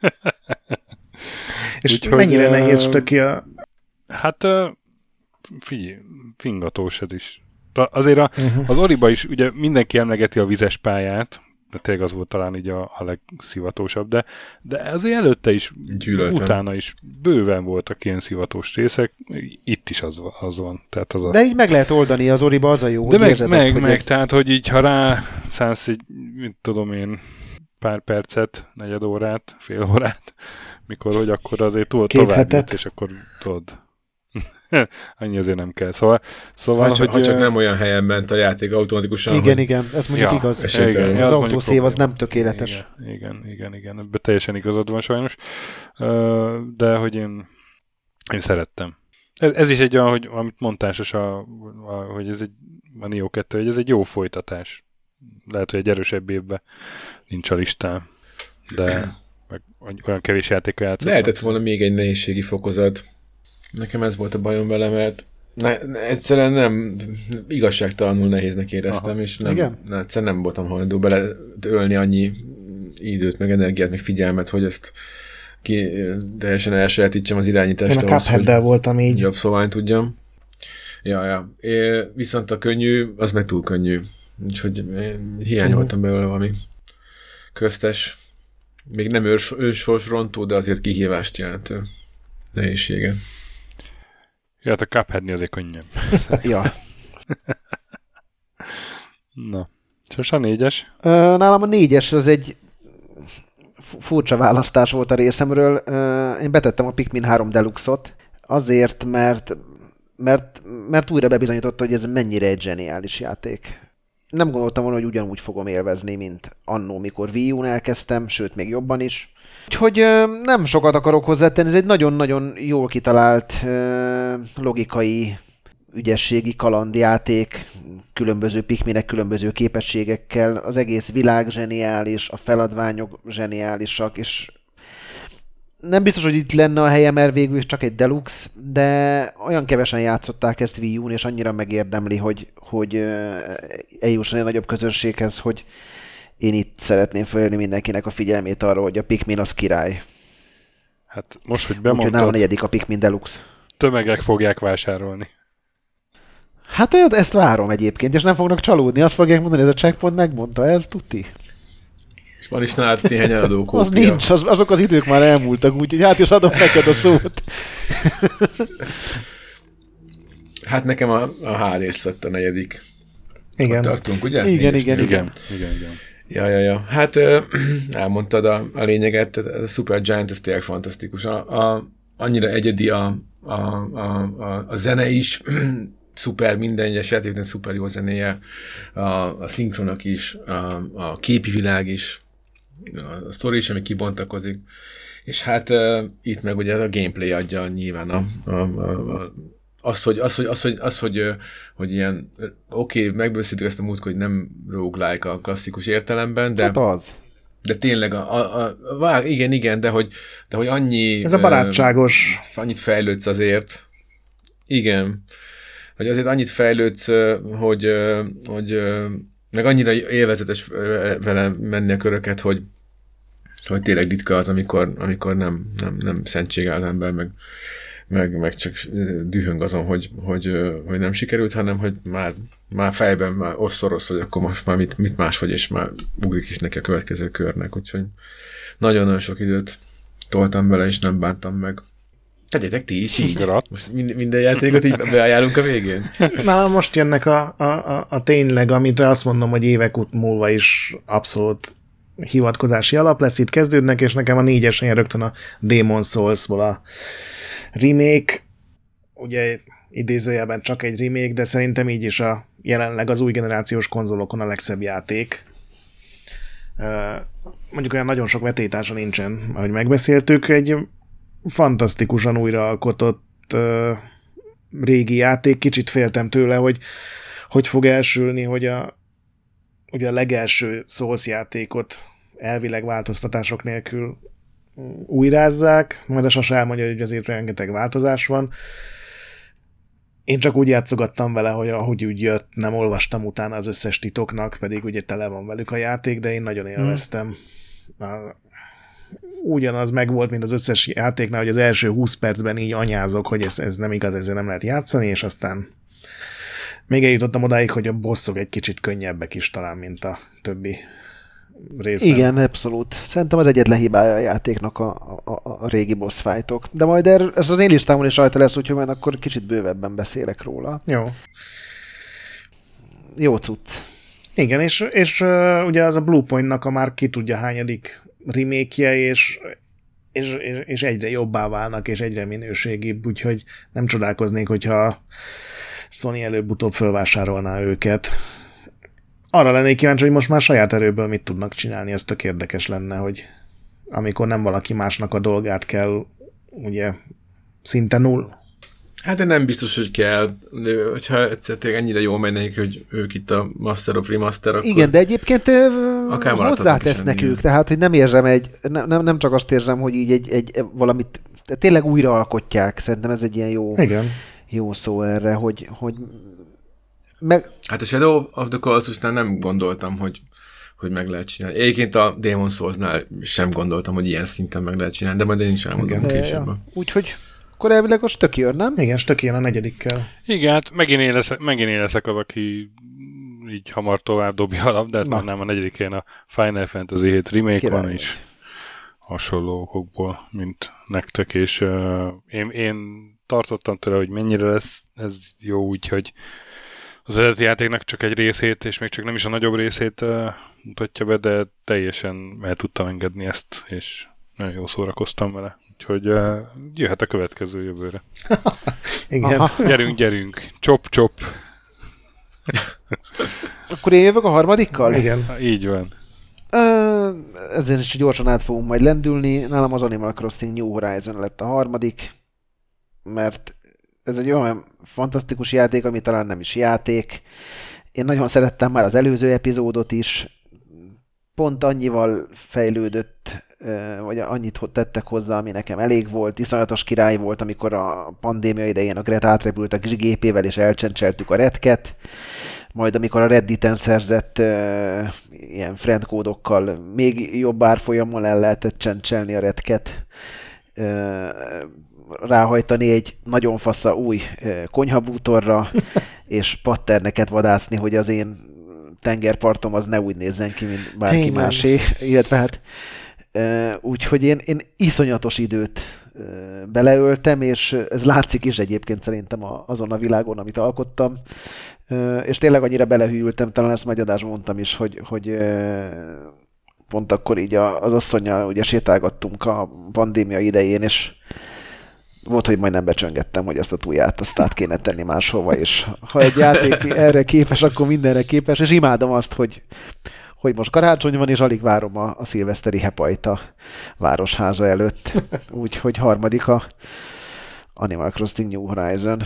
És Úgyhogy, mennyire nehéz stökja? Hát figyelj, fingatós ez is. Azért a, uh-huh. az Oriba is ugye mindenki emlegeti a vizes pályát, de tényleg az volt talán így a, a legszivatosabb, de, de azért előtte is, Gyűlöltem. utána is bőven voltak ilyen szivatós részek, itt is az, az van. Tehát az a... De így meg lehet oldani az Oriba, az a jó. De meg, meg, azt, meg ez... tehát, hogy így ha rá szánsz egy, mit tudom én, pár percet, negyed órát, fél órát, mikor, hogy akkor azért túl Két tovább hetet. jut, és akkor tudod. Annyi azért nem kell. Szóval, szóval Ha, csak, hogy, ha csak nem olyan helyen ment a játék automatikusan, Igen, hogy igen, ez mondjuk Ja, igaz. esetleg. igen, Az az mondjuk autószév az probléma. nem tökéletes. Igen, igen, igen, igen. Ebben teljesen igazad van sajnos. Ö, De hogy én, én szerettem. Ez, ez is egy olyan, hogy amit mondtál, a, a, hogy ez egy a Nioh kettő, hogy ez egy jó folytatás. Lehet, hogy egy erősebb évben nincs a listán, de meg olyan kevés játékkal játszottam. lehetett volna még egy nehézségi fokozat. Nekem ez volt a bajom vele, mert ne, ne, egyszerűen nem igazságtalanul nehéznek éreztem, Aha. és nem, Igen? ne, egyszerűen nem voltam hajlandó bele ölni annyi időt, meg energiát, meg figyelmet, hogy ezt ki, teljesen elsajátítsam az irányítást. Én a ahhoz, Cuphead-del voltam így. jobb szóvány tudjam. Ja, ja. É, viszont a könnyű, az meg túl könnyű. Úgyhogy hiányoltam belőle valami köztes, még nem ős, őssorsrontó, de azért kihívást jelentő nehézséget. Ja, hát a Cupheadni azért könnyebb. Ja. Na. És a négyes? Ö, Nálam a négyes az egy fu- furcsa választás volt a részemről. Ö, Én betettem a Pikmin három Deluxe-ot azért, mert, mert, mert újra bebizonyította, hogy ez mennyire egy zseniális játék. Nem gondoltam volna, hogy ugyanúgy fogom élvezni, mint annó, mikor Wii U-n elkezdtem, sőt, még jobban is. Úgyhogy ö, nem sokat akarok hozzátenni, ez egy nagyon-nagyon jól kitalált ö, logikai, ügyességi kalandjáték, különböző pikminek, különböző képességekkel, az egész világ zseniális, a feladványok zseniálisak, és nem biztos, hogy itt lenne a helye, mert végül is csak egy deluxe, de olyan kevesen játszották ezt Wii U-n, és annyira megérdemli, hogy, hogy ö, eljusson egy nagyobb közönséghez, hogy én itt szeretném felhívni mindenkinek a figyelmét arra, hogy a Pikmin az király. Hát most, hogy Úgyhogy nálam a bemondtad, negyedik a Pikmin Deluxe. tömegek fogják vásárolni. Hát ezt várom egyébként, és nem fognak csalódni. Azt fogják mondani, ez a Checkpoint megmondta, ez tuti. És van is nálad néhány eladó kópia. Az nincs, az, azok az idők már elmúltak, úgyhogy hát is adom neked a szót. Hát nekem a, a há dé lett a negyedik. Igen. Ott tartunk, ugye? Igen, Négyes, igen, négyes. Igen, igen, igen. Ja, ja, ja. Hát ö, elmondtad a, a lényeget, ez a Supergiant, ez tényleg fantasztikus. A, a, annyira egyedi a, a, a, a, a zene is, szuper, minden egyes játékban szuper jó zenéje, a, a szinkronak is, a, a képi világ is, a, a sztori is, ami kibontakozik. És hát uh, itt meg ugye a gameplay adja nyilván a, a, a, a az, hogy, az, hogy, az, hogy, az, hogy, hogy ilyen, oké, okay, megbeszéltük ezt a múltkor, hogy nem roguelike a klasszikus értelemben, de, Hát az. de tényleg, a, a, a, a, igen, igen, de hogy, de hogy annyi... Ez a barátságos. Uh, annyit fejlődsz azért. Igen. Hogy azért annyit fejlődsz, hogy, hogy meg annyira élvezetes vele menni a köröket, hogy, hogy tényleg ritka az, amikor, amikor nem, nem, nem szentsége az ember, meg, meg, meg csak dühöng azon, hogy, hogy, hogy nem sikerült, hanem hogy már, már fejben már oszorosz, hogy akkor most már mit, mit máshogy, és már ugrik is neki a következő körnek. Úgyhogy nagyon-nagyon sok időt toltam bele, és nem bántam meg. Tegyétek ti is így. Grat. Most minden, minden játékot így beajánlunk a végén. Nálam most jönnek a, a, a, a tényleg, amit azt mondom, hogy évek út múlva is abszolút hivatkozási alap lesz, itt kezdődnek, és nekem a négyes helyen rögtön a Demon's Souls-ból a remake, ugye idézőjelben csak egy remake, de szerintem így is a jelenleg az új generációs konzolokon a legszebb játék. Mondjuk olyan nagyon sok vetétása nincsen, ahogy megbeszéltük, egy fantasztikusan újraalkotott uh, régi játék, kicsit féltem tőle, hogy hogy fog elsülni, hogy a, ugye a legelső Souls játékot elvileg változtatások nélkül újrázzák, majd a Sasa elmondja, hogy azért rengeteg változás van. Én csak úgy játszogattam vele, hogy ahogy úgy jött, nem olvastam utána az összes titoknak, pedig ugye tele van velük a játék, de én nagyon élveztem. Hmm. Ugyanaz megvolt, mint az összes játéknál, hogy az első húsz percben így anyázok, hogy ez, ez nem igaz, ezzel nem lehet játszani, és aztán még eljutottam odáig, hogy a bosszok egy kicsit könnyebbek is talán, mint a többi részben. Igen, abszolút. Szerintem az egyetlen hibája a játéknak a, a, a régi boss fightok. De majd er, ez az én listámon is rajta lesz, úgyhogy majd akkor kicsit bővebben beszélek róla. Jó. Jó cucc. Igen, és, és uh, ugye az a Bluepointnak a már ki tudja hányadik remake-je, és, és, és, és egyre jobbá válnak, és egyre minőségibb, úgyhogy nem csodálkoznék, hogyha Sony előbb-utóbb fölvásárolná őket. Arra lennék kíváncsi, hogy most már saját erőből mit tudnak csinálni, ez tök érdekes lenne, hogy amikor nem valaki másnak a dolgát kell, ugye, szinte null. Hát de nem biztos, hogy kell. De, hogyha egyszer tényleg ennyire jól megy nekik, hogy ők itt a Master of Remaster, akkor... Igen, de egyébként hozzátesznek ők, tehát hogy nem érzem egy, nem, nem csak azt érzem, hogy így egy, egy valamit, tényleg újra alkotják, szerintem ez egy ilyen jó, Igen. jó szó erre, hogy, hogy meg... Hát a Shadow of the Colossusnál nem gondoltam, hogy hogy meg lehet csinálni. Egyébként a Demon's Souls-nál sem gondoltam, hogy ilyen szinten meg lehet csinálni, de majd én is elmondom később. Ja. Úgyhogy akkor elvileg az tök jön, nem? Igen, tök jön a negyedikkel. Igen, hát megint én, leszek, megint én leszek az, aki így hamar tovább dobja a labdát, mert nem a negyedikén a Final Fantasy hét remake Király van is hasonló okokból, mint nektek, és uh, én, én tartottam tőle, hogy mennyire lesz ez jó, úgyhogy az eredeti játéknak csak egy részét, és még csak nem is a nagyobb részét uh, mutatja be, de teljesen el tudtam engedni ezt, és nagyon jól szórakoztam vele. Úgyhogy uh, jöhet a következő jövőre. Igen. Aha. Gyerünk, gyerünk. Csop, csop. Akkor én jövök a harmadikkal? Igen. Ha, így van. Uh, ezért is gyorsan át fogunk majd lendülni. Nálam az Animal Crossing New Horizon lett a harmadik, mert ez egy olyan fantasztikus játék, ami talán nem is játék. Én nagyon szerettem már az előző epizódot is. Pont annyival fejlődött, vagy annyit tettek hozzá, ami nekem elég volt. Iszonyatos király volt, amikor a pandémia idején a Gret átrepült a kis gépével, és elcsencseltük a Redket. Majd amikor a Redditen szerzett uh, ilyen friendkódokkal még jobb árfolyammal el lehetett csencselni a Redket. Uh, ráhajtani egy nagyon fassa új uh, konyhabútorra, és patterneket vadászni, hogy az én tengerpartom az ne úgy nézzen ki, mint bárki Tényleg. másé. Illetve hát uh, úgyhogy én, én iszonyatos időt uh, beleöltem, és ez látszik is egyébként szerintem a, azon a világon, amit alkottam. Uh, és tényleg annyira belehűltem, talán ezt majd adásban mondtam is, hogy, hogy uh, pont akkor így a, az asszonnyal ugye sétálgattunk a pandémia idején, és volt, hogy majdnem becsöngettem, hogy ezt a túlját azt át kéne tenni máshova, és ha egy játék erre képes, akkor mindenre képes, és imádom azt, hogy, hogy most karácsony van, és alig várom a, a szilveszteri hepajt a városháza előtt. Úgyhogy harmadik a Animal Crossing New Horizon.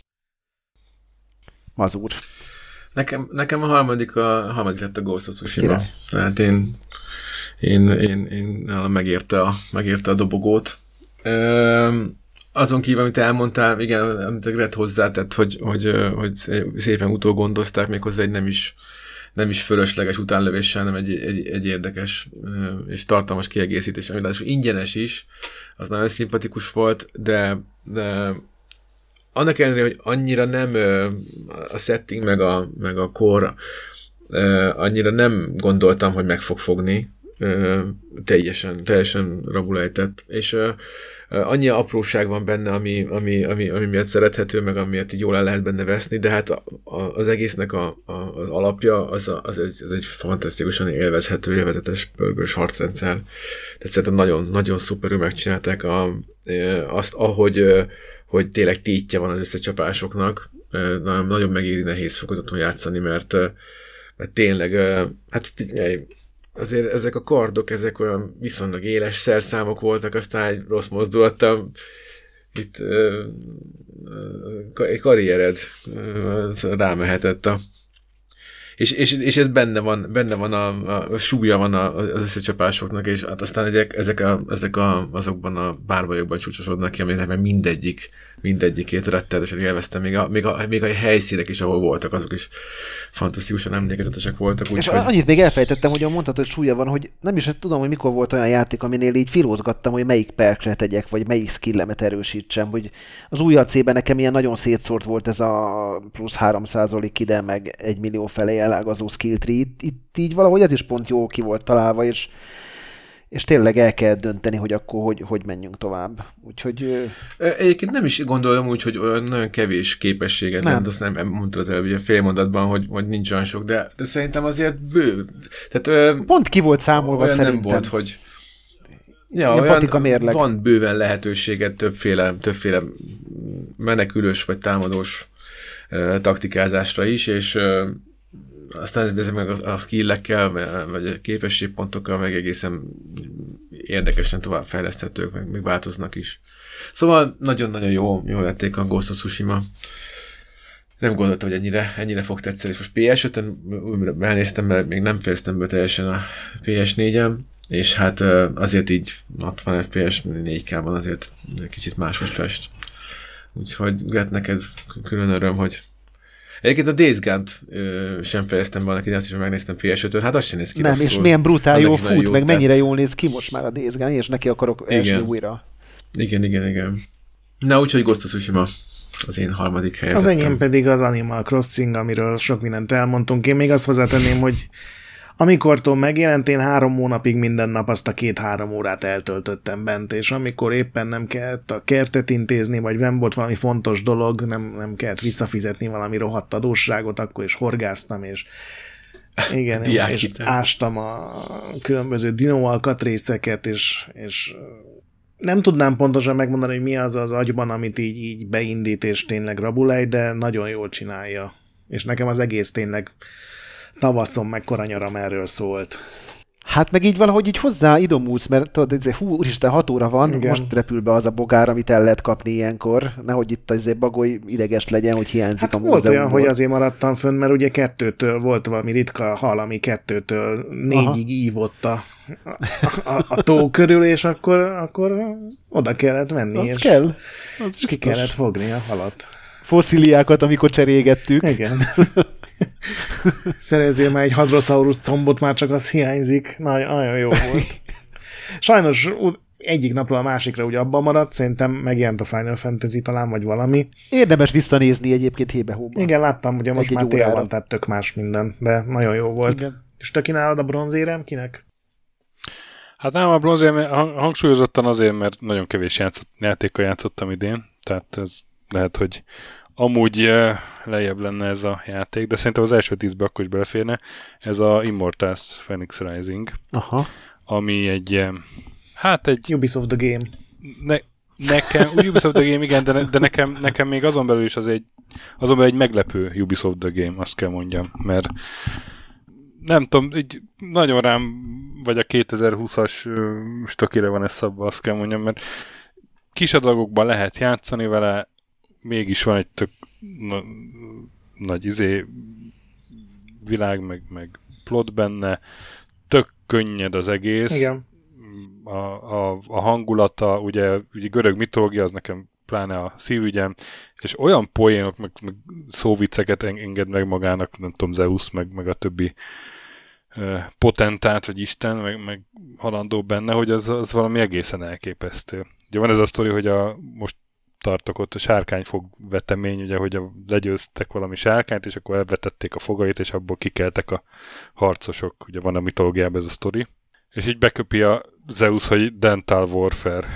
Mazur. Nekem, nekem a harmadik, a, a harmadik lett a Ghost of Tsushima. Tehát én, én, én, én nálam megérte a, megérte a dobogót. Üm, azon kívül, amit elmondtál, igen, amit a Gret hozzátett, hogy, hogy, hogy szépen utógondozták, méghozzá egy nem is, nem is fölösleges utánlövéssel, hanem egy, egy, egy érdekes és tartalmas kiegészítés, ami ráadásul ingyenes is, az nagyon szimpatikus volt, de, de annak ellenére, hogy annyira nem a setting meg a, meg a core, annyira nem gondoltam, hogy meg fog fogni, teljesen, teljesen rabulejtett, és annyi apróság van benne, ami, ami, ami, ami miatt szerethető, meg amiatt így jól el lehet benne veszni, de hát a, a, az egésznek a, a, az alapja, az, a, az, egy, az egy fantasztikusan élvezhető, élvezetes pörgős harcrendszer. Tehát szerintem nagyon, nagyon szuperül megcsinálták a, azt, ahogy hogy tényleg tétje van az összecsapásoknak, nagyon, nagyon megéri nehéz fokozaton játszani, mert, mert tényleg, hát azért ezek a kardok, ezek olyan viszonylag éles szerszámok voltak, aztán egy rossz mozdulattal itt egy karriered rámehetett a És, és, és ez benne van, benne van a, a, a súlya van a, az összecsapásoknak, és hát aztán ezek, ezek, a, ezek a, azokban a bárbajokban csúcsosodnak ki, aminek mindegyik, mindegyikét rettenetesen élveztem, még a, még, a, még a helyszínek is, ahol voltak, azok is fantasztikusan emlékezetesek voltak. Úgy, és hogy... annyit még elfejtettem, hogy mondhatod, hogy súlya van, hogy nem is tudom, hogy mikor volt olyan játék, aminél így filózgattam, hogy melyik perkre tegyek, vagy melyik skillemet erősítsem, hogy az új á cében nekem ilyen nagyon szétszórt volt ez a plusz három százalék ide, meg egy millió felé elágazó skill tree. Itt, itt így valahogy ez is pont jó ki volt találva, és és tényleg el kell dönteni, hogy akkor hogy, hogy menjünk tovább. Úgyhogy... Egyébként nem is gondolom úgy, hogy olyan nagyon kevés képességet nem. Azt nem mondtad az előbb, ugye fél mondatban, hogy, hogy nincs olyan sok, de, de szerintem azért bő. Tehát, pont ki volt számolva olyan szerintem. Nem volt, hogy ja, olyan van bőven lehetőséget többféle, többféle menekülős vagy támadós uh, taktikázásra is, és uh, aztán ezek meg a, a skillekkel, vagy a képességpontokkal meg egészen érdekesen továbbfejleszthetők, meg, meg változnak is. Szóval nagyon-nagyon jó, jó játék a Ghost of Tsushima. Nem gondoltam, hogy ennyire, ennyire fog tetszeni. És most pé es ötön újra benéztem, mert még nem fejeztem be teljesen a pé es négyen, és hát azért így hatvan ef pé es négy ká-ban azért kicsit máshogy fest. Úgyhogy Gret, neked külön öröm, hogy egyébként a Days Gone-t ö, sem fejeztem be annak idején, azt is megnéztem pé es ötön, hát az sem néz ki nem, rosszul. És milyen brutál jó fut, jó, meg mennyire tehát... jól néz ki most már a Days Gone, és neki akarok esni újra. Igen, igen, igen. Na, úgyhogy Ghost of Tsushima az én harmadik helyezettem. Az enyém pedig az Animal Crossing, amiről sok mindent elmondtunk. Én még azt hozzátenném, hogy amikortól megjelent, én három hónapig minden nap azt a két-három órát eltöltöttem bent, és amikor éppen nem kellett a kertet intézni, vagy nem volt valami fontos dolog, nem, nem kellett visszafizetni valami rohadt adósságot, akkor is horgáztam, és igen, és ástam a különböző dinóalkatrészeket, és, és nem tudnám pontosan megmondani, hogy mi az az agyban, amit így, így beindít, és tényleg rabulej, de nagyon jól csinálja. És nekem az egész tényleg tavaszon meg koranyaram erről szólt. Hát meg így valahogy így hozzá idomulsz, mert tudod, hú, úristen, hat óra van, igen. Most repül be az a bogár, amit el lehet kapni ilyenkor, nehogy itt azért bagoly ideges legyen, hogy hiányzik hát a múzeumból. Volt olyan, hogy azért maradtam fönn, mert ugye kettőtől volt valami ritka hal, ami kettőtől négyig Aha. ívott a, a, a tó körül, és akkor, akkor oda kellett menni, az és, kell. Az és ki kellett fogni a halat. Fosszíliákat, amikor cserégettük. Igen. Szerezzél már egy Hadrosaurus combot, már csak az hiányzik. Nagyon, nagyon jó volt. Sajnos egyik napról a másikra ugye abban maradt, szerintem megjelent a Final Fantasy talán, vagy valami. Érdemes visszanézni egyébként hébe-hóban. Igen, láttam, ugye most egy már tél van, tehát tök más minden, de nagyon jó volt. Igen. És te kínálod a bronzérem? Kinek? Hát nem, a bronzérem hangsúlyozottan azért, mert nagyon kevés játszott, játékkal játszottam idén, tehát ez lehet, hogy amúgy uh, lejjebb lenne ez a játék, de szerintem az első tízbe akkor is beleférne. Ez a Immortals Phoenix Rising, Aha. ami egy, uh, hát egy... Ubisoft the Game. Ne, nekem, Ubisoft the Game, igen, de, ne, de nekem, nekem még azon belül is az egy, azon belül egy meglepő Ubisoft the Game, azt kell mondjam, mert nem tudom, így nagyon rám vagy a kétezer-húszas uh, stökére van ez szabva, azt kell mondjam, mert kis adagokban lehet játszani vele, mégis van egy tök na, nagy izé világ, meg, meg plot benne, tök könnyed az egész. Igen. A, a, a hangulata, ugye, ugye görög mitológia, az nekem pláne a szívügyem, és olyan poénok, meg, meg szóvicceket enged meg magának, nem tudom, Zeus, meg, meg a többi uh, potentát, vagy Isten, meg, meg halandó benne, hogy az, az valami egészen elképesztő. Ugye van ez a sztori, hogy a most tartok ott a sárkányfog vetemény, ugye, hogy a, legyőztek valami sárkányt, és akkor elvetették a fogait, és abból kikeltek a harcosok. Ugye van a mitológiában ez a sztori. És így beköpi a Zeus, hogy dental warfare.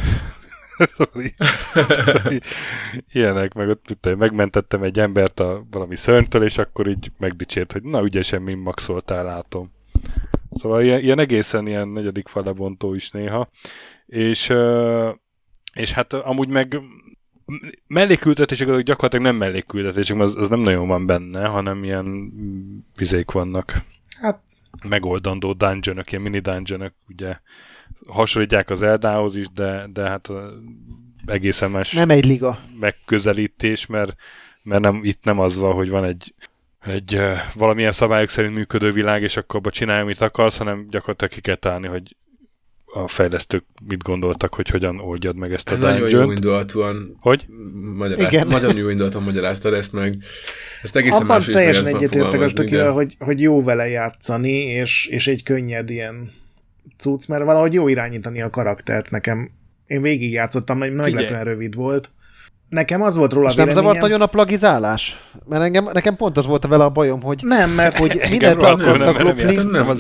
Ilyenek, meg ott megmentettem egy embert a valami szörnytől, és akkor így megdicsért, hogy na, ügyesen minmaxoltál, látom. Szóval ilyen, ilyen egészen ilyen negyedik falebontó is néha. És, és hát amúgy meg mellékküldetések azok gyakorlatilag nem mellékküldetések, az, az nem nagyon van benne, hanem ilyen vizék vannak. Hát megoldandó dungeonok, ilyen mini dungeonok, ugye hasonlítják az Eldához is, de, de hát egészen más nem egy liga megközelítés, mert, mert nem, itt nem az van, hogy van egy, egy uh, valamilyen szabályok szerint működő világ, és akkor abba csinálj, amit akarsz, hanem gyakorlatilag ki kell találni, hogy a fejlesztők mit gondoltak, hogy hogyan oldjad meg ezt a dungeon-t. Nagyon jó indulatúan hogy? Magyarázt, nagyon jó indulatúan magyaráztad ezt meg. Ezt egészen abban más teljesen egyetértek az tökével, hogy, hogy jó vele játszani, és, és egy könnyed ilyen cucc, mert valahogy jó irányítani a karaktert nekem. Én végig játszottam, meglepően rövid volt. Nekem az volt róla és véleményem. Nem zavart nagyon a plagizálás? Mert engem, nekem pont az volt vele a bajom, hogy nem, mert hogy mindent akartak lopni. Nem, nem, az...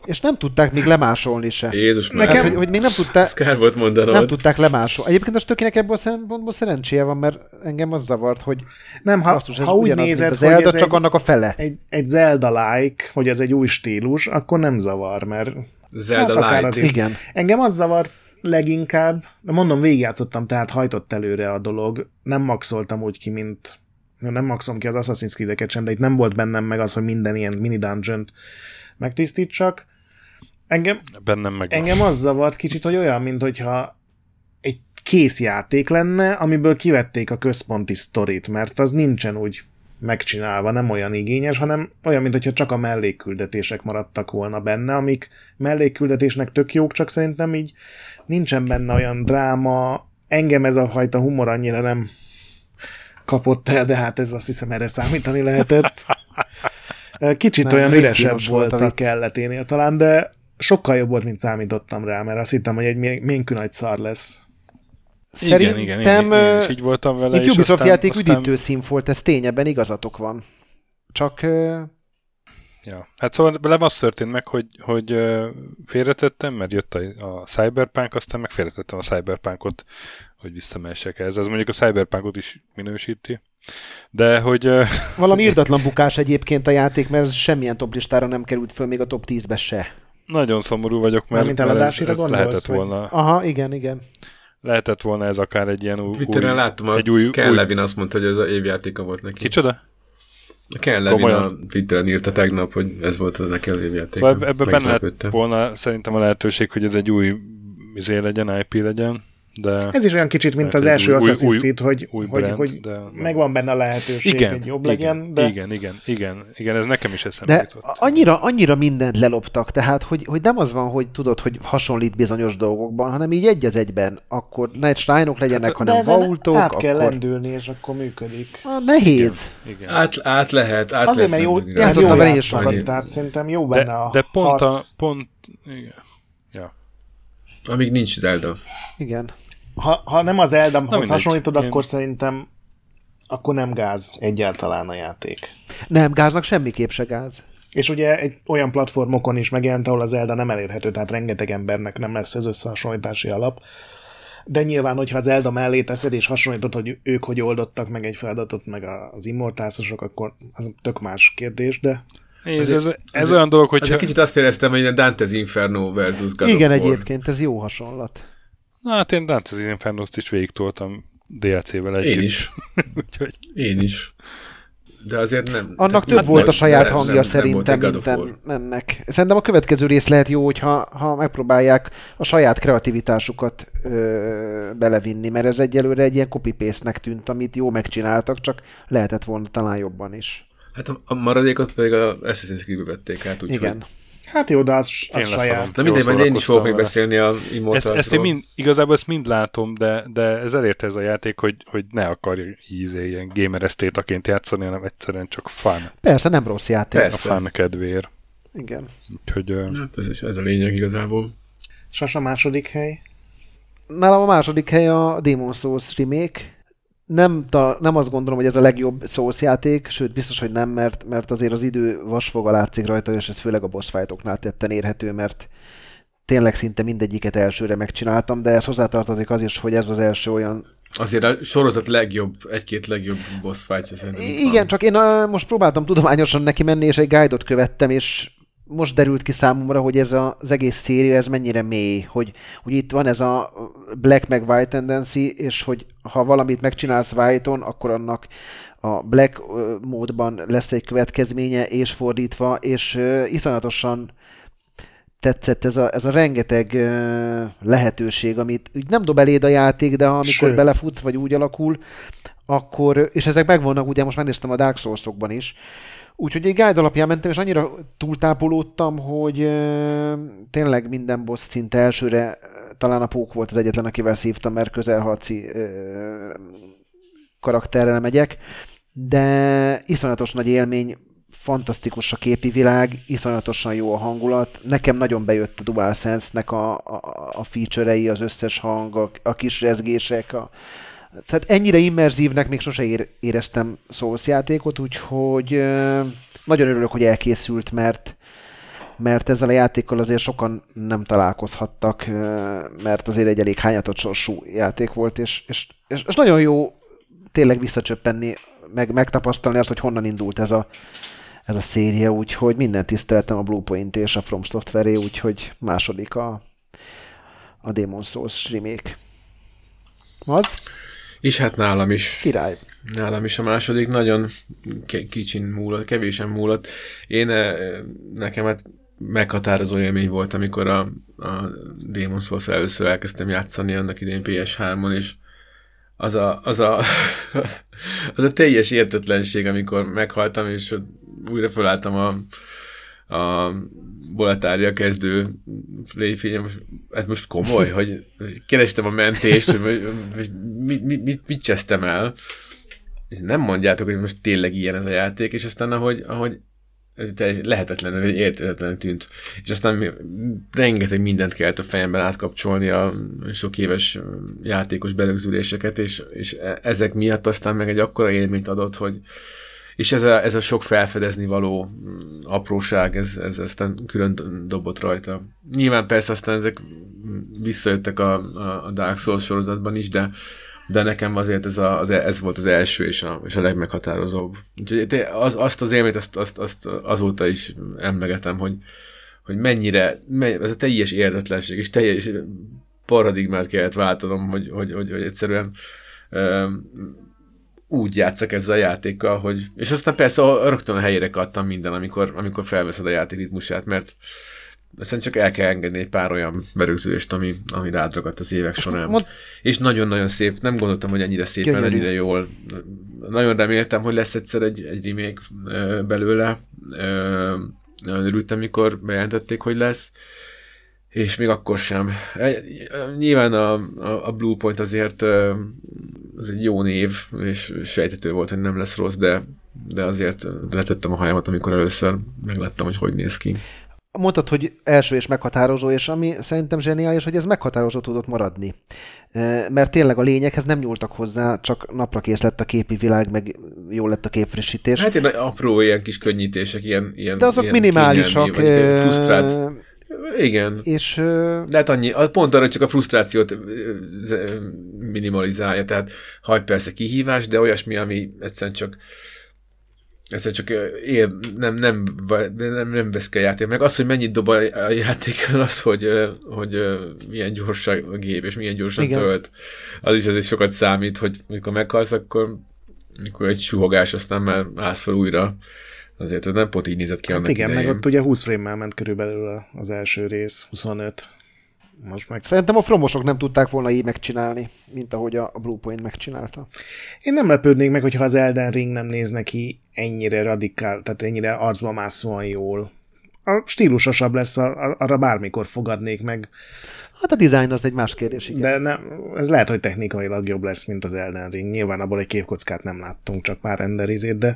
és nem tudták még lemásolni se. Jézus Nekem- már. Hogy, hogy még nem tudták, Ez kár volt mondanod. nem tudták lemásolni. Egyébként a Stökinek ebből a szempontból szerencséje van, mert engem az zavart, hogy Nem, ha, basszus, ez ha úgy ugyanaz, nézed, mint az hogy Zelda, ez csak egy, annak a fele. egy, egy Zelda-like, hogy ez egy új stílus, akkor nem zavar, mert Zelda hát akár Light. az is. Igen. Engem az zavart leginkább, de mondom, végigjátszottam, tehát hajtott előre a dolog. Nem maxoltam úgy ki, mint nem maxolom ki az Assassin's Creed-eket sem, de itt nem volt bennem meg az, hogy minden ilyen mini dungeon-t megtisztítsak. Engem, Bennem meg. engem az zavart kicsit, hogy olyan, mint hogyha egy kész játék lenne, amiből kivették a központi sztorit, mert az nincsen úgy megcsinálva, nem olyan igényes, hanem olyan, mint hogyha csak a mellékküldetések maradtak volna benne, amik mellékküldetésnek tök jók, csak szerintem így nincsen benne olyan dráma. Engem ez a fajta humor annyira nem kapott el, de hát ez azt hiszem erre számítani lehetett. Kicsit Nem, olyan üresebb végkínos volt volt a a vicc. kelleténél talán, de sokkal jobb volt, mint számítottam rá, mert azt hittem, hogy egy ménkű nagy szar lesz. Igen, igen, én, Szerintem én, én is így voltam vele. egy és Ubisoft aztán, játék aztán... üdítő szín volt, ez tényebben igazatok van. Csak ö, Ja. Hát szóval velem az történt meg, hogy, hogy ö, félretettem, mert jött a, a Cyberpunk, aztán meg félretettem a Cyberpunkot, hogy visszamehessek ehhez. Ez mondjuk a Cyberpunkot is minősíti. De hogy... Ö, valami irdatlan bukás egyébként a játék, mert ez semmilyen top listára nem került föl, még a top tízbe se. nagyon szomorú vagyok, mert, Mármint mert ez, eladásira ez gondolsz, lehetett vagy? volna, Aha, igen, igen. lehetett volna ez akár egy ilyen új... Twitteren láttam, a egy új, Ken új... Levin azt mondta, hogy ez a évjátéka volt neki. Kicsoda? A Ken Levin Komolyan? a Twitteren írta tegnap, hogy ez volt neki az évjátéka. Szóval ebben Meg benne is lett lepődtem. volna szerintem a lehetőség, hogy ez egy új izé legyen, i pé legyen, de... Ez is olyan kicsit, mint Mert az egy első új- Assassin's új- Creed, hogy, új hogy, brand, hogy de- megvan benne a lehetőség, Igen, hogy jobb igen, legyen, de igen, igen, igen, igen, ez nekem is eszembe De jutott. annyira, annyira mindent leloptak, tehát hogy, hogy nem az van, hogy tudod, hogy hasonlít bizonyos dolgokban, hanem így egy az egyben, akkor ne shrine-ok legyenek, de hanem ezen vaultok, át kell akkor... lendülni, és akkor működik. Ah, nehéz. Igen. Át, át lehet, át Azért, lehet mert jó, menni. mert Játszottam jó vele is játszani, sokat. tehát szerintem jó benne De, a de pont harc. a... Pont, igen. Ja. Amíg nincs Zelda. Igen. Ha, ha nem az Eldámhoz mindegy. hasonlítod, Én- akkor szerintem akkor nem gáz egyáltalán a játék. Nem, gáznak semmiképp se gáz. És ugye egy olyan platformokon is megjelent, ahol az Zelda nem elérhető, tehát rengeteg embernek nem lesz ez összehasonlítási alap. De nyilván, hogyha az Zelda mellé teszed, és hasonlítod, hogy ők hogy oldottak meg egy feladatot, meg az immortálsosok, akkor az tök más kérdés, de Ez, ez, ez azért- olyan dolog, Hogy hogyha... egy kicsit azt éreztem, hogy ilyen Dante's Inferno versus God Igen, of War. egyébként ez jó hasonlat. Na hát én Dante's Inferno-t is végigtoltam dé el cé-vel együtt. Én is. Úgyhogy Én is. De azért nem. Annak tehát több nem- volt a nem- saját nem- hangja nem- nem volt szerintem, egy God mint of War. en- ennek. Szerintem a következő rész lehet jó, hogyha ha megpróbálják a saját kreativitásukat ö, belevinni, mert ez egyelőre egy ilyen copy-paste-nek tűnt, amit jó megcsináltak, csak lehetett volna talán jobban is. Hát a, a maradékot pedig a Assassin's Creed-be vették át, úgyhogy... Igen. hát jó, de az, Én az saját. leszarom. Na mindegy, Jól majd én is fogok még szórakoztam beszélni a Ezt, ezt én Immortalsról. mind, igazából ezt mind látom, de, de ez elérte ez a játék, hogy, hogy ne akarja ízé ilyen gamer esztétaként játszani, hanem egyszerűen csak fun. Persze, nem rossz játék. Persze. A fun kedvéért. Igen. Úgyhogy ö, Hát ez, is, ez a lényeg igazából. Sas a második hely. Nálam a második hely a Demon's Souls remake. Nem, ta, nem azt gondolom, hogy ez a legjobb Souls játék, sőt biztos, hogy nem, mert, mert azért az idő vasfoga látszik rajta, és ez főleg a boss fightoknál tetten érhető, mert tényleg szinte mindegyiket elsőre megcsináltam, de ez hozzátartozik az is, hogy ez az első olyan... Azért a sorozat legjobb, egy-két legjobb boss fight szerintem itt Igen, van. csak én uh, most próbáltam tudományosan neki menni, és egy guide-ot követtem, és most derült ki számomra, hogy ez a, az egész széria, ez mennyire mély, hogy, hogy itt van ez a black meg white tendency, és hogy ha valamit megcsinálsz white-on, akkor annak a black uh, módban lesz egy következménye, és fordítva, és uh, iszonyatosan tetszett ez a, ez a rengeteg uh, lehetőség, amit úgy nem dob eléd a játék, de ha amikor Sőt. belefutsz, vagy úgy alakul, akkor, és ezek megvannak, ugye most megnéztem a Dark Souls-okban is, úgyhogy egy guide alapján mentem, és annyira túltápolódtam, hogy uh, tényleg minden boss szinte elsőre, talán a Pók volt az egyetlen, akivel szívtam, mert közelharci uh, karakterrel megyek, de iszonyatos nagy élmény, fantasztikus a képi világ, iszonyatosan jó a hangulat. Nekem nagyon bejött a DualSense-nek a, a, a feature-ei, az összes hang, a, a kis rezgések. A... Tehát ennyire immerzívnek még sose ér, éreztem Souls játékot, úgyhogy euh, nagyon örülök, hogy elkészült, mert, mert ezzel a játékkal azért sokan nem találkozhattak, mert azért egy elég hányatott sorsú játék volt, és, és, és, és nagyon jó tényleg visszacsöppenni, meg megtapasztalni azt, hogy honnan indult ez a, ez a széria, úgyhogy minden tiszteletem a Bluepoint és a From Software-é, úgyhogy második a, a Demon's Souls remake. Az? És hát nálam is. Király. Nálam is a második, nagyon kicsin múlott, kevésen múlott. Én, nekem hát meghatározó élmény volt, amikor a, a Demon's Souls először elkezdtem játszani annak idén pé es hármon, és az a, az a, az a teljes értetlenség, amikor meghaltam, és újra felálltam a, a Boletária kezdő playfilm, ez most komoly, hogy kerestem a mentést, hogy, hogy mit, mit, mit, mit csesztem el, és nem mondjátok, hogy most tényleg ilyen ez a játék, és aztán ahogy, ahogy ez lehetetlen, vagy érthetetlen tűnt. És aztán rengeteg mindent kellett a fejemben átkapcsolni a sok éves játékos berögzüléseket, és, és ezek miatt aztán meg egy akkora élményt adott, hogy és ez a, ez a sok felfedezni való apróság, ez, ez aztán külön dobott rajta. Nyilván persze aztán ezek visszajöttek a, a, a Dark Souls sorozatban is, de de nekem azért ez, a, az, ez volt az első és a, és a legmeghatározóbb. Úgyhogy az, azt az élményt azt, azt, azt azóta is emlegetem, hogy, hogy mennyire, ez a teljes érdetlenség és teljes paradigmát kellett váltanom, hogy, hogy, hogy, hogy egyszerűen um, úgy játszak ezzel a játékkal, hogy, és aztán persze rögtön a helyére kattam minden, amikor, amikor felveszed a játék ritmusát, mert aztán csak el kell engedni egy pár olyan berögzülést, ami, ami rádragadt az évek során. Mond... És nagyon-nagyon szép. Nem gondoltam, hogy ennyire szépen, Gyönyörű. ennyire jól. Nagyon reméltem, hogy lesz egyszer egy, egy remake belőle. Nagyon örültem, mikor bejelentették, hogy lesz. És még akkor sem. Nyilván a, a, a Bluepoint azért az egy jó név, és sejtető volt, hogy nem lesz rossz, de, de azért letettem a hajamat, amikor először megláttam, hogy hogy néz ki. Mondtad, hogy első és meghatározó, és ami szerintem zseniális, hogy ez meghatározó tudott maradni. Mert tényleg a lényeghez nem nyúltak hozzá, csak napra kész lett a képi világ, meg jó lett a képfrissítés. Hát ilyen apró ilyen kis könnyítések, ilyen, ilyen de azok ilyen minimálisak. Kényelmi, frusztrált. Igen. És, de hát annyi, pont arra csak a frusztrációt minimalizálja, tehát hagy persze kihívás, de olyasmi, ami egyszerűen csak Egyszerűen csak él, nem, nem, nem, nem vesz ki a játék. Meg az, hogy mennyit dob a játékon, az, hogy, hogy milyen gyors a gép, és milyen gyorsan igen. tölt. Az is azért sokat számít, hogy amikor meghalsz, akkor, akkor egy suhogás, aztán már állsz fel újra. Azért ez nem pont így nézett ki hát annak igen, idején. meg ott ugye húsz frame-mel ment körülbelül az első rész, huszonöt. Most meg... Szerintem a fromosok nem tudták volna így megcsinálni, mint ahogy a Bluepoint megcsinálta. Én nem lepődnék meg, hogyha az Elden Ring nem néz neki ennyire radikál, tehát ennyire arcba mászóan jól. A stílusosabb lesz, arra bármikor fogadnék meg. Hát a design az egy más kérdés, igen. De nem, ez lehet, hogy technikailag jobb lesz, mint az Elden Ring. Nyilván abból egy képkockát nem láttunk, csak pár renderizét, de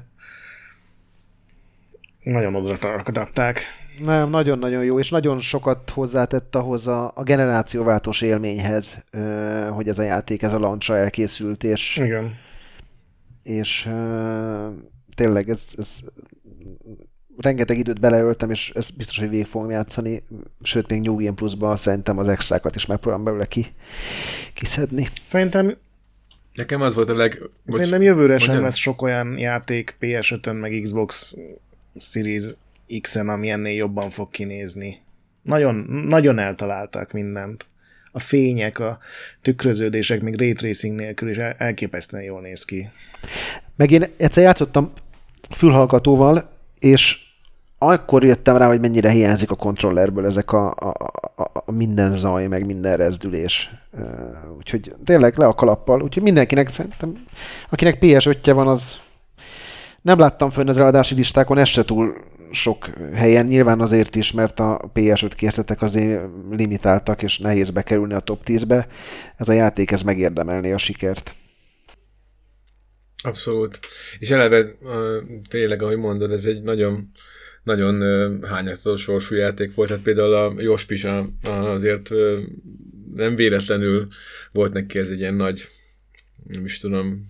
nagyon oda adapták. Nem, nagyon-nagyon jó, és nagyon sokat hozzátett ahhoz a, a generációváltós élményhez, hogy ez a játék, ez a launchra elkészült, és, igen. és tényleg ez, ez rengeteg időt beleöltem, és ez biztos, hogy végig fogom játszani, sőt, még New Game Plus-ban szerintem az extrákat is megpróbálom belőle ki, kiszedni. Szerintem Nekem az volt a leg... Bocs, Szerintem jövőre sem lesz sok olyan játék pé es ötön, meg Xbox Series X-en, ami ennél jobban fog kinézni. Nagyon, nagyon eltalálták mindent. A fények, a tükröződések, még ray tracing nélkül is elképesztően jól néz ki. Meg én egyszer játszottam fülhallgatóval, és akkor jöttem rá, hogy mennyire hiányzik a kontrollerből ezek a, a, a, a minden zaj, meg minden rezdülés. Úgyhogy tényleg le a kalappal. Úgyhogy mindenkinek szerintem, akinek pé es ötje van, az nem láttam fönn az eladási listákon, ez se túl sok helyen, nyilván azért is, mert a pé es öt készletek azért limitáltak, és nehéz bekerülni a top tízbe. Ez a játék, ez megérdemelné a sikert. Abszolút. És eleve tényleg, ahogy mondod, ez egy nagyon, nagyon hányató sorsú játék volt. Hát például a Josp is azért nem véletlenül volt neki ez egy ilyen nagy, nem is tudom,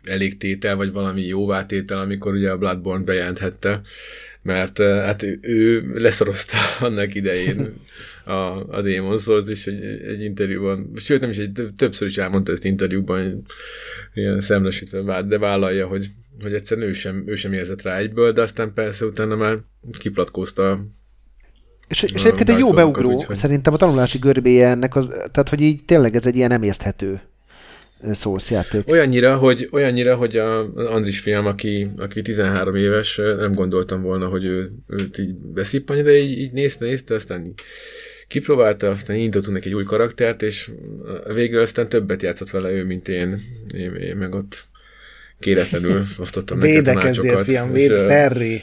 elégtétel, vagy valami jóvátétel, amikor ugye a Bloodborne bejelenthette, mert hát ő, ő leszorozta annak idején a, a Demon's Souls is egy, egy interjúban, sőt nem is, egy, többször is elmondta ezt interjúban, ilyen szemlesítve, de vállalja, hogy, hogy egyszerűen ő sem, ő sem érzett rá egyből, de aztán persze utána már kiplatkozta. És, és egyébként egy jó beugró, úgyhogy... szerintem a tanulási görbéje ennek, az, tehát hogy így tényleg ez egy ilyen emészthető Souls játék. Olyannyira, hogy, olyannyira, hogy a Andris fiam, aki, aki tizenhárom éves, nem gondoltam volna, hogy ő, őt így beszippantja, de így, így nézte, nézte, aztán kipróbálta, aztán indítottunk neki egy új karaktert, és végül aztán többet játszott vele ő, mint én. Én, én meg ott kéretlenül osztottam neki tanácsokat. Védekezzél, fiam, véd, Terry!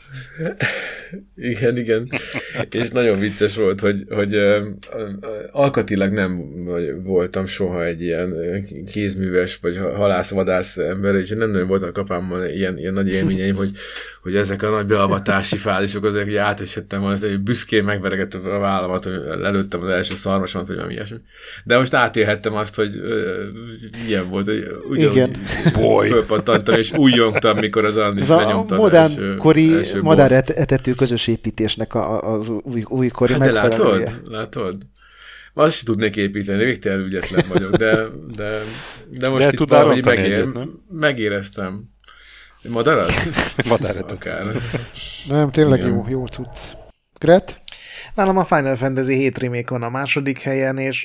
Igen, igen. És nagyon vicces volt, hogy, hogy uh, alkatilag nem voltam soha egy ilyen kézműves, vagy halász-vadász ember, és nem nagyon volt a kapámmal ilyen, ilyen nagy élményeim, hogy, hogy ezek a nagy beavatási fázisok, azért, hogy átesettem volna, hogy büszkén megveregettem a vállamat, hogy lelőttem az első szarvasomat, vagy valami ilyesmi. De most átélhettem azt, hogy uh, milyen volt, hogy ugyanúgy fölpattantam, és újjongtam, mikor az Andris lenyomta az első, kori első madár etető közös építésnek a, az új, újkori hát megfelelője. De látod? Látod? Azt sem tudnék építeni, végtelen ügyetlen vagyok, de, de, de most de itt valahogy megér, egyet, nem? megéreztem. Madarat? Madarat. Akár. Nem, tényleg jó, jó cucc. Gret? Nálam a Final Fantasy hét remake van a második helyen, és,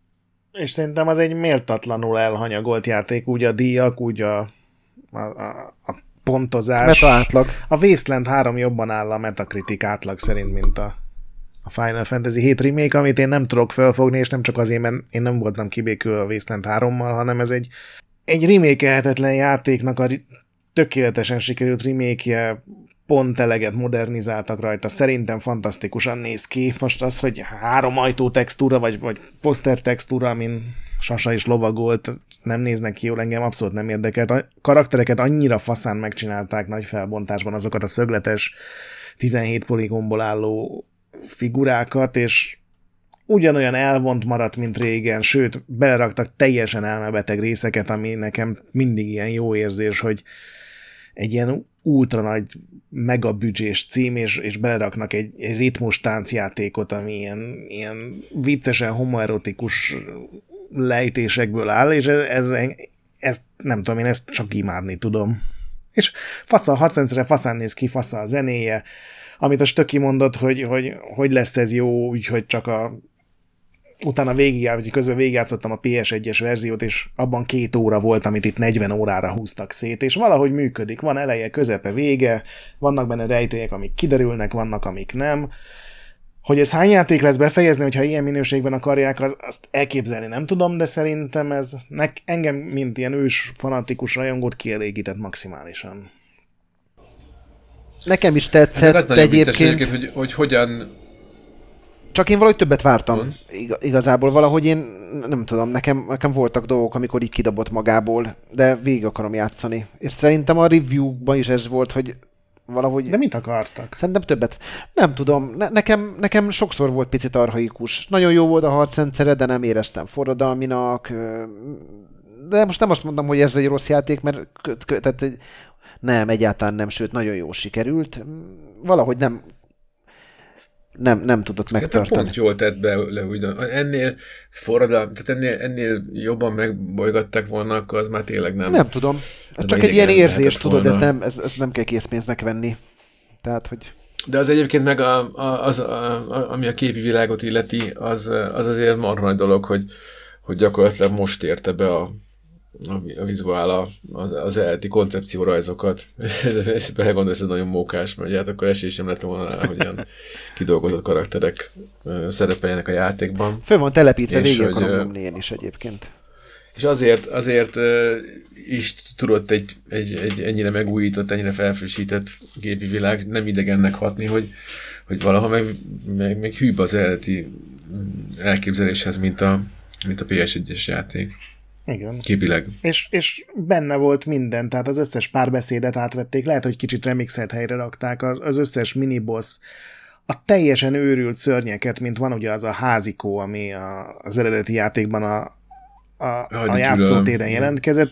és szerintem az egy méltatlanul elhanyagolt játék, úgy a díjak, úgy a, a, a, a pontozás. Meta átlag. A Wasteland három jobban áll a Metacritic átlag szerint, mint a, a Final Fantasy hét remake, amit én nem tudok felfogni, és nem csak azért, mert én nem voltam kibékülve a Wasteland hárommal, hanem ez egy, egy remake-elhetetlen játéknak a tökéletesen sikerült remake-je, pont eleget modernizáltak rajta, szerintem fantasztikusan néz ki. Most az, hogy három ajtó textúra, vagy, vagy poszter textúra, amin Sasa is lovagolt, nem néznek ki jól, engem abszolút nem érdekelt. A karaktereket annyira faszán megcsinálták nagy felbontásban, azokat a szögletes tizenhét poligonból álló figurákat, és ugyanolyan elvont maradt, mint régen, sőt, beleraktak teljesen elmebeteg részeket, ami nekem mindig ilyen jó érzés, hogy egy ilyen ultra nagy megabüdzsés cím, és, és beleraknak egy, egy ritmus táncjátékot, ami ilyen, ilyen viccesen homoerotikus lejtésekből áll, és ez, ez, ez nem tudom, én ezt csak imádni tudom. És fasza a harcrendszere, faszán néz ki, fasza a zenéje, amit a Stöki mondott, hogy, hogy hogy lesz ez jó, úgyhogy csak a utána végig, vagy közben végigjátszottam a pé es egyes verziót, és abban két óra volt, amit itt negyven órára húztak szét, és valahogy működik. Van eleje, közepe, vége, vannak benne rejtélyek, amik kiderülnek, vannak, amik nem. Hogy ez hány játék lesz befejezni, hogyha ilyen minőségben akarják, az, azt elképzelni nem tudom, de szerintem ez nek, engem, mint ilyen ős fanatikus rajongót kielégített maximálisan. Nekem is tetszett hát egyébként, hogy, hogy hogyan... Csak én valahogy többet vártam. Ig- igazából valahogy én, nem tudom, nekem, nekem voltak dolgok, amikor így kidobott magából, de végig akarom játszani. És szerintem a review-ban is ez volt, hogy valahogy... De mit akartak? Szerintem többet. Nem tudom, ne- nekem, nekem sokszor volt picit archaikus. Nagyon jó volt a harcrendszere, de nem éreztem forradalminak. De most nem azt mondom, hogy ez egy rossz játék, mert kö- kö- tehát nem, egyáltalán nem, sőt, nagyon jól sikerült. Valahogy nem... Nem, nem tudott megtartani. Pont jól tett be, le, ugyan. Ennél forradalom, tehát ennél, ennél jobban megbolygatták volna, akkor az már tényleg nem. Nem tudom. Ez csak egy ilyen érzés, tudod, ez nem, ez, ez nem kell készpénznek venni. Tehát, hogy... De az egyébként meg, a, a, az, a, a, ami a képi világot illeti, az, az azért marha nagy dolog, hogy, hogy gyakorlatilag most érte be a, a, a vizuál, a, az eredeti koncepciórajzokat. És belegondolsz, ez nagyon mókás, mert hát akkor esély sem lett volna rá, hogy ilyen kidolgozott karakterek szerepeljenek a játékban. Föl van telepítve, végig hogy, akarom nyomni én is egyébként. És azért, azért is tudott egy, egy, egy ennyire megújított, ennyire felfrissített gépi világ nem idegennek hatni, hogy, hogy valaha meg, meg, meg hűbb az eredeti elképzeléshez, mint a, mint a pé es egyes játék. Igen. Képileg. És, és benne volt minden, tehát az összes párbeszédet átvették, lehet, hogy kicsit remixet helyre rakták, az összes miniboss, a teljesen őrült szörnyeket, mint van ugye az a házikó, ami a, az eredeti játékban a, a, a játszótéren jelentkezett, és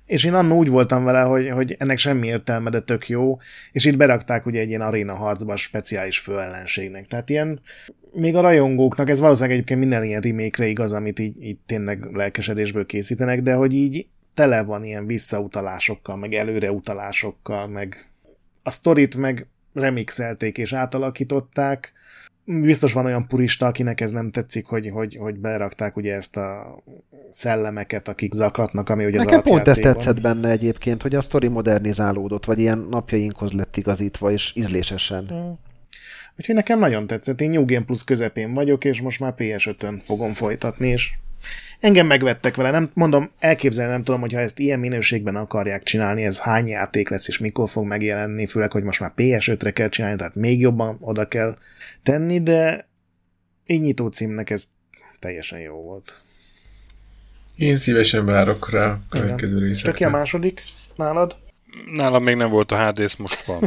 és én annól úgy voltam vele, hogy, hogy ennek semmi értelme, de tök jó, és itt berakták ugye egy ilyen aréna harcba speciális főellenségnek. Tehát ilyen, még a rajongóknak, ez valószínűleg egyébként minden ilyen remake-re igaz, amit így, így tényleg lelkesedésből készítenek, de hogy így tele van ilyen visszautalásokkal, meg előreutalásokkal, meg a sztorit meg remixelték és átalakították. Biztos van olyan purista, akinek ez nem tetszik, hogy, hogy, hogy berakták ugye ezt a szellemeket, akik zaklatnak, ami ugye Nekem az pont ez alapjátékban. tetszett benne egyébként, hogy a sztori modernizálódott, vagy ilyen napjainkhoz lett igazítva, és ízlésesen. Hmm. Úgyhogy nekem nagyon tetszett. Én New Game Plus közepén vagyok, és most már pé es ötön fogom folytatni, és engem megvettek vele. Nem mondom, elképzelni nem tudom, hogy ha ezt ilyen minőségben akarják csinálni, ez hány játék lesz, és mikor fog megjelenni, főleg, hogy most már pé es ötre kell csinálni, tehát még jobban oda kell tenni, de így nyitó címnek ez teljesen jó volt. Én szívesen várok rá a következő részekre. Csak ki a második nálad? Nálam még nem volt a há dé, most van.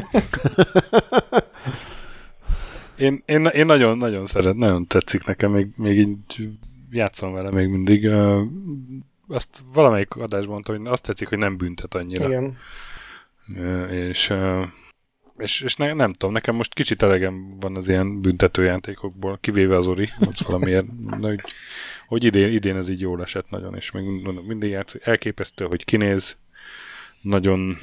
Én, én, én nagyon, nagyon szeret, nagyon tetszik nekem, még, még így játszom vele még mindig. Azt valamelyik adásban mondtam, hogy azt tetszik, hogy nem büntet annyira. Igen. És, és, és ne, nem tudom, nekem most kicsit elegem van az ilyen büntetőjátékokból, kivéve az Ori, az valamiért, hogy, hogy idén, idén ez így jól esett nagyon, és még mindig játsz, elképesztő, hogy kinéz, nagyon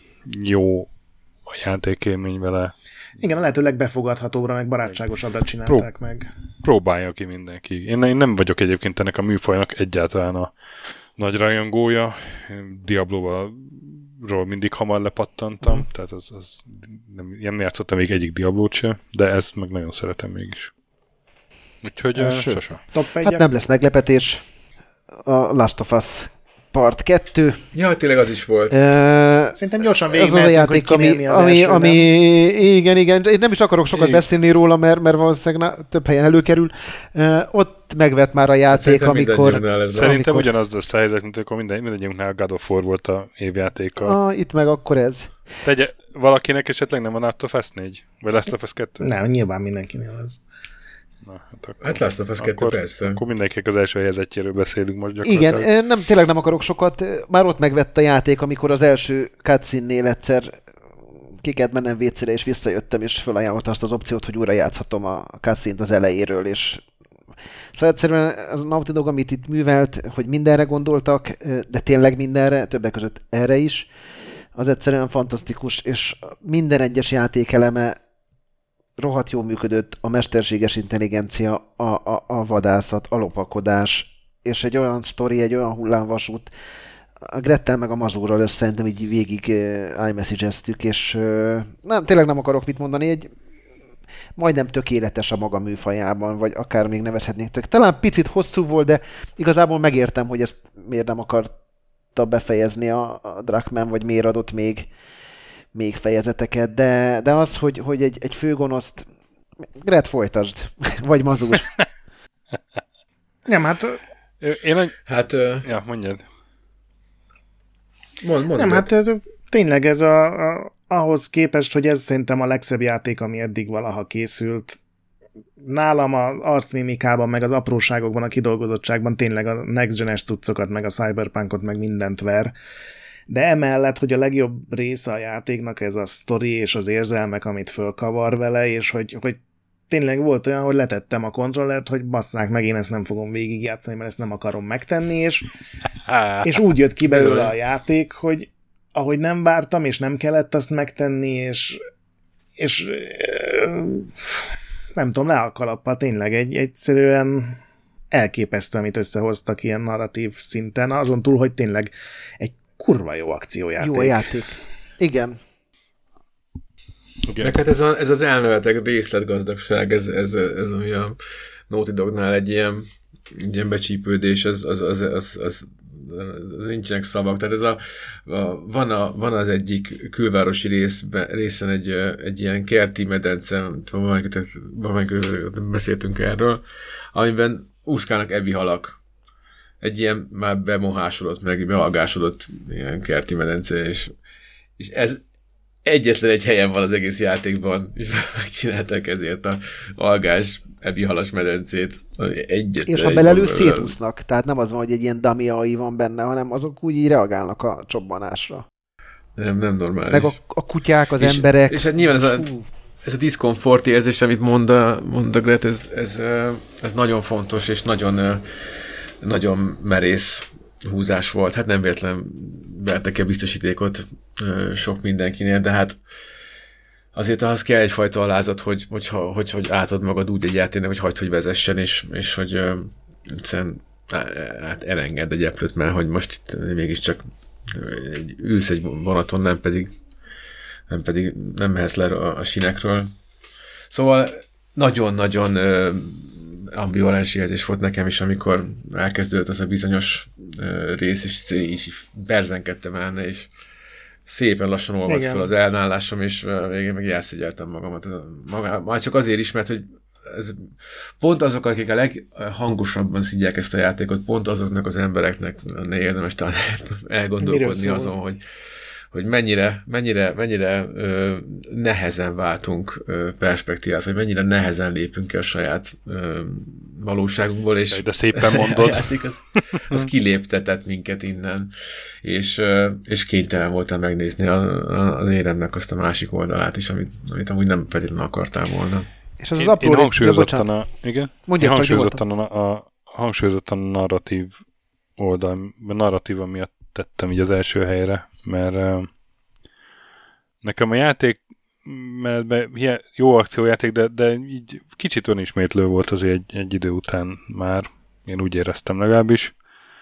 jó a játékélmény vele. Igen, a lehető legbefogadhatóbbra, meg barátságosabbra csinálták Pró- meg. Próbálja ki mindenki. Én, én nem vagyok egyébként ennek a műfajnak egyáltalán a nagy rajongója. Diablo-val mindig hamar lepattantam, mm. tehát az, az nem, nem játszottam még egyik Diablót se, de ezt meg nagyon szeretem mégis. Úgyhogy uh, sose. Hát nem lesz meglepetés. A Last of Us Part kettő. Ja, tényleg az is volt. Uh, Szerintem gyorsan végigmentünk, ez az a játék, hogy ami, az ami, első, ami igen, igen, én nem is akarok sokat igen. beszélni róla, mert, mert valószínűleg több helyen előkerül. Uh, ott megvett már a játék, szerintem amikor... Szerintem amikor... ugyanaz lesz a helyzet, mint akkor minden, mindegyünknál God of War volt a évjátéka. Ah, itt meg akkor ez. Tegye, valakinek esetleg nem van Last of Us négy? Vagy Last of Us kettő? Nem, nyilván mindenkinél az. Na, hát, akkor, hát Last of Us kettő, persze. Akkor mindenkinek az első helyezettjéről beszélünk most gyakorlatilag. Igen, nem, tényleg nem akarok sokat. Már ott megvett a játék, amikor az első cutscene-nél egyszer ki kellett mennem vécére, és visszajöttem, és felajánlott azt az opciót, hogy újra játszhatom a cutscene-t az elejéről, és szóval egyszerűen az a Naughty Dog, amit itt művelt, hogy mindenre gondoltak, de tényleg mindenre, többek között erre is, az egyszerűen fantasztikus, és minden egyes játékeleme rohadt jól működött, a mesterséges intelligencia, a, a, a vadászat, a lopakodás, és egy olyan sztori, egy olyan hullámvasút. A Grettel meg a Mazurral össze szerintem így végig uh, iMessage-eztük, és uh, nem, tényleg nem akarok mit mondani, egy majdnem tökéletes a maga műfajában, vagy akár még nevezhetnénk tök. Talán picit hosszú volt, de igazából megértem, hogy ezt miért nem akarta befejezni a, a Druckmann, vagy miért adott még még fejezeteket, de, de az, hogy, hogy egy, egy főgonoszt Gret, folytasd, vagy Mazur. Nem, hát... Én a... Hát... Uh... Ja, mondjad. Mond, mond nem, Gret. hát ez, tényleg ez a, a, ahhoz képest, hogy ez szerintem a legszebb játék, ami eddig valaha készült. Nálam az arcmimikában, meg az apróságokban, a kidolgozottságban tényleg a next gen-es cuccokat, meg a cyberpunkot, meg mindent ver. De emellett, hogy a legjobb része a játéknak ez a sztori és az érzelmek, amit fölkavar vele, és hogy, hogy tényleg volt olyan, hogy letettem a kontrollert, hogy basszák meg, én ezt nem fogom végigjátszani, mert ezt nem akarom megtenni, és, és úgy jött ki belőle a játék, hogy ahogy nem vártam, és nem kellett azt megtenni, és, és nem tudom, le a kalappal, tényleg egy, egyszerűen elképesztő, amit összehoztak ilyen narratív szinten, azon túl, hogy tényleg egy kurva jó akciójáték. Jó a játék. Igen. Okay. Meg hát ez, a, ez az elnevetek részletgazdagság, ez, ez, ez ami a Naughty Dognál egy ilyen, egy ilyen becsípődés, az, az, az, az, az nincsenek szavak. Tehát ez a, a, van, a, van az egyik külvárosi részben, részen egy, egy ilyen kerti medence, valamelyik beszéltünk erről, amiben úszkálnak evi halak. Egy ilyen már bemohásodott, meg bealgásodott ilyen kerti medence, és, és ez egyetlen egy helyen van az egész játékban, és megcsinálták ezért a algás, ebihalas medencét. Egyetlen és ha belelő szétúsznak, tehát nem az van, hogy egy ilyen dummy á i van benne, hanem azok úgy így reagálnak a csobbanásra. Nem, nem normális. Meg a, a kutyák, az és, emberek. És hát nyilván ez a, ez a diszkomfort érzés, amit mond a, mond a Gret, ez, ez, ez nagyon fontos, és nagyon, nagyon merész húzás volt. Hát nem véletlen vertek el biztosítékot sok mindenkinél, de hát azért ahhoz kell egyfajta alázat, hogy, hogy, hogy, hogy átad magad úgy egy játéknak, hogy hagyd, hogy vezessen, és, és hogy uh, egyszerűen hát elengedd egy eplőt, mert hogy most itt mégiscsak ülsz egy vonaton, nem pedig nem pedig nem mehetsz le a, a sinekről. Szóval nagyon-nagyon uh, ambivalens érzés volt nekem is, amikor elkezdődött az a bizonyos uh, rész, és így berzenkedtem elne, és szépen lassan olvadt fel az ellenállásom, és végén meg elszégyeltem magamat. Már csak azért is, mert hogy ez pont azok, akik a leghangosabban szidják ezt a játékot, pont azoknak az embereknek érdemes talán elgondolkodni azon, hogy, hogy mennyire, mennyire, mennyire ö, nehezen váltunk ö, perspektívát, vagy mennyire nehezen lépünk ki a saját ö, valóságunkból, és de szépen mondod. A játék az, az kiléptetett minket innen, és, és kénytelen voltam megnézni a, a, az éremnek azt a másik oldalát is, amit, amit amúgy nem feltétlenül akartál volna. És az én, az apró én hangsúlyozottan a, igen? Mondja, én hangsúlyozottan a, a, hangsúlyozottan a narratív oldal, a narratíva miatt tettem így az első helyre, mert uh, nekem a játék mert jó akciójáték, de, de így kicsit önismétlő volt azért egy, egy idő után már. Én úgy éreztem legalábbis.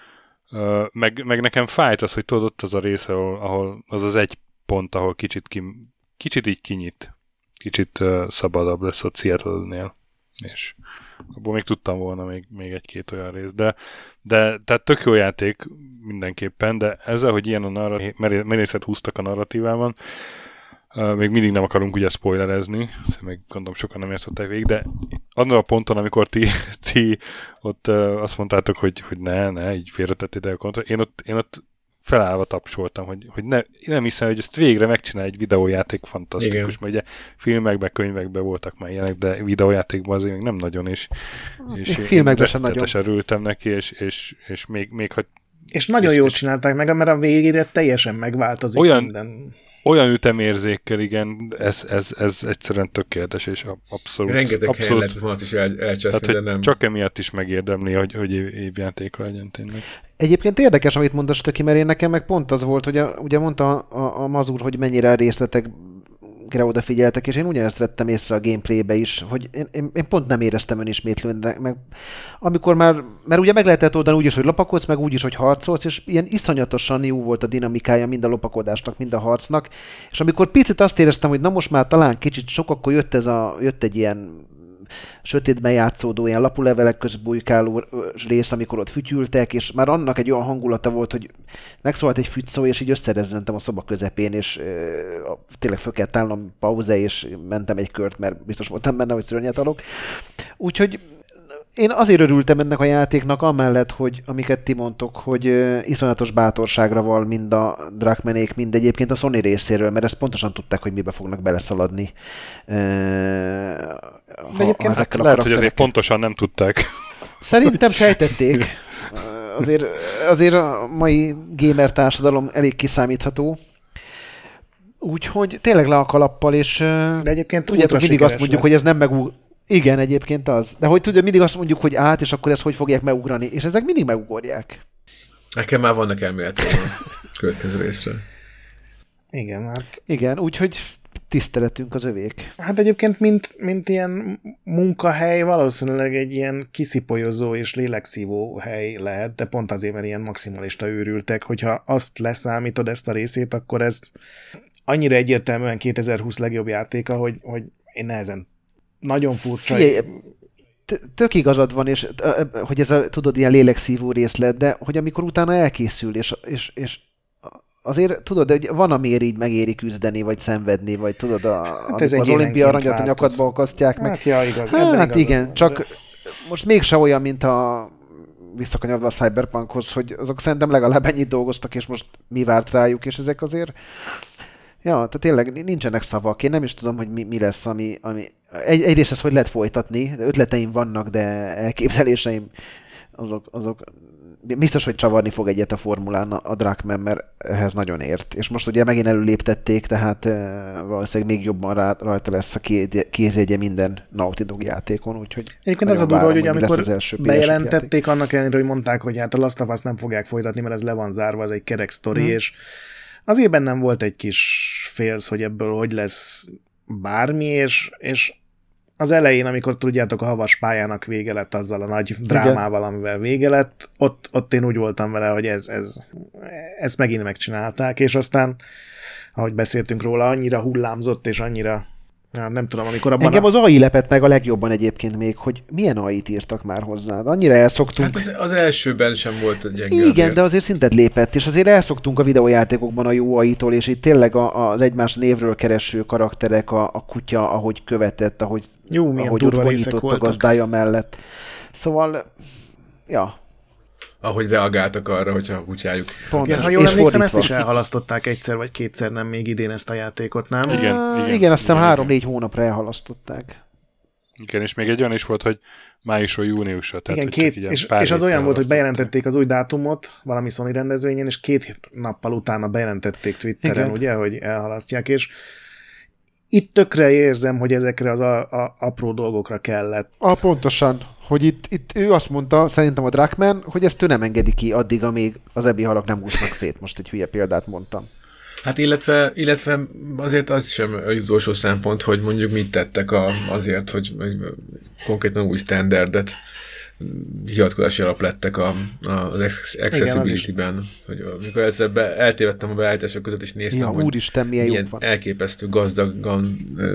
Uh, meg, meg nekem fájt az, hogy tudod, ott az a része, ahol, ahol az az egy pont, ahol kicsit, ki, kicsit így kinyit. Kicsit uh, szabadabb lesz a Seattle-nél. És abból még tudtam volna még, még egy-két olyan rész. De, de tehát tök jó játék mindenképpen, de ezzel, hogy ilyen a narratív, merészet húztak a narratívában, Uh, még mindig nem akarunk ugye spoilerezni, még gondolom sokan nem értettek végig, de azon a ponton, amikor ti, ti ott uh, azt mondtátok, hogy, hogy ne, ne, így félretettétek a kontra, én ott, én ott felállva tapsoltam, hogy, hogy ne, nem hiszem, hogy ezt végre megcsinál egy videójáték fantasztikus, mert ugye filmekben, könyvekben voltak már ilyenek, de videójátékban azért még nem nagyon is. És filmekben sem nagyon. Örültem neki, és, és, és még, még ha és nagyon és, jól csinálták meg, mert a végére teljesen megváltozik olyan, minden. Olyan ütemérzékkel, igen, ez, ez, ez egyszerűen tökéletes, és abszolút... Rengeteg abszolút, helyen lehet volna is el, elcseszni, de nem... Csak emiatt is megérdemli, hogy, hogy év, évjátéka legyen tényleg. Egyébként érdekes, amit mondasz, Töki, mert én nekem meg pont az volt, hogy a, ugye mondta a, a Mazur, hogy mennyire részletek odafigyeltek, és én ugyanezt vettem észre a gameplaybe is, hogy én, én, én pont nem éreztem önismétlőn, de meg amikor már, mert ugye meg lehetett oldani úgy is, hogy lopakodsz, meg úgy is, hogy harcolsz, és ilyen iszonyatosan jó volt a dinamikája mind a lopakodásnak, mind a harcnak, és amikor picit azt éreztem, hogy na most már talán kicsit sok, akkor jött, ez a, jött egy ilyen sötétben játszódó, ilyen lapulevelek között bujkáló rész, amikor ott fütyültek, és már annak egy olyan hangulata volt, hogy megszólalt egy fügyszó, és így összerezzentem a szoba közepén, és uh, tényleg föl kellett állnom pauze, és mentem egy kört, mert biztos voltam benne, hogy szörnyet alok. Úgyhogy én azért örültem ennek a játéknak, amellett, hogy amiket ti mondtok, hogy uh, iszonyatos bátorságra val mind a Druckmannék, mind egyébként a Sony részéről, mert ezt pontosan tudták, hogy mibe fognak beleszaladni. Uh, De egyébként hát lehet, hogy azért pontosan nem tudták. Szerintem sejtették. Azért, azért a mai gamer társadalom elég kiszámítható. Úgyhogy tényleg le a kalappal, és de egyébként tudjátok, mindig azt mondjuk, lett. Hogy ez nem megúg... Igen, egyébként az. De hogy tudja, mindig azt mondjuk, hogy át, és akkor ezt hogy fogják megugrani. És ezek mindig megugorják. Nekem már vannak elméletek a következő részre. Igen, hát... Igen, úgyhogy tiszteletünk az övék. Hát egyébként, mint, mint ilyen munkahely, valószínűleg egy ilyen kiszipolyozó és lélekszívó hely lehet, de pont azért, mert ilyen maximalista őrültek, hogyha azt leszámítod ezt a részét, akkor ez annyira egyértelműen kétezer-húsz legjobb játéka, hogy, hogy én nehezen nagyon furcsa. Figyelj, tök igazad van, és hogy ez a, tudod, ilyen lélekszívó rész lett, de hogy amikor utána elkészül, és, és, és azért tudod, de van, amiért így megéri küzdeni, vagy szenvedni, vagy tudod, a, hát az olimpia aranyat a nyakadba akasztják meg. Hát, ja, igaz, hát igen, van, csak de... most mégse olyan, mint a visszakanyarva a Cyberpunkhoz, hogy azok szerintem legalább ennyit dolgoztak, és most mi várt rájuk, és ezek azért Ja, tehát tényleg nincsenek szavak. Én nem is tudom, hogy mi, mi lesz, ami... ami... Egy, egyrészt ez hogy lehet folytatni, de ötleteim vannak, de elképzeléseim azok, azok biztos, hogy csavarni fog egyet a formulán a Druckmann, mert ehhez nagyon ért. És most ugye megint előléptették, tehát uh, valószínűleg még jobban rá, rajta lesz a kézjegye minden Naughty Dog játékon, úgyhogy egyébként az a durva, hogy amikor bejelentették, annak ellenére, hogy mondták, hogy hát a Last of Us nem fogják folytatni, mert ez le van zárva, az egy kerek sztori, hmm. és azért bennem volt egy kis félsz, hogy ebből hogy lesz bármi, és, és az elején, amikor tudjátok, a havas pályának vége lett azzal a nagy drámával, amivel vége lett, ott, ott én úgy voltam vele, hogy ez, ez, ezt megint megcsinálták, és aztán, ahogy beszéltünk róla, annyira hullámzott, és annyira, nem tudom, amikor abban... Engem a... az á i lepett meg a legjobban egyébként még, hogy milyen á i-t írtak már hozzá. Annyira elszoktunk. Hát az, az elsőben sem volt gyenge. Igen, azért. De azért szintet lépett, és azért elszoktunk a videójátékokban a jó á i-tól, és itt tényleg a, az egymás névről kereső karakterek, a, a kutya, ahogy követett, ahogy, jó, ahogy ott vonított a gazdája mellett. Szóval, ja. Ahogy reagáltak arra, hogyha a kutyájuk... Igen, ha jól emlékszem, ezt is elhalasztották egyszer vagy kétszer, nem még idén ezt a játékot, nem? Igen, uh, igen, igen, azt hiszem három-négy hónapra elhalasztották. Igen, és még egy olyan is volt, hogy májusról júniusra. Tehát, igen, két, és, és az olyan volt, hogy bejelentették az új dátumot valami Sony rendezvényen, és két nappal utána bejelentették Twitteren, igen. Ugye, hogy elhalasztják, és itt tökre érzem, hogy ezekre az a, a, apró dolgokra kellett. A, pontosan, hogy itt, itt ő azt mondta, szerintem a Druckmann, hogy ezt ő nem engedi ki addig, amíg az ebi halak nem úsznak szét. Most egy hülye példát mondtam. Hát illetve, illetve azért az sem az utolsó szempont, hogy mondjuk mit tettek a, azért, hogy, hogy konkrétan új standardet hivatkozási alap lettek a, a, az accessibility-ben. Hogy amikor ezzel be, eltévedtem a beállítások között, és néztem, ja, hogy úristen, milyen, milyen van. Elképesztő gazdagan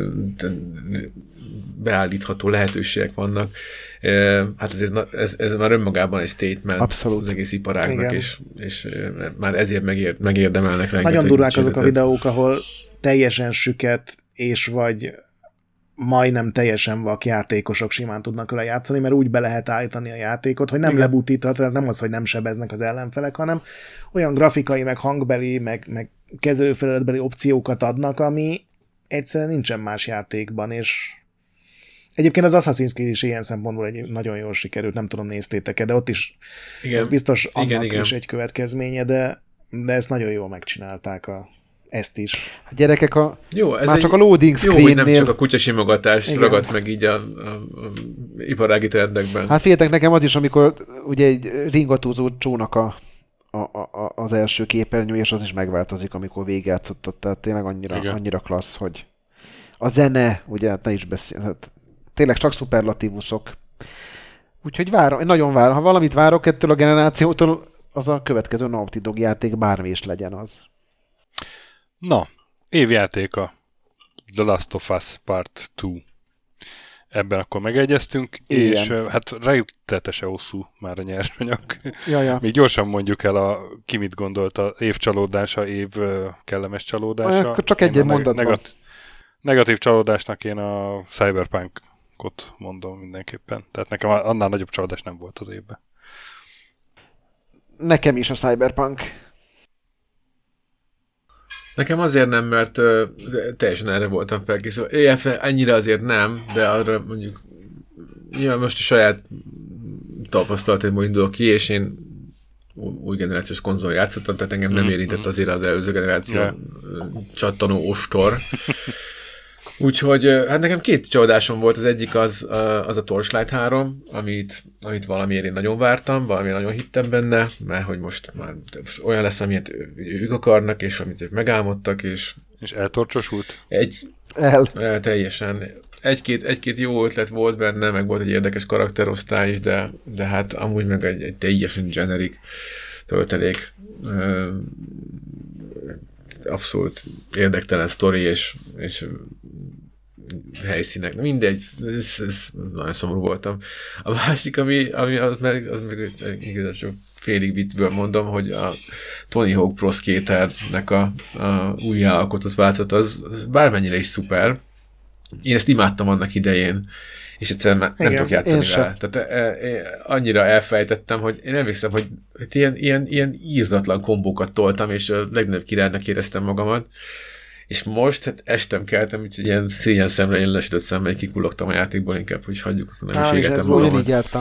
beállítható lehetőségek vannak. Hát ez, ez, ez már önmagában egy statement. Abszolút. Az egész iparágnak, és, és már ezért megér, megérdemelnek rengeteg. Nagyon durvák azok a videók, ahol teljesen süket, és vagy majdnem teljesen vak játékosok simán tudnak vele játszani, mert úgy be lehet állítani a játékot, hogy nem igen. lebutíthat, tehát nem az, hogy nem sebeznek az ellenfelek, hanem olyan grafikai, meg hangbeli, meg, meg kezelőfeleletbeli opciókat adnak, ami egyszerűen nincsen más játékban, és egyébként az Assassin's Creed is ilyen szempontból egy nagyon jól sikerült, nem tudom, néztétek-e, de ott is igen. ez biztos annak igen, igen. is egy következménye, de, de ezt nagyon jól megcsinálták a ezt is. A gyerekek a... Jó, ez már egy, csak a loading screen-nél... Jó, hogy nem csak a kutyasimogatás ragadt meg így a, a, a iparági trendekben. Hát figyeljetek, nekem az is, amikor ugye egy ringatózó csónak a, a, a, az első képernyő, és az is megváltozik, amikor végigjátszottad. Tehát tényleg annyira, annyira klassz, hogy a zene, ugye, hát ne is beszél, hát tényleg csak szuperlatívuszok. Úgyhogy várom, én nagyon várom. Ha valamit várok ettől a generációtól, az a következő Naughty Dog játék, bármi is legyen az. Na, évjátéka The Last of Us Part kettő. Ebben akkor megegyeztünk, igen. És hát rettetesen hosszú már a nyersanyag. Ja, ja. Még gyorsan mondjuk el, a, ki mit gondolt a év csalódása, év kellemes csalódása. Akkor csak egy mondatban. Negatív, negatív csalódásnak én a Cyberpunk-ot mondom mindenképpen. Tehát nekem annál nagyobb csalódás nem volt az évben. Nekem is a Cyberpunk. Nekem azért nem, mert uh, teljesen erre voltam felkészülve. é ef ennyire azért nem, de arra mondjuk nyilván most a saját tapasztalatomból indulok ki, és én új generációs konzol játszottam, tehát engem nem érintett azért az előző generáció yeah. csattanó ostor. Úgyhogy hát nekem két csalódásom volt, az egyik az, az a Torchlight három, amit, amit valamiért én nagyon vártam, valamiért nagyon hittem benne, mert hogy most már olyan lesz, amilyet ők akarnak, és amit ők megálmodtak, és... És eltorcsosult? Egy... El. el teljesen. Egy-két, egy-két jó ötlet volt benne, meg volt egy érdekes karakterosztály is, de, de hát amúgy meg egy, egy teljesen generic töltelék. Abszolút érdektelen sztori, és, és helyszínek. Mindegy, ez, ez nagyon szomorú voltam. A másik, ami, ami az meg, az meg igazán félig viccből mondom, hogy a Tony Hawk Pro Skaternek a, a újjáalkotott változat, az, az bármennyire is szuper. Én ezt imádtam annak idején, és egyszerűen nem igen, tudok játszani vele. Tehát e, e, annyira elfejtettem, hogy én emlékszem, hogy ilyen, ilyen, ilyen írdatlan kombókat toltam, és a legnagyobb királynak éreztem magamat, és most hát estem keltem, úgyhogy ilyen szégyen szemre én lesütött szemmel, kikullogtam a játékból, inkább, hogy hagyjuk, nem Á, is égetem ez volt, én így magamat. jártam.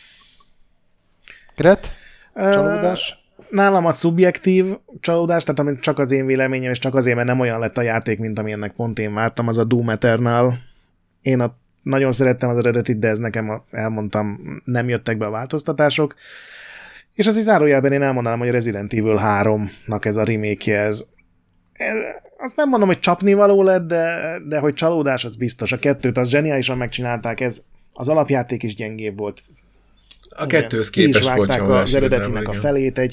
Gret? Csalódás? Nálam a szubjektív csalódás, tehát amit csak az én véleményem, és csak azért, mert nem olyan lett a játék, mint amilyennek pont én vártam, az a Doom Eternal. Én a, nagyon szerettem az eredetit, de ez nekem, a, elmondtam, nem jöttek be a változtatások. És az zárójelben én elmondanám, hogy a Resident Evil háromnak ez a remake-je, ez, ez, azt nem mondom, hogy csapnivaló lett, de, de hogy csalódás, az biztos. A kettőt az zseniálisan megcsinálták, ez az alapjáték is gyengébb volt. A kettőhöz képest volt vágták csalódás. az eredetinek igazából, a igen. felét, egy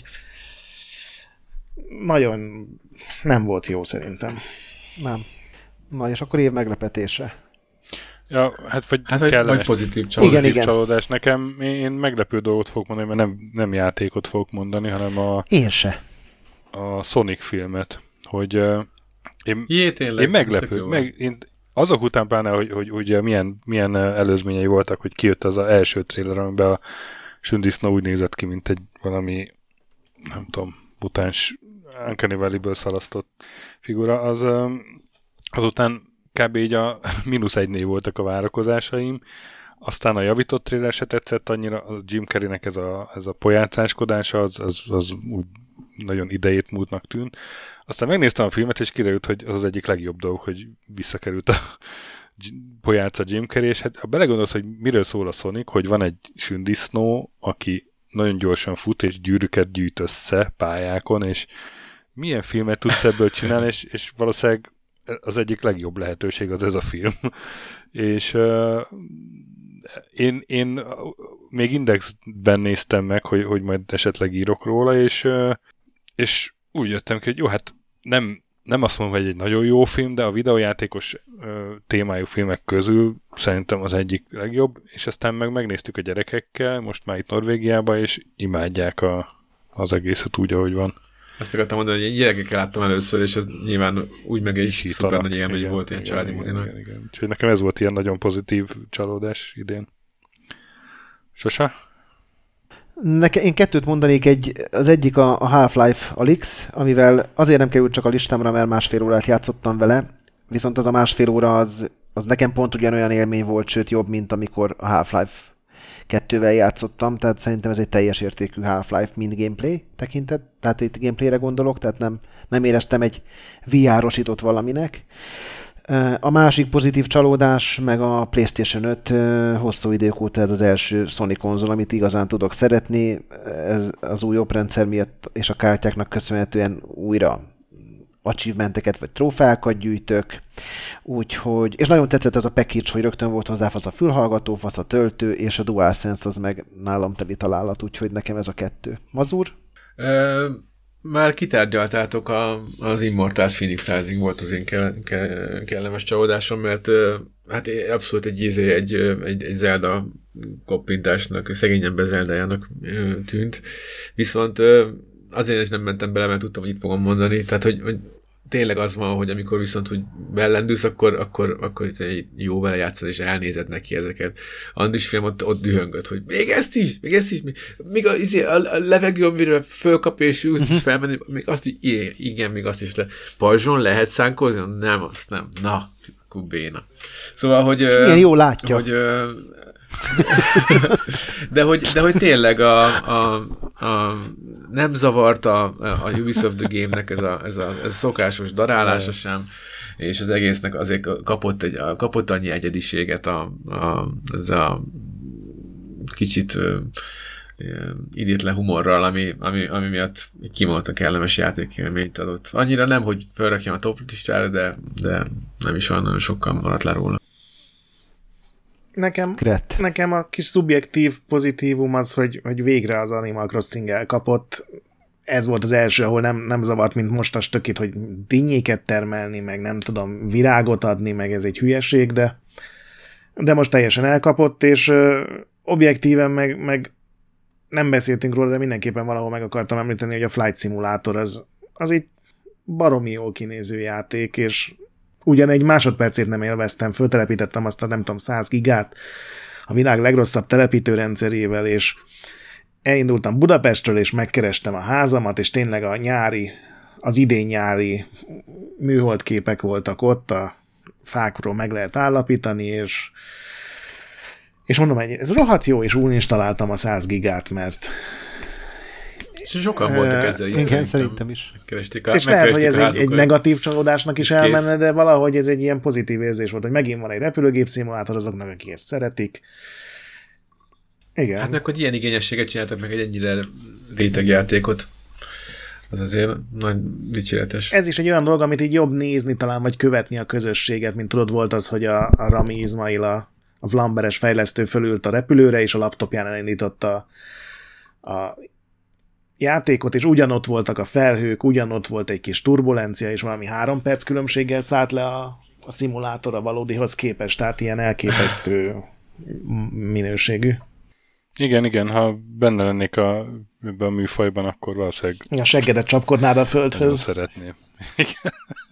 nagyon nem volt jó szerintem. Nem. Na, és akkor év meglepetése. Ja, hát vagy Hát, vagy, kellemes. vagy pozitív csalódás. Igen, igen. Csalódás. Nekem, én meglepő dolgot fogok mondani, mert nem, nem játékot fogok mondani, hanem a, Én se. a Sonic filmet, hogy uh, én, Jé, tényleg. én meglepő, meg, én azok után pláne, hogy, hogy ugye milyen, milyen előzményei voltak, hogy kijött az az első trailer, amiben a sündisznó úgy nézett ki, mint egy valami, nem tudom, mutáns Uncanny Valley-ből szalasztott figura, az azután kb. Így a mínusz egynél voltak a várakozásaim, aztán a javított trailer se tetszett annyira, az Jim Carreynek ez a, ez a pojáncáskodása, az, az, az úgy nagyon idejét múltnak tűnt. Aztán megnéztem a filmet, és kiderült, hogy az az egyik legjobb dolog, hogy visszakerült a pojáca Jim Carrey, és hát ha belegondolsz, hogy miről szól a Sonic, hogy van egy sündisznó, aki nagyon gyorsan fut, és gyűrűket gyűjt össze pályákon, és milyen filmet tudsz ebből csinálni, és, és valószínűleg az egyik legjobb lehetőség az ez a film. és uh, én, én még Indexben néztem meg, hogy, hogy majd esetleg írok róla, és, uh, és úgy jöttem ki, hogy jó, hát nem, nem azt mondom, hogy egy nagyon jó film, de a videójátékos uh, témájú filmek közül szerintem az egyik legjobb, és aztán meg megnéztük a gyerekekkel, most már itt Norvégiában, és imádják a, az egészet úgy, ahogy van. Azt akartam mondani, hogy egy gyerekekkel láttam először, és ez nyilván úgy meg egy szuper nagy élmény igen, volt ilyen igen, családi igen, mozinak. igen, igen. Úgyhogy nekem ez volt ilyen nagyon pozitív csalódás idén. Sosa? Neke, én kettőt mondanék, egy, az egyik a, a Half-Life Alyx, amivel azért nem került csak a listámra, mert másfél órát játszottam vele, viszont az a másfél óra az, az nekem pont ugyanolyan élmény volt, sőt jobb, mint amikor a Half-Life kettővel játszottam, tehát szerintem ez egy teljes értékű Half-Life, mind gameplay tekintet, tehát itt gameplayre gondolok, tehát nem, nem éreztem egy vé er-osított valaminek. A másik pozitív csalódás, meg a PlayStation öt, hosszú idők óta ez az első Sony konzol, amit igazán tudok szeretni, ez az új oprendszer miatt és a kártyáknak köszönhetően újra achievementeket vagy trófeákat gyűjtök, úgyhogy, és nagyon tetszett ez a package, hogy rögtön volt hozzá fasz a fülhallgató, fasz a töltő, és a DualSense az meg nálam teli találat, úgyhogy nekem ez a kettő. Mazur? Ö, már kitárgyaltátok a, az Immortals Phoenix Rising volt az én ke, ke, kellemes csalódásom, mert hát abszolút egy, izé, egy, egy, egy Zelda koppintásnak, szegény ember Zeldájának tűnt, viszont azért is nem mentem bele, mert tudtam, hogy itt fogom mondani, tehát, hogy, hogy tényleg az van, hogy amikor viszont úgy bellendülsz, akkor, akkor, akkor jó vele játszod, és elnézed neki ezeket. Andris film ott, ott dühöngött, hogy még ezt is, még ezt is, még, még a, a, a levegő, amiről fölkap, és úgy uh-huh. felmenni, még azt így, igen, igen, még azt is le. Pajzson lehet szánkozni? Nem, azt nem. Na, akkor béna. Szóval, hogy... Milyen jól látja. Hogy, de, hogy, de hogy tényleg a, a, a nem zavart a, a Ubisoft The Game-nek ez a, ez, a, ez a szokásos darálása sem, és az egésznek azért kapott, egy, kapott annyi egyediséget a, a, ez a kicsit uh, idétlen humorral, ami, ami, ami miatt kimondott a kellemes játékélményt adott. Annyira nem, hogy felrakjam a top listára, de, de nem is olyan nagyon sokkal maradt le róla. Nekem, Gret. nekem a kis szubjektív pozitívum az, hogy, hogy végre az Animal Crossing elkapott. Ez volt az első, ahol nem, nem zavart, mint most a stökit, hogy dinnyéket termelni, meg nem tudom, virágot adni, meg ez egy hülyeség, de, de most teljesen elkapott, és ö, objektíven meg, meg nem beszéltünk róla, de mindenképpen valahol meg akartam említeni, hogy a Flight Simulator az, az egy baromi jól kinéző játék, és ugyan egy másodpercét nem élveztem, föltelepítettem azt a nem tudom száz gigát a világ legrosszabb telepítőrendszerével, és elindultam Budapestről, és megkerestem a házamat, és tényleg a nyári, az idén nyári műholdképek voltak ott, a fákról meg lehet állapítani, és és mondom, ez rohadt jó, és úgy instaláltam a száz gigát, mert és sokan voltak ezzel is. Igen, szerintem, szerintem is. A, és lehet, hogy ez egy, egy negatív csalódásnak is elmenne, de valahogy ez egy ilyen pozitív érzés volt, hogy megint van egy repülőgép szimulátor azoknak, akik ezt szeretik. Igen. Hát meg, hogy ilyen igényességet csináltak meg egy ennyire rétegjátékot. Az azért nagy dicséretes. Ez is egy olyan dolog, amit így jobb nézni talán, vagy követni a közösséget, mint tudod, volt az, hogy a, a Rami Izmail, a, a Vlamberes fejlesztő fölült a repülőre, és a laptopján elindította a játékot, és ugyanott voltak a felhők, ugyanott volt egy kis turbulencia, és valami három perc különbséggel szállt le a, a szimulátor a valódihoz képest, tehát ilyen elképesztő minőségű. Igen, igen, ha benne lennék a, ebben a műfajban, akkor valószínűleg... A seggedet csapkodnád a földhöz. Szeretném. Igen.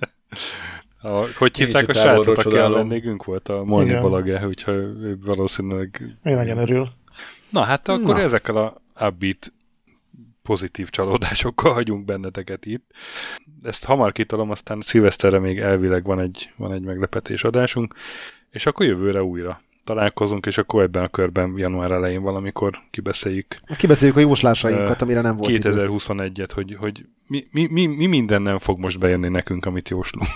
A, hogy hívták a srácot, aki a vendégünk volt, a Molni Balage, úgyhogy valószínűleg... Én nagyon örül. Na, hát akkor Na. ezekkel a upbeat pozitív csalódásokkal hagyunk benneteket itt. Ezt hamar kitolom, aztán szilveszterre még elvileg van egy, van egy meglepetés adásunk, és akkor jövőre újra találkozunk, és akkor ebben a körben január elején valamikor kibeszéljük. Kibeszéljük a jóslásainkat, amire nem volt kétezer-huszonegyet, hogy, hogy mi, mi, mi, mi minden nem fog most bejönni nekünk, amit jóslunk.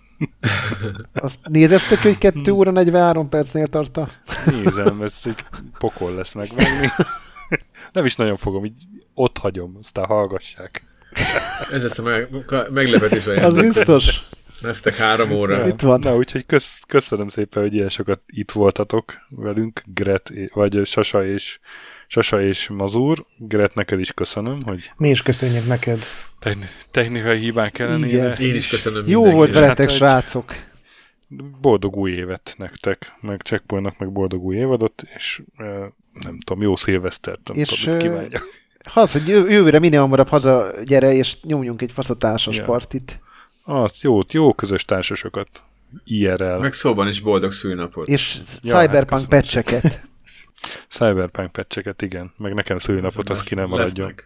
Azt nézeztek, hogy kettő óra negyvenhárom percnél tart a... Nézem, ez egy pokol lesz megvenni. Nem is nagyon fogom, így ott hagyom, aztán hallgassák. Ez lesz a meg, meglepetés a Az biztos. Neztek három óra. Ja, itt van. Na, úgyhogy kösz, köszönöm szépen, hogy ilyen sokat itt voltatok velünk, Gret, vagy Sasa és, Sasa és Mazur. Gret, neked is köszönöm, hogy... Mi is köszönjük neked. Technikai hibák ellenére. Én is köszönöm. Jó mindenki. volt veletek, hát, srácok. Boldog új évet nektek, meg Checkpointnak meg boldog új évadot, és nem tudom, jó szilvesztert, nem és tudom, mit kívánjak. Az, hogy jövőre minél hamarabb haza gyere, és nyomjunk egy faszatársas ja. partit. Az, jó, jó közös társasokat. i er el. Meg szóban is boldog szülinapot. És ja, Cyberpunk hát patcheket. Cyberpunk patcheket, igen. Meg nekem szülinapot, az ki nem maradjon. Lesznek.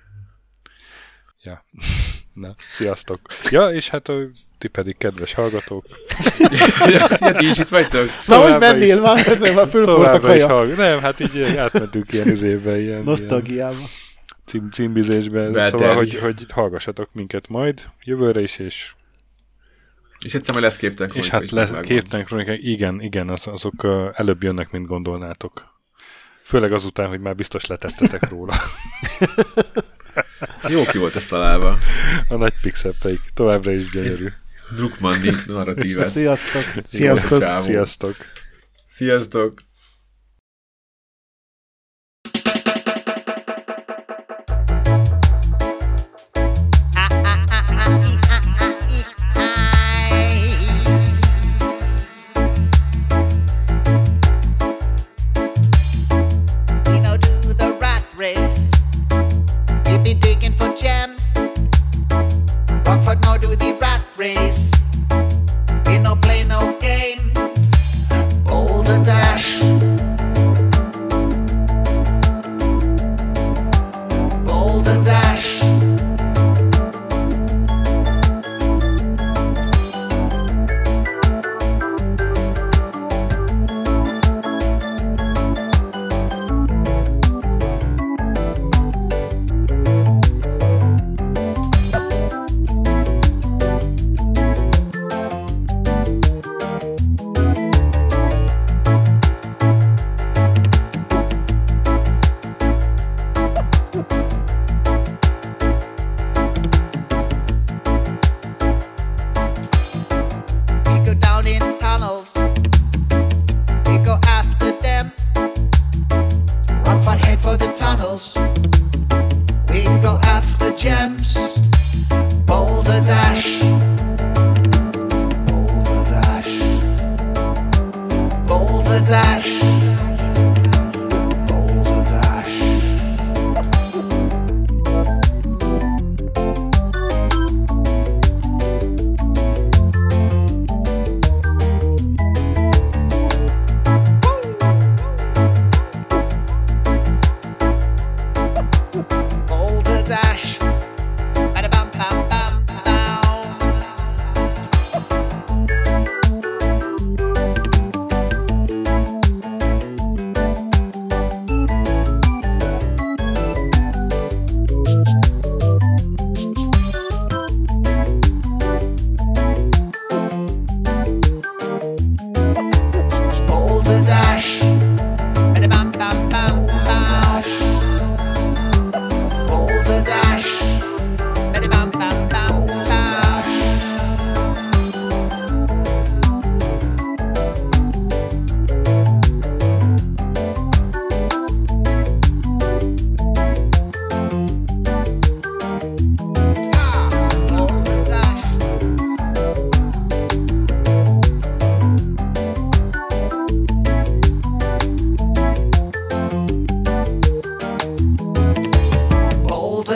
Ja. Na, sziasztok. Ja, és hát ti pedig kedves hallgatók. ja, ti is itt vagytok? Na, hogy mennél már? Ezzel már fölfort a kaja. Hallg- nem, hát így átmentünk ilyen üzébe, ilyen... Nosztalgiába. Cím, címbizésben. Belterj. Szóval, hogy, hogy hallgassatok minket majd jövőre is, és... És egyszer majd lesz képtek. És hát lesz képtek, igen, igen, az, azok uh, előbb jönnek, mint gondolnátok. Főleg azután, hogy már biztos letettetek róla. Jó ki volt ez találva. A nagy pixelpeik. Továbbra is gyönyörű. Druckmann narratívát. Sziasztok. Sziasztok. Sziasztok. Sziasztok. Race. We no play no games. Boulder Dash.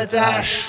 Hallgatás!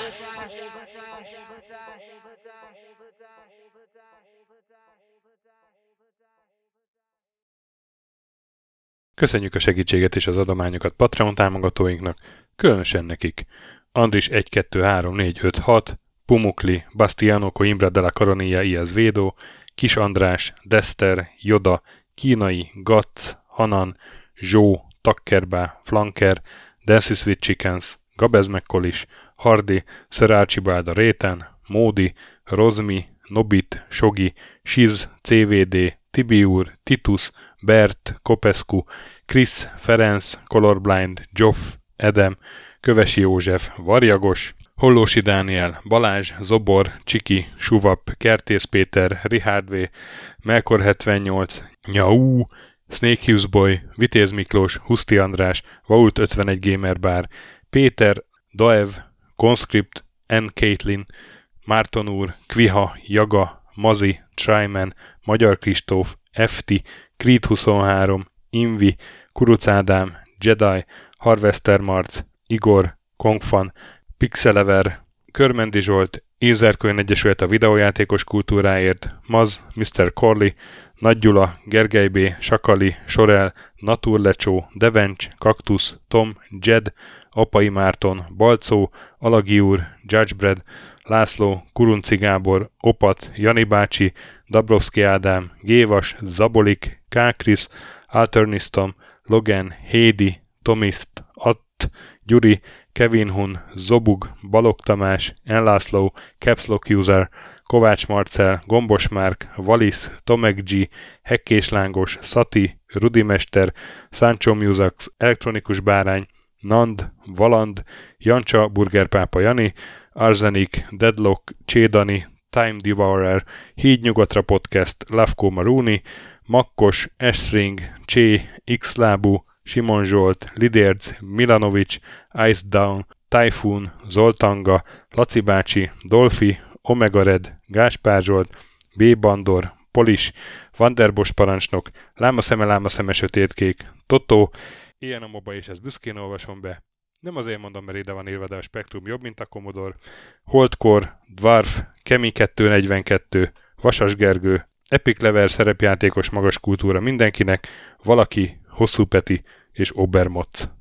Köszönjük a segítséget és az adományokat Patreon támogatóinknak, különösen nekik. Andris egy kettő három négy öt hat, Pumukli, Bastiano Coimbra de la Coronilla Iaz Védó, Kis András, Dester, Joda, Kínai, Gatz, Hanan, Zsó, Takkerbá, Flanker, Dancy Sweet Chickens, Gabez Mekkolis, Hardy, Sir Archibald a Réten, Módi, Rozmi, Nobit, Sogi, Siz, cé vé dé, Tibiur, Titus, Bert, Kopescu, Krisz, Ferenc, Colorblind, Joff, Edem, Kövesi József, Varjagos, Hollósi Dániel, Balázs, Zobor, Csiki, Suvap, Kertész Péter, Richard V, Melkor hetvennyolc, Nyau, Snake Hughes Boy, Vitéz Miklós, Huszti András, Vault ötvenegy Gamer Bar, Péter, Daev, Conscript, N. Caitlin, Márton úr, Kviha, Jaga, Mazi, Tryman, Magyar Kristóf, ef té, Creed huszonhárom, Invi, Kuruc Ádám, Jedi, Harvester Marc, Igor, Kongfan, Pixelever, Körmendi Zsolt, Ézerkölyön Egyesület a videójátékos kultúráért, Maz, miszter Corley, Nagy Gyula, Gergely B., Sakali, Sorel, Naturlecsó, Devencs, Kaktusz, Tom, Jed, Apai Márton, Balcó, Alagi úr, Judgebred, László, Kurunci Gábor, Opat, Jani bácsi, Dabrowski Ádám, Gévas, Zabolik, Kákris, Alternisztom, Logan, Hédi, Tomiszt, Att, Gyuri, Kevin Hun, Zobug, Balog Tamás, Enlászló, Capslock User, Kovács Marcel, Gombos Márk, Valisz, Tomek G, Hekkés Lángos, Szati, Rudimester, Sancho Musax, Elektronikus Bárány, Nand, Valand, Jancsa, Burgerpápa Jani, Arzenik, Deadlock, Csédani, Time Devourer, Híd Nyugatra Podcast, Lavko Maruni, Makkos, Estring, Csé, Xlábú, Simon Zsolt, Lidérc, Milanovic, Ice Down, Typhoon, Zoltanga, Laci bácsi, Dolfi, Omega Red, Gáspár Zsolt, B. Bandor, Polis, Vanderbos parancsnok, Lámaszeme, Lámaszeme, Sötétkék, Totó, ilyen a moba és ezt büszkén olvasom be. Nem azért mondom, mert ide van írva, de a Spektrum jobb, mint a Commodore. Holdcore, Dwarf, Kemi kettőszáznegyvenkettő, Vasas Gergő, Epic Lever szerepjátékos magas kultúra mindenkinek, Valaki, Hosszú Peti és Obermotz.